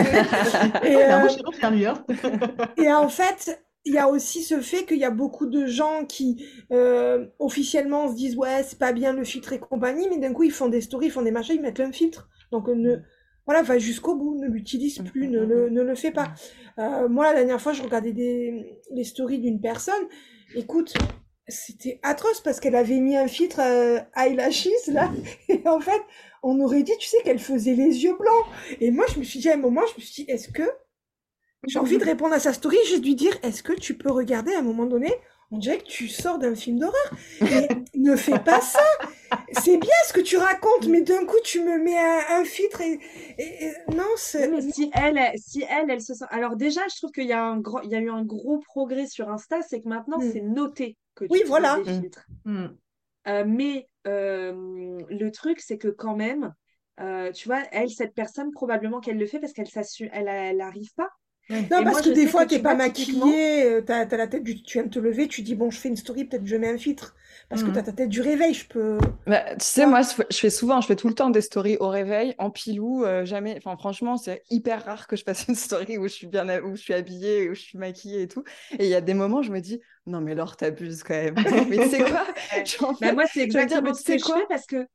E: et,
D: Oh, c'est un beau chirurgien, lui, hein.
E: et en fait, il y a aussi ce fait qu'il y a beaucoup de gens qui, officiellement, se disent, ouais, c'est pas bien le filtre et compagnie, mais d'un coup, ils font des stories, ils font des machins, ils mettent un filtre. Donc, voilà, va jusqu'au bout, ne l'utilise plus, ne le fais pas. Moi, la dernière fois, je regardais les stories d'une personne. Écoute, c'était atroce parce qu'elle avait mis un filtre eyelashes, là. Et en fait, on aurait dit, tu sais, qu'elle faisait les yeux blancs. Et moi, je me suis dit, à un moment, je me suis dit, est-ce que j'ai envie de répondre à sa story, j'ai dû dire, est-ce que tu peux regarder à un moment donné, on dirait que tu sors d'un film d'horreur. Mais ne fais pas ça. C'est bien ce que tu racontes, mais d'un coup tu me mets un filtre non,
B: Oui,
E: c'est...
B: mais si elle se sent. Alors, déjà, je trouve il y a eu un gros progrès sur Insta, c'est que maintenant, c'est
E: Hmm.
B: noté que tu
E: Oui,
B: utilises
E: voilà.
B: des filtres.
D: Mhm.
B: Mais le truc, c'est que quand même, tu vois, elle, cette personne, probablement qu'elle le fait parce elle arrive pas.
D: Ouais.
E: Non,
B: Et
E: parce
B: moi,
E: que
B: je
E: des
B: sais que
E: fois, t'es
B: tu
E: pas
B: vois, typiquement,
E: maquillée, t'as la tête tu viens de te lever, tu dis, bon, je fais une story, peut-être je mets un filtre. Parce que t'as
D: Mhm.
E: ta tête du réveil, je peux...
A: Bah, tu
E: Tu
A: sais,
E: vois?
A: moi, je fais tout le temps des stories au réveil, en pilou, jamais. Enfin, franchement, c'est hyper rare que je fasse une story où je suis bien, où je suis habillée, où je suis maquillée et tout. Et il y a des moments, je me dis, non, mais Laure, t'abuses quand même. Mais tu sais quoi?
B: ouais.
A: En
B: Bah,
A: fait,
B: moi, c'est
A: je vais me dire, mais
B: exactement
A: tu
B: ce que
A: sais
B: je fais
A: quoi?
B: parce que.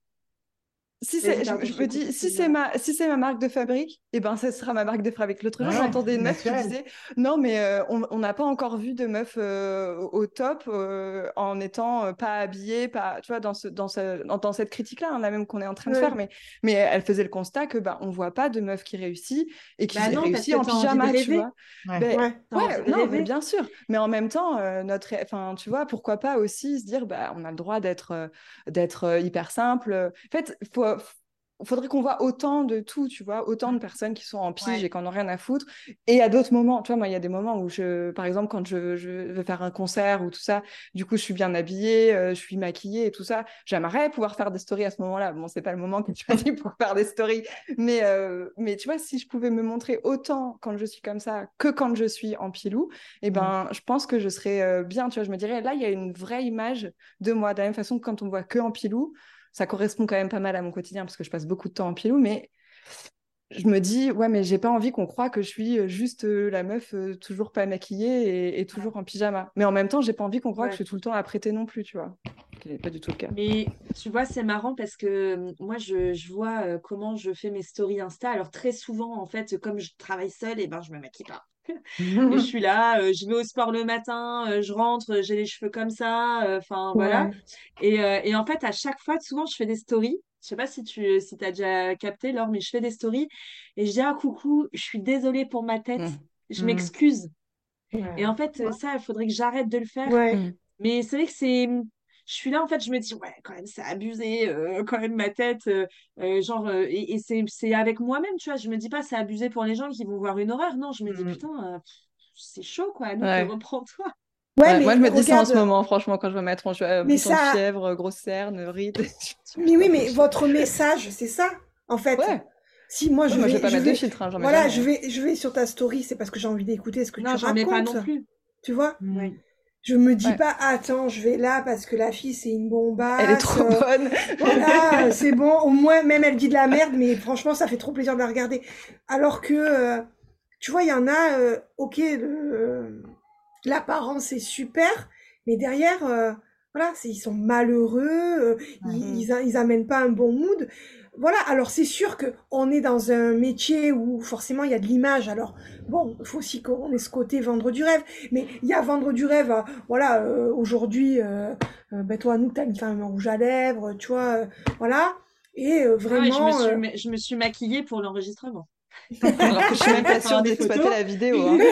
A: Si
B: Vas-y,
A: c'est,
B: pardon,
A: je
B: je te
A: me
B: coupe,
A: dis,
B: excuse-moi.
A: si c'est ma marque de fabrique, et ben, ce sera ma marque de fabrique. L'autre jour,
D: Ouais, ouais,
A: j'entendais
D: c'est
A: une meuf qui
D: naturel.
A: disait, non, mais on n'a pas encore vu de meuf au top en étant pas habillée, pas, tu vois, dans cette critique-là, hein, la même qu'on est en train de faire.
E: Ouais.
A: Mais elle faisait le constat que, ben, on voit pas de meuf qui réussit et
B: Bah
A: qui
B: non, parce
A: réussit
B: que
A: en
B: tu as envie de
A: pyjama, tu
B: rêver.
A: vois.
D: Ouais.
A: Ben,
E: Ouais.
B: Tu as envie
A: ouais,
B: de
A: non, mais
B: rêver.
A: bien sûr. Mais en même temps, enfin, tu vois, pourquoi pas aussi se dire, bah, on a le droit d'être hyper simple. En fait, faudrait qu'on voit autant de tout, tu vois, autant de personnes qui sont en pige
D: Ouais.
A: et qui en ont rien à foutre. Et à d'autres moments, tu vois, moi, il y a des moments où par exemple, quand je vais faire un concert ou tout ça, du coup, je suis bien habillée, je suis maquillée et tout ça. J'aimerais pouvoir faire des stories à ce moment-là. Bon, c'est pas le moment que tu as dit pour faire des stories, mais tu vois, si je pouvais me montrer autant quand je suis comme ça que quand je suis en pilou, eh
D: Mhm.
A: ben, je pense que je serais bien, tu vois. Je me dirais, là, il y a une vraie image de moi, de la même façon que quand on me voit que en pilou, ça correspond quand même pas mal à mon quotidien parce que je passe beaucoup de temps en pilou, mais je me dis, ouais, mais j'ai pas envie qu'on croie que je suis juste la meuf toujours pas maquillée et toujours en pyjama. Mais en même temps, j'ai pas envie qu'on croie que je
B: Ouais.
A: suis tout le temps apprêtée non plus, tu vois. Ce qui n'est pas du tout le cas.
B: Mais tu vois, c'est marrant parce que moi, je vois comment je fais mes stories Insta. Alors, très souvent, en fait, comme je travaille seule, et ben, je me maquille pas. Et je suis là, je vais au sport le matin, je rentre, j'ai les cheveux comme ça, enfin voilà.
E: Ouais.
B: Et en fait, à chaque fois, souvent, je fais des stories. Je sais pas si t'as déjà capté, Laure, mais je fais des stories et je dis ah coucou, je suis désolée pour ma tête,
A: Mm.
B: je
D: Mhm.
B: m'excuse. Et en
E: Ouais.
B: fait, ça, il faudrait que j'arrête de le faire.
E: Ouais.
A: Mm.
B: Mais c'est vrai que c'est. Je suis là, en fait, je me dis, ouais, quand même, c'est abusé, quand même, ma tête. Genre, et c'est avec moi-même, tu vois. Je me dis pas, c'est abusé pour les gens qui vont voir une horreur. Non, je me dis,
D: Mhm.
B: putain, c'est chaud, quoi. Donc,
A: Ouais.
B: reprends-toi.
E: Ouais,
A: Ouais. Moi, je
E: mais
A: me dis ça en ce
E: regarde,
A: moment, franchement, quand je vais mettre
E: mais
A: bouton de
E: ça...
A: fièvre, grosse cerne, rides. Je me dis,
E: Mais
A: putain,
E: oui,
A: c'est
E: mais
A: chaud.
E: votre message, c'est ça, en fait.
A: Ouais.
E: Si moi
A: Moi, je vais pas mettre de filtre, hein, j'en mets
E: voilà,
A: jamais.
E: je vais sur ta story, c'est parce que j'ai envie d'écouter ce que tu
B: Non, j'en mets pas non
E: racontes.
B: plus.
E: Tu vois?
B: Ouais.
E: Je me dis
A: Ouais.
E: pas, attends, je vais là parce que la fille c'est une
A: Elle est
E: bombasse.
A: trop bonne.
E: Voilà, c'est bon. Au moins, même elle dit de la merde, mais franchement, ça fait trop plaisir de la regarder. Alors que, tu vois, il y en a, ok, l'apparence est super, mais derrière, voilà, ils sont malheureux, ils amènent pas un bon mood. Voilà, alors c'est sûr que on est dans un métier où forcément il y a de l'image. Alors bon, il faut aussi qu'on ait ce côté vendre du rêve. Mais il y a vendre du rêve, voilà, aujourd'hui, ben toi, nous, t'as une femme rouge à lèvres, tu vois, voilà. Et
B: Ah ouais,
E: vraiment,
B: je me suis maquillée pour l'enregistrement.
A: Alors que je suis même pas
B: Pour avoir
A: sûre
B: des
A: d'exploiter
B: photos.
A: la vidéo. Hein.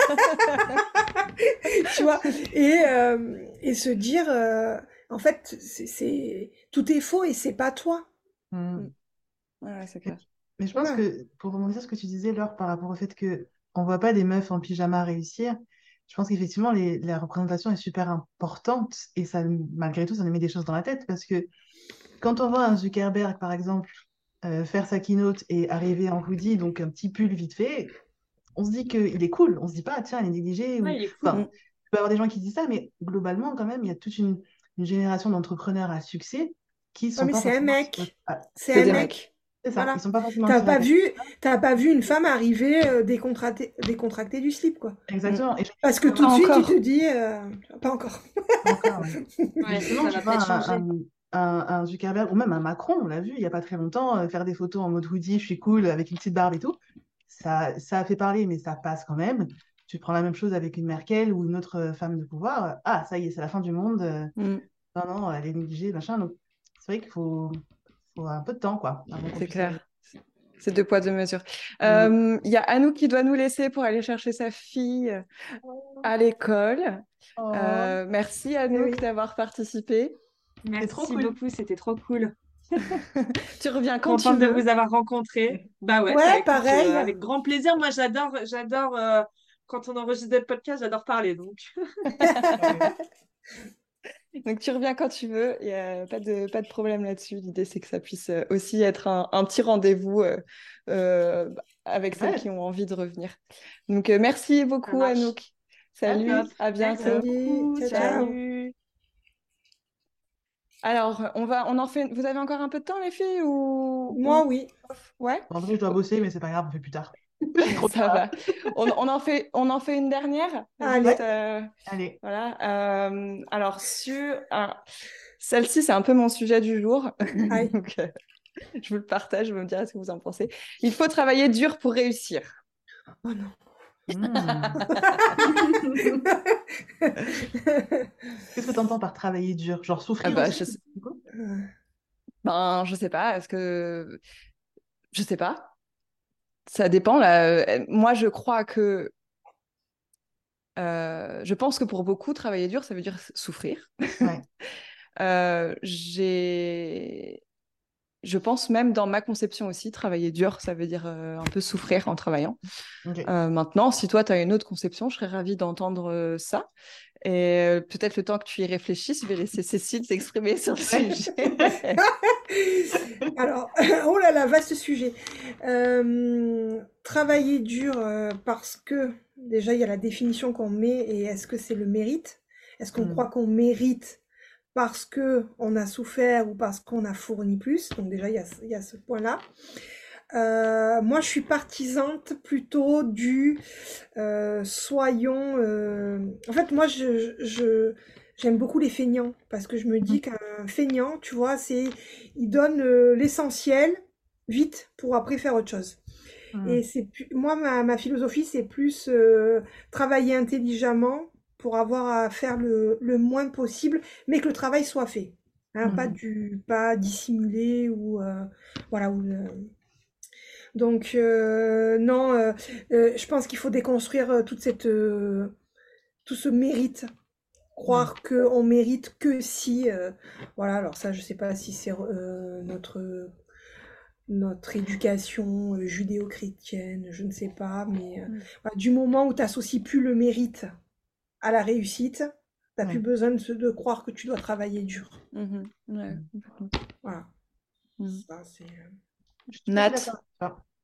E: tu vois, et se dire, en fait, tout est faux et c'est pas toi.
D: Mm.
A: Ouais, c'est clair.
D: Mais je pense
E: Voilà.
D: que, pour rebondir sur ce que tu disais, Laure, par rapport au fait que on voit pas des meufs en pyjama réussir, je pense qu'effectivement, la représentation est super importante et ça, malgré tout, ça nous met des choses dans la tête parce que quand on voit un Zuckerberg, par exemple, faire sa keynote et arriver en hoodie, donc un petit pull vite fait, on se dit qu'il est cool. On se dit pas, tiens, il est négligé. Ou...
B: Ouais, il est cool.
D: Enfin, il peut y avoir des gens qui disent ça, mais globalement, quand même, il y a toute une génération d'entrepreneurs à succès qui
E: Ouais,
D: sont
E: mais
D: pas
E: c'est un
D: forcément...
E: mec. C'est
A: Que
E: un
A: des
E: mec.
A: mecs.
D: C'est ça, ils
E: Voilà.
D: sont pas forcément
E: T'as
D: attirés
E: pas
D: par
E: vu, t'as pas vu une femme arriver décontractée du slip, quoi.
D: Exactement. Et
E: Parce que tout
A: Pas
E: de suite, tu te
A: encore.
E: dis, pas encore.
D: pas encore, ouais. Et
B: Ouais,
D: justement,
B: ça
D: tu
B: va
D: vois,
B: peut-être changer.
D: un Zuckerberg ou même un Macron, on l'a vu il y a pas très longtemps, faire des photos en mode hoodie, je suis cool, avec une petite barbe et tout. Ça a fait parler, mais ça passe quand même. Tu prends la même chose avec une Merkel ou une autre femme de pouvoir. Ah, ça y est, c'est la fin du monde.
A: Mm,
D: Non, non, elle est négligée, machin. Donc, c'est vrai faut un peu de temps, quoi, avant qu'on
A: c'est
D: puisse arriver.
A: clair. C'est deux poids, deux mesures.
D: Mm.
A: Il y a Anouk qui doit nous laisser pour aller chercher sa fille à l'école.
D: Oh,
A: Merci
E: Eh
A: Anouk
E: oui.
A: d'avoir participé.
D: c'est trop
B: Merci
D: cool.
B: beaucoup, c'était trop cool.
A: Tu reviens quand tu
B: Contente de
A: veux.
B: vous avoir rencontré. Bah ouais, bah
E: Ouais,
B: écoute,
E: pareil.
B: avec grand plaisir. Moi, j'adore quand on enregistre des podcasts, j'adore parler. Donc,
A: Donc tu reviens quand tu veux. Il n'y a pas de problème là-dessus. L'idée, c'est que ça puisse aussi être un petit rendez-vous euh, avec celles
D: Ouais,
A: qui ont envie de revenir. Donc merci
B: ça
A: beaucoup
B: marche.
A: Anouk.
B: Top.
A: Salut, à
B: Merci
A: bientôt.
E: Salut,
B: beaucoup.
E: ciao,
A: Ciao.
E: ciao.
B: Salut.
A: Alors, on en fait. Vous avez encore un peu de temps, les filles, ou...
E: Moi, oui.
A: Ouais,
D: en vrai, je dois bosser, mais c'est pas grave, on fait plus tard. J'ai trop
A: ça
D: tard.
A: va. On en fait une dernière. Juste,
E: Allez.
D: Ouais, allez.
A: voilà. Alors, celle-ci, c'est un peu mon sujet du jour.
E: Aïe.
A: Donc, je vous le partage, vous me direz ce que vous en pensez. Il faut travailler dur pour réussir.
E: Oh non.
D: Mm. Qu'est-ce que tu entends par travailler dur? Genre
A: Ah
D: souffrir
A: bah,
D: aussi? Du coup
A: je sais pas. Est-ce que... Je sais pas. Ça dépend. Là. Moi, je crois que... je pense que pour beaucoup, travailler dur, ça veut dire souffrir.
D: Ouais.
A: J'ai... Je pense même dans ma conception aussi, travailler dur, ça veut dire un peu souffrir en travaillant.
D: Ok.
A: Maintenant, si toi, tu as une autre conception, je serais ravie d'entendre ça. Et peut-être le temps que tu y réfléchisses, je vais laisser Cécile s'exprimer sur le
D: Ouais.
A: sujet.
E: Alors, oh là là, vaste sujet. Travailler dur parce que déjà il y a la définition qu'on met et est-ce que c'est le mérite? Est-ce qu'on
D: Mm.
E: croit qu'on mérite parce que on a souffert ou parce qu'on a fourni plus? Donc déjà il y a ce point-là. Moi je suis partisante plutôt du soyons. En fait moi j'aime beaucoup les feignants parce que je me dis qu'un feignant, tu vois, il donne l'essentiel vite pour après faire autre chose.
D: Mm.
E: Et moi ma philosophie c'est plus travailler intelligemment pour avoir à faire le moins possible, mais que le travail soit fait. Hein,
D: Mm.
E: pas dissimulé ou voilà. Donc non, je pense qu'il faut déconstruire tout ce mérite.
D: Ouais.
E: Croire qu'on mérite que si, voilà, alors ça, je sais pas si c'est notre éducation judéo-chrétienne, je ne sais pas, mais voilà, du moment où tu n'associes plus le mérite à la réussite, tu n'as plus
D: Ouais.
E: besoin de croire que tu dois travailler dur.
A: Mhm. Ouais,
D: Mm.
A: complètement.
E: Voilà.
A: Mhm.
E: Ça, c'est,
D: Je suis tout à fait
A: Nat,
D: d'accord avec toi.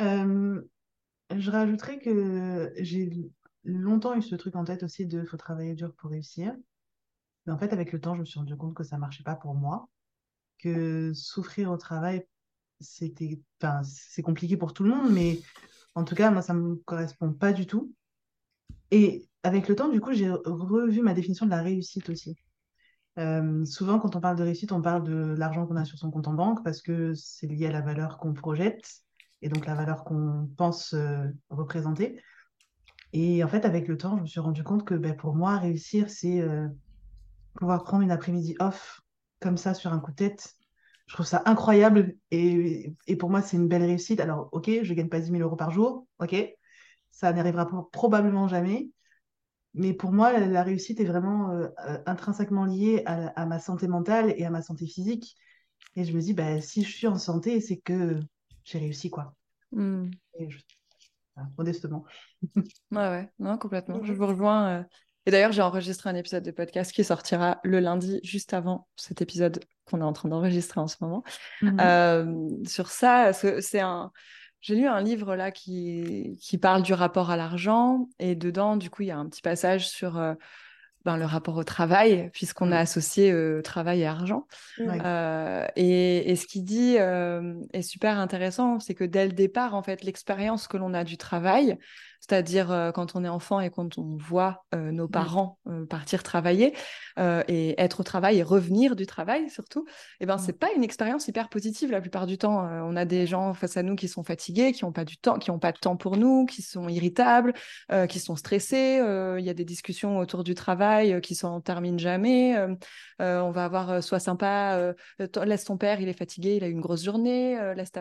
D: Euh, je rajouterais que j'ai longtemps eu ce truc en tête aussi de faut travailler dur pour réussir. Mais en fait, avec le temps, je me suis rendu compte que ça marchait pas pour moi, que souffrir au travail, enfin, c'est compliqué pour tout le monde, mais en tout cas, moi, ça me correspond pas du tout. Et avec le temps, du coup, j'ai revu ma définition de la réussite aussi. Souvent, quand on parle de réussite, on parle de l'argent qu'on a sur son compte en banque parce que c'est lié à la valeur qu'on projette et donc la valeur qu'on pense représenter. Et en fait, avec le temps, je me suis rendu compte que ben, pour moi, réussir, c'est pouvoir prendre une après-midi off comme ça sur un coup de tête. Je trouve ça incroyable et pour moi, c'est une belle réussite. Alors, ok, je gagne pas 10 000 € par jour, ok, ça n'arrivera probablement jamais. Mais pour moi, la réussite est vraiment intrinsèquement liée à ma santé mentale et à ma santé physique. Et je me dis, bah, si je suis en santé, c'est que j'ai réussi, quoi.
A: Mm.
D: Et voilà, modestement.
A: Ouais, ouais, non, complètement. Je
E: Mhm.
A: vous rejoins. Et d'ailleurs, j'ai enregistré un épisode de podcast qui sortira le lundi, juste avant cet épisode qu'on est en train d'enregistrer en ce moment.
D: Mhm.
A: Sur ça, j'ai lu un livre là qui parle du rapport à l'argent. Et dedans, du coup, il y a un petit passage sur le rapport au travail, puisqu'on a
D: Mhm.
A: associé travail et argent.
D: Ouais.
A: Et ce qu'il dit est super intéressant, c'est que dès le départ, en fait, l'expérience que l'on a du travail, c'est-à-dire quand on est enfant et quand on voit nos
D: Mhm.
A: parents partir travailler et être au travail et revenir du travail surtout, eh ben,
D: Mhm.
A: c'est pas une expérience hyper positive la plupart du temps. On a des gens face à nous qui sont fatigués, qui n'ont pas du temps, qui n'ont pas de temps pour nous, qui sont irritables, qui sont stressés. Il y a des discussions autour du travail qui s'en terminent jamais. On va avoir sois sympa, laisse ton père, il est fatigué, il a eu une grosse journée,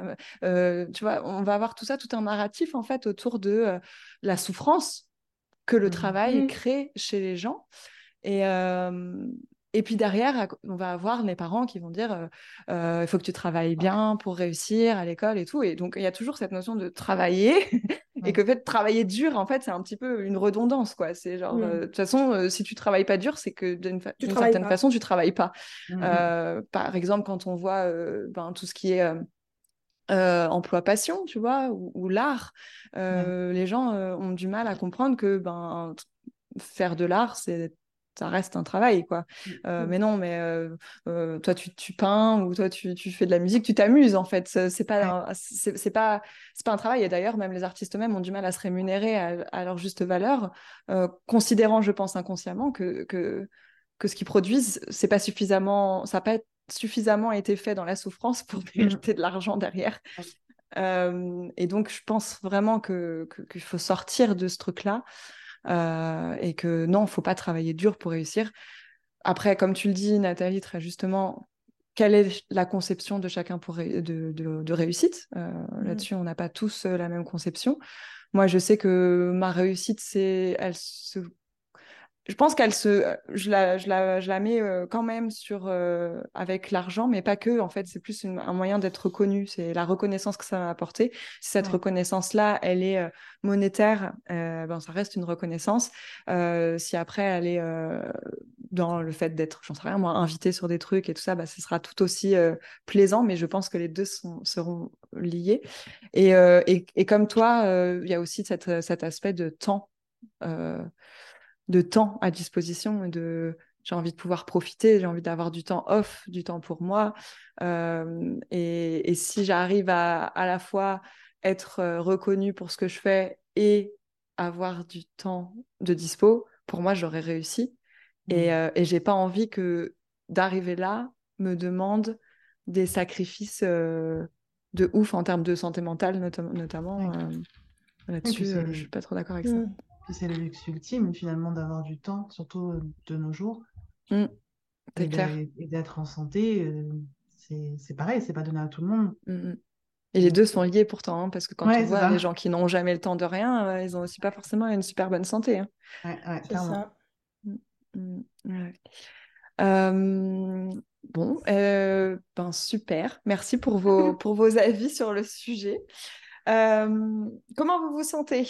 A: tu vois, on va avoir tout ça, tout un narratif en fait autour de la souffrance que le
D: Mhm.
A: travail
E: Mhm.
A: crée chez les gens. Et, euh, et puis derrière, on va avoir les parents qui vont dire il faut que tu travailles bien pour réussir à l'école et tout. Et donc, il y a toujours cette notion de travailler et
D: Ouais.
A: que fait, travailler dur, en fait, c'est un petit peu une redondance, quoi. C'est genre,
E: Mhm.
A: de toute façon, si tu travailles pas dur, c'est que
E: Tu
A: d'une
E: travailles
A: certaine
E: pas.
A: façon, tu travailles pas.
D: Mhm.
A: Par exemple, quand on voit tout ce qui est emploi passion, tu vois, ou l'art,
D: Ouais.
A: les gens ont du mal à comprendre que faire de l'art, ça reste un travail, quoi.
E: Mhm.
A: Mais non, toi, tu peins ou toi, tu fais de la musique, tu t'amuses, en fait.
D: Ouais.
A: C'est pas un travail. Et d'ailleurs, même les artistes eux-mêmes ont du mal à se rémunérer à leur juste valeur, considérant, je pense, inconsciemment que ce qu'ils produisent, c'est pas suffisamment, ça n'a pas suffisamment été fait dans la souffrance pour
D: Mhm.
A: mériter de l'argent derrière.
D: Ouais.
A: Et donc, je pense vraiment qu'il faut sortir de ce truc-là et que non, il ne faut pas travailler dur pour réussir. Après, comme tu le dis, Nathalie, très justement, quelle est la conception de chacun de réussite
E: Mhm.
A: Là-dessus, on n'a pas tous la même conception. Moi, je sais que ma réussite, je pense je la mets quand même avec l'argent, mais pas que. En fait, c'est plus un moyen d'être reconnu. C'est la reconnaissance que ça m'a apporté. Si cette
D: Ouais.
A: reconnaissance-là, elle est monétaire, ça reste une reconnaissance. Si après, elle est dans le fait d'être, j'en sais rien, moi, invité sur des trucs et tout ça, ce sera tout aussi plaisant. Mais je pense que les deux seront liés. Et comme toi, il y a aussi cet aspect euh, de temps à disposition j'ai envie de pouvoir profiter, j'ai envie d'avoir du temps off, du temps pour moi. Et si j'arrive à la fois être reconnue pour ce que je fais et avoir du temps de dispo, pour moi, j'aurais réussi.
D: Mhm.
A: Et j'ai pas envie que d'arriver là me demande des sacrifices de ouf en termes de santé mentale, notamment.
D: Ouais. Et puis
A: Là-dessus, je suis pas trop d'accord avec ça.
E: Mhm.
D: c'est le luxe ultime finalement d'avoir du temps, surtout de nos jours,
A: Mm, c'est clair.
D: et d'être en santé. C'est pareil, c'est pas donné à tout le monde.
A: Mm, mm. Et les deux sont liés pourtant, hein, parce que quand on
D: Ouais, c'est
A: voit les
D: ça.
A: gens qui n'ont jamais le temps de rien, ils ont aussi pas forcément une super bonne santé. Hein.
D: Ouais, ouais,
E: C'est
D: clairement.
E: ça.
A: Mm, ouais. Euh, bon, super. Merci pour vos avis sur le sujet. Comment vous vous sentez?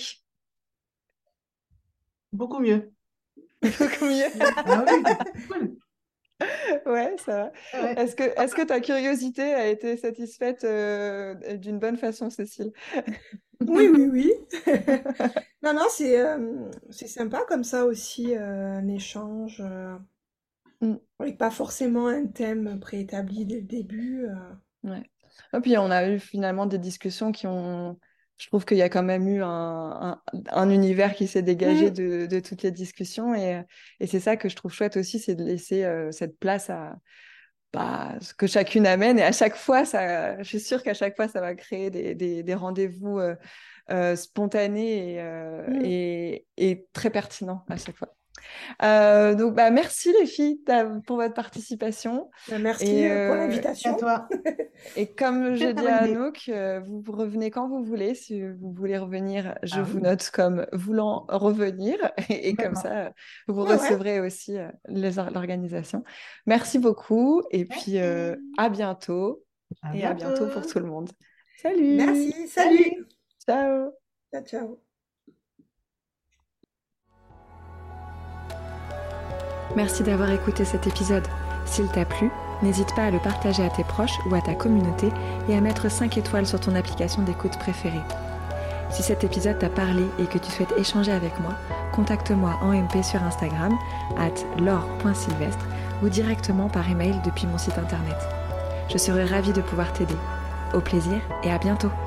D: Beaucoup mieux.
A: Beaucoup mieux.
D: Ah oui, c'est cool.
A: Ouais, ça va.
D: Ouais.
A: Est-ce que ta curiosité a été satisfaite d'une bonne façon, Cécile?
E: Oui, oui, oui. Non, non, c'est sympa comme ça aussi, un échange,
A: Mm,
E: avec pas forcément un thème préétabli dès le début.
A: ouais. Et puis on a eu finalement des discussions qui ont... Je trouve qu'il y a quand même eu un univers qui s'est dégagé
E: Mm.
A: de toutes les discussions et c'est ça que je trouve chouette aussi, c'est de laisser cette place à bah, ce que chacune amène et à chaque fois, ça, je suis sûre qu'à chaque fois, ça va créer des rendez-vous spontanés
E: Mm.
A: et très pertinents à chaque fois. Donc, bah, merci les filles pour votre participation.
E: Ben, merci
A: Et,
E: pour
D: Merci à
E: l'invitation.
D: toi.
A: et comme j'ai
D: Très, très
A: dit
D: bonne
A: à
D: idée.
A: Anouk, vous revenez quand vous voulez. Si vous voulez revenir, je
D: Ah
A: vous
D: oui,
A: note comme voulant revenir. Et comme
D: complètement.
A: ça, vous
E: Ouais, ouais.
A: recevrez aussi l'organisation. Merci beaucoup. Et puis,
D: Merci.
A: à bientôt.
D: À
A: Et à bientôt pour
D: bientôt.
A: tout le monde. Salut!
E: Merci, salut.
D: Salut.
A: Ciao!
E: Ciao, ciao.
C: Merci d'avoir écouté cet épisode. S'il t'a plu, n'hésite pas à le partager à tes proches ou à ta communauté et à mettre 5 étoiles sur ton application d'écoute préférée. Si cet épisode t'a parlé et que tu souhaites échanger avec moi, contacte-moi en MP sur Instagram @laure.sylvestre ou directement par email depuis mon site internet. Je serai ravie de pouvoir t'aider. Au plaisir et à bientôt!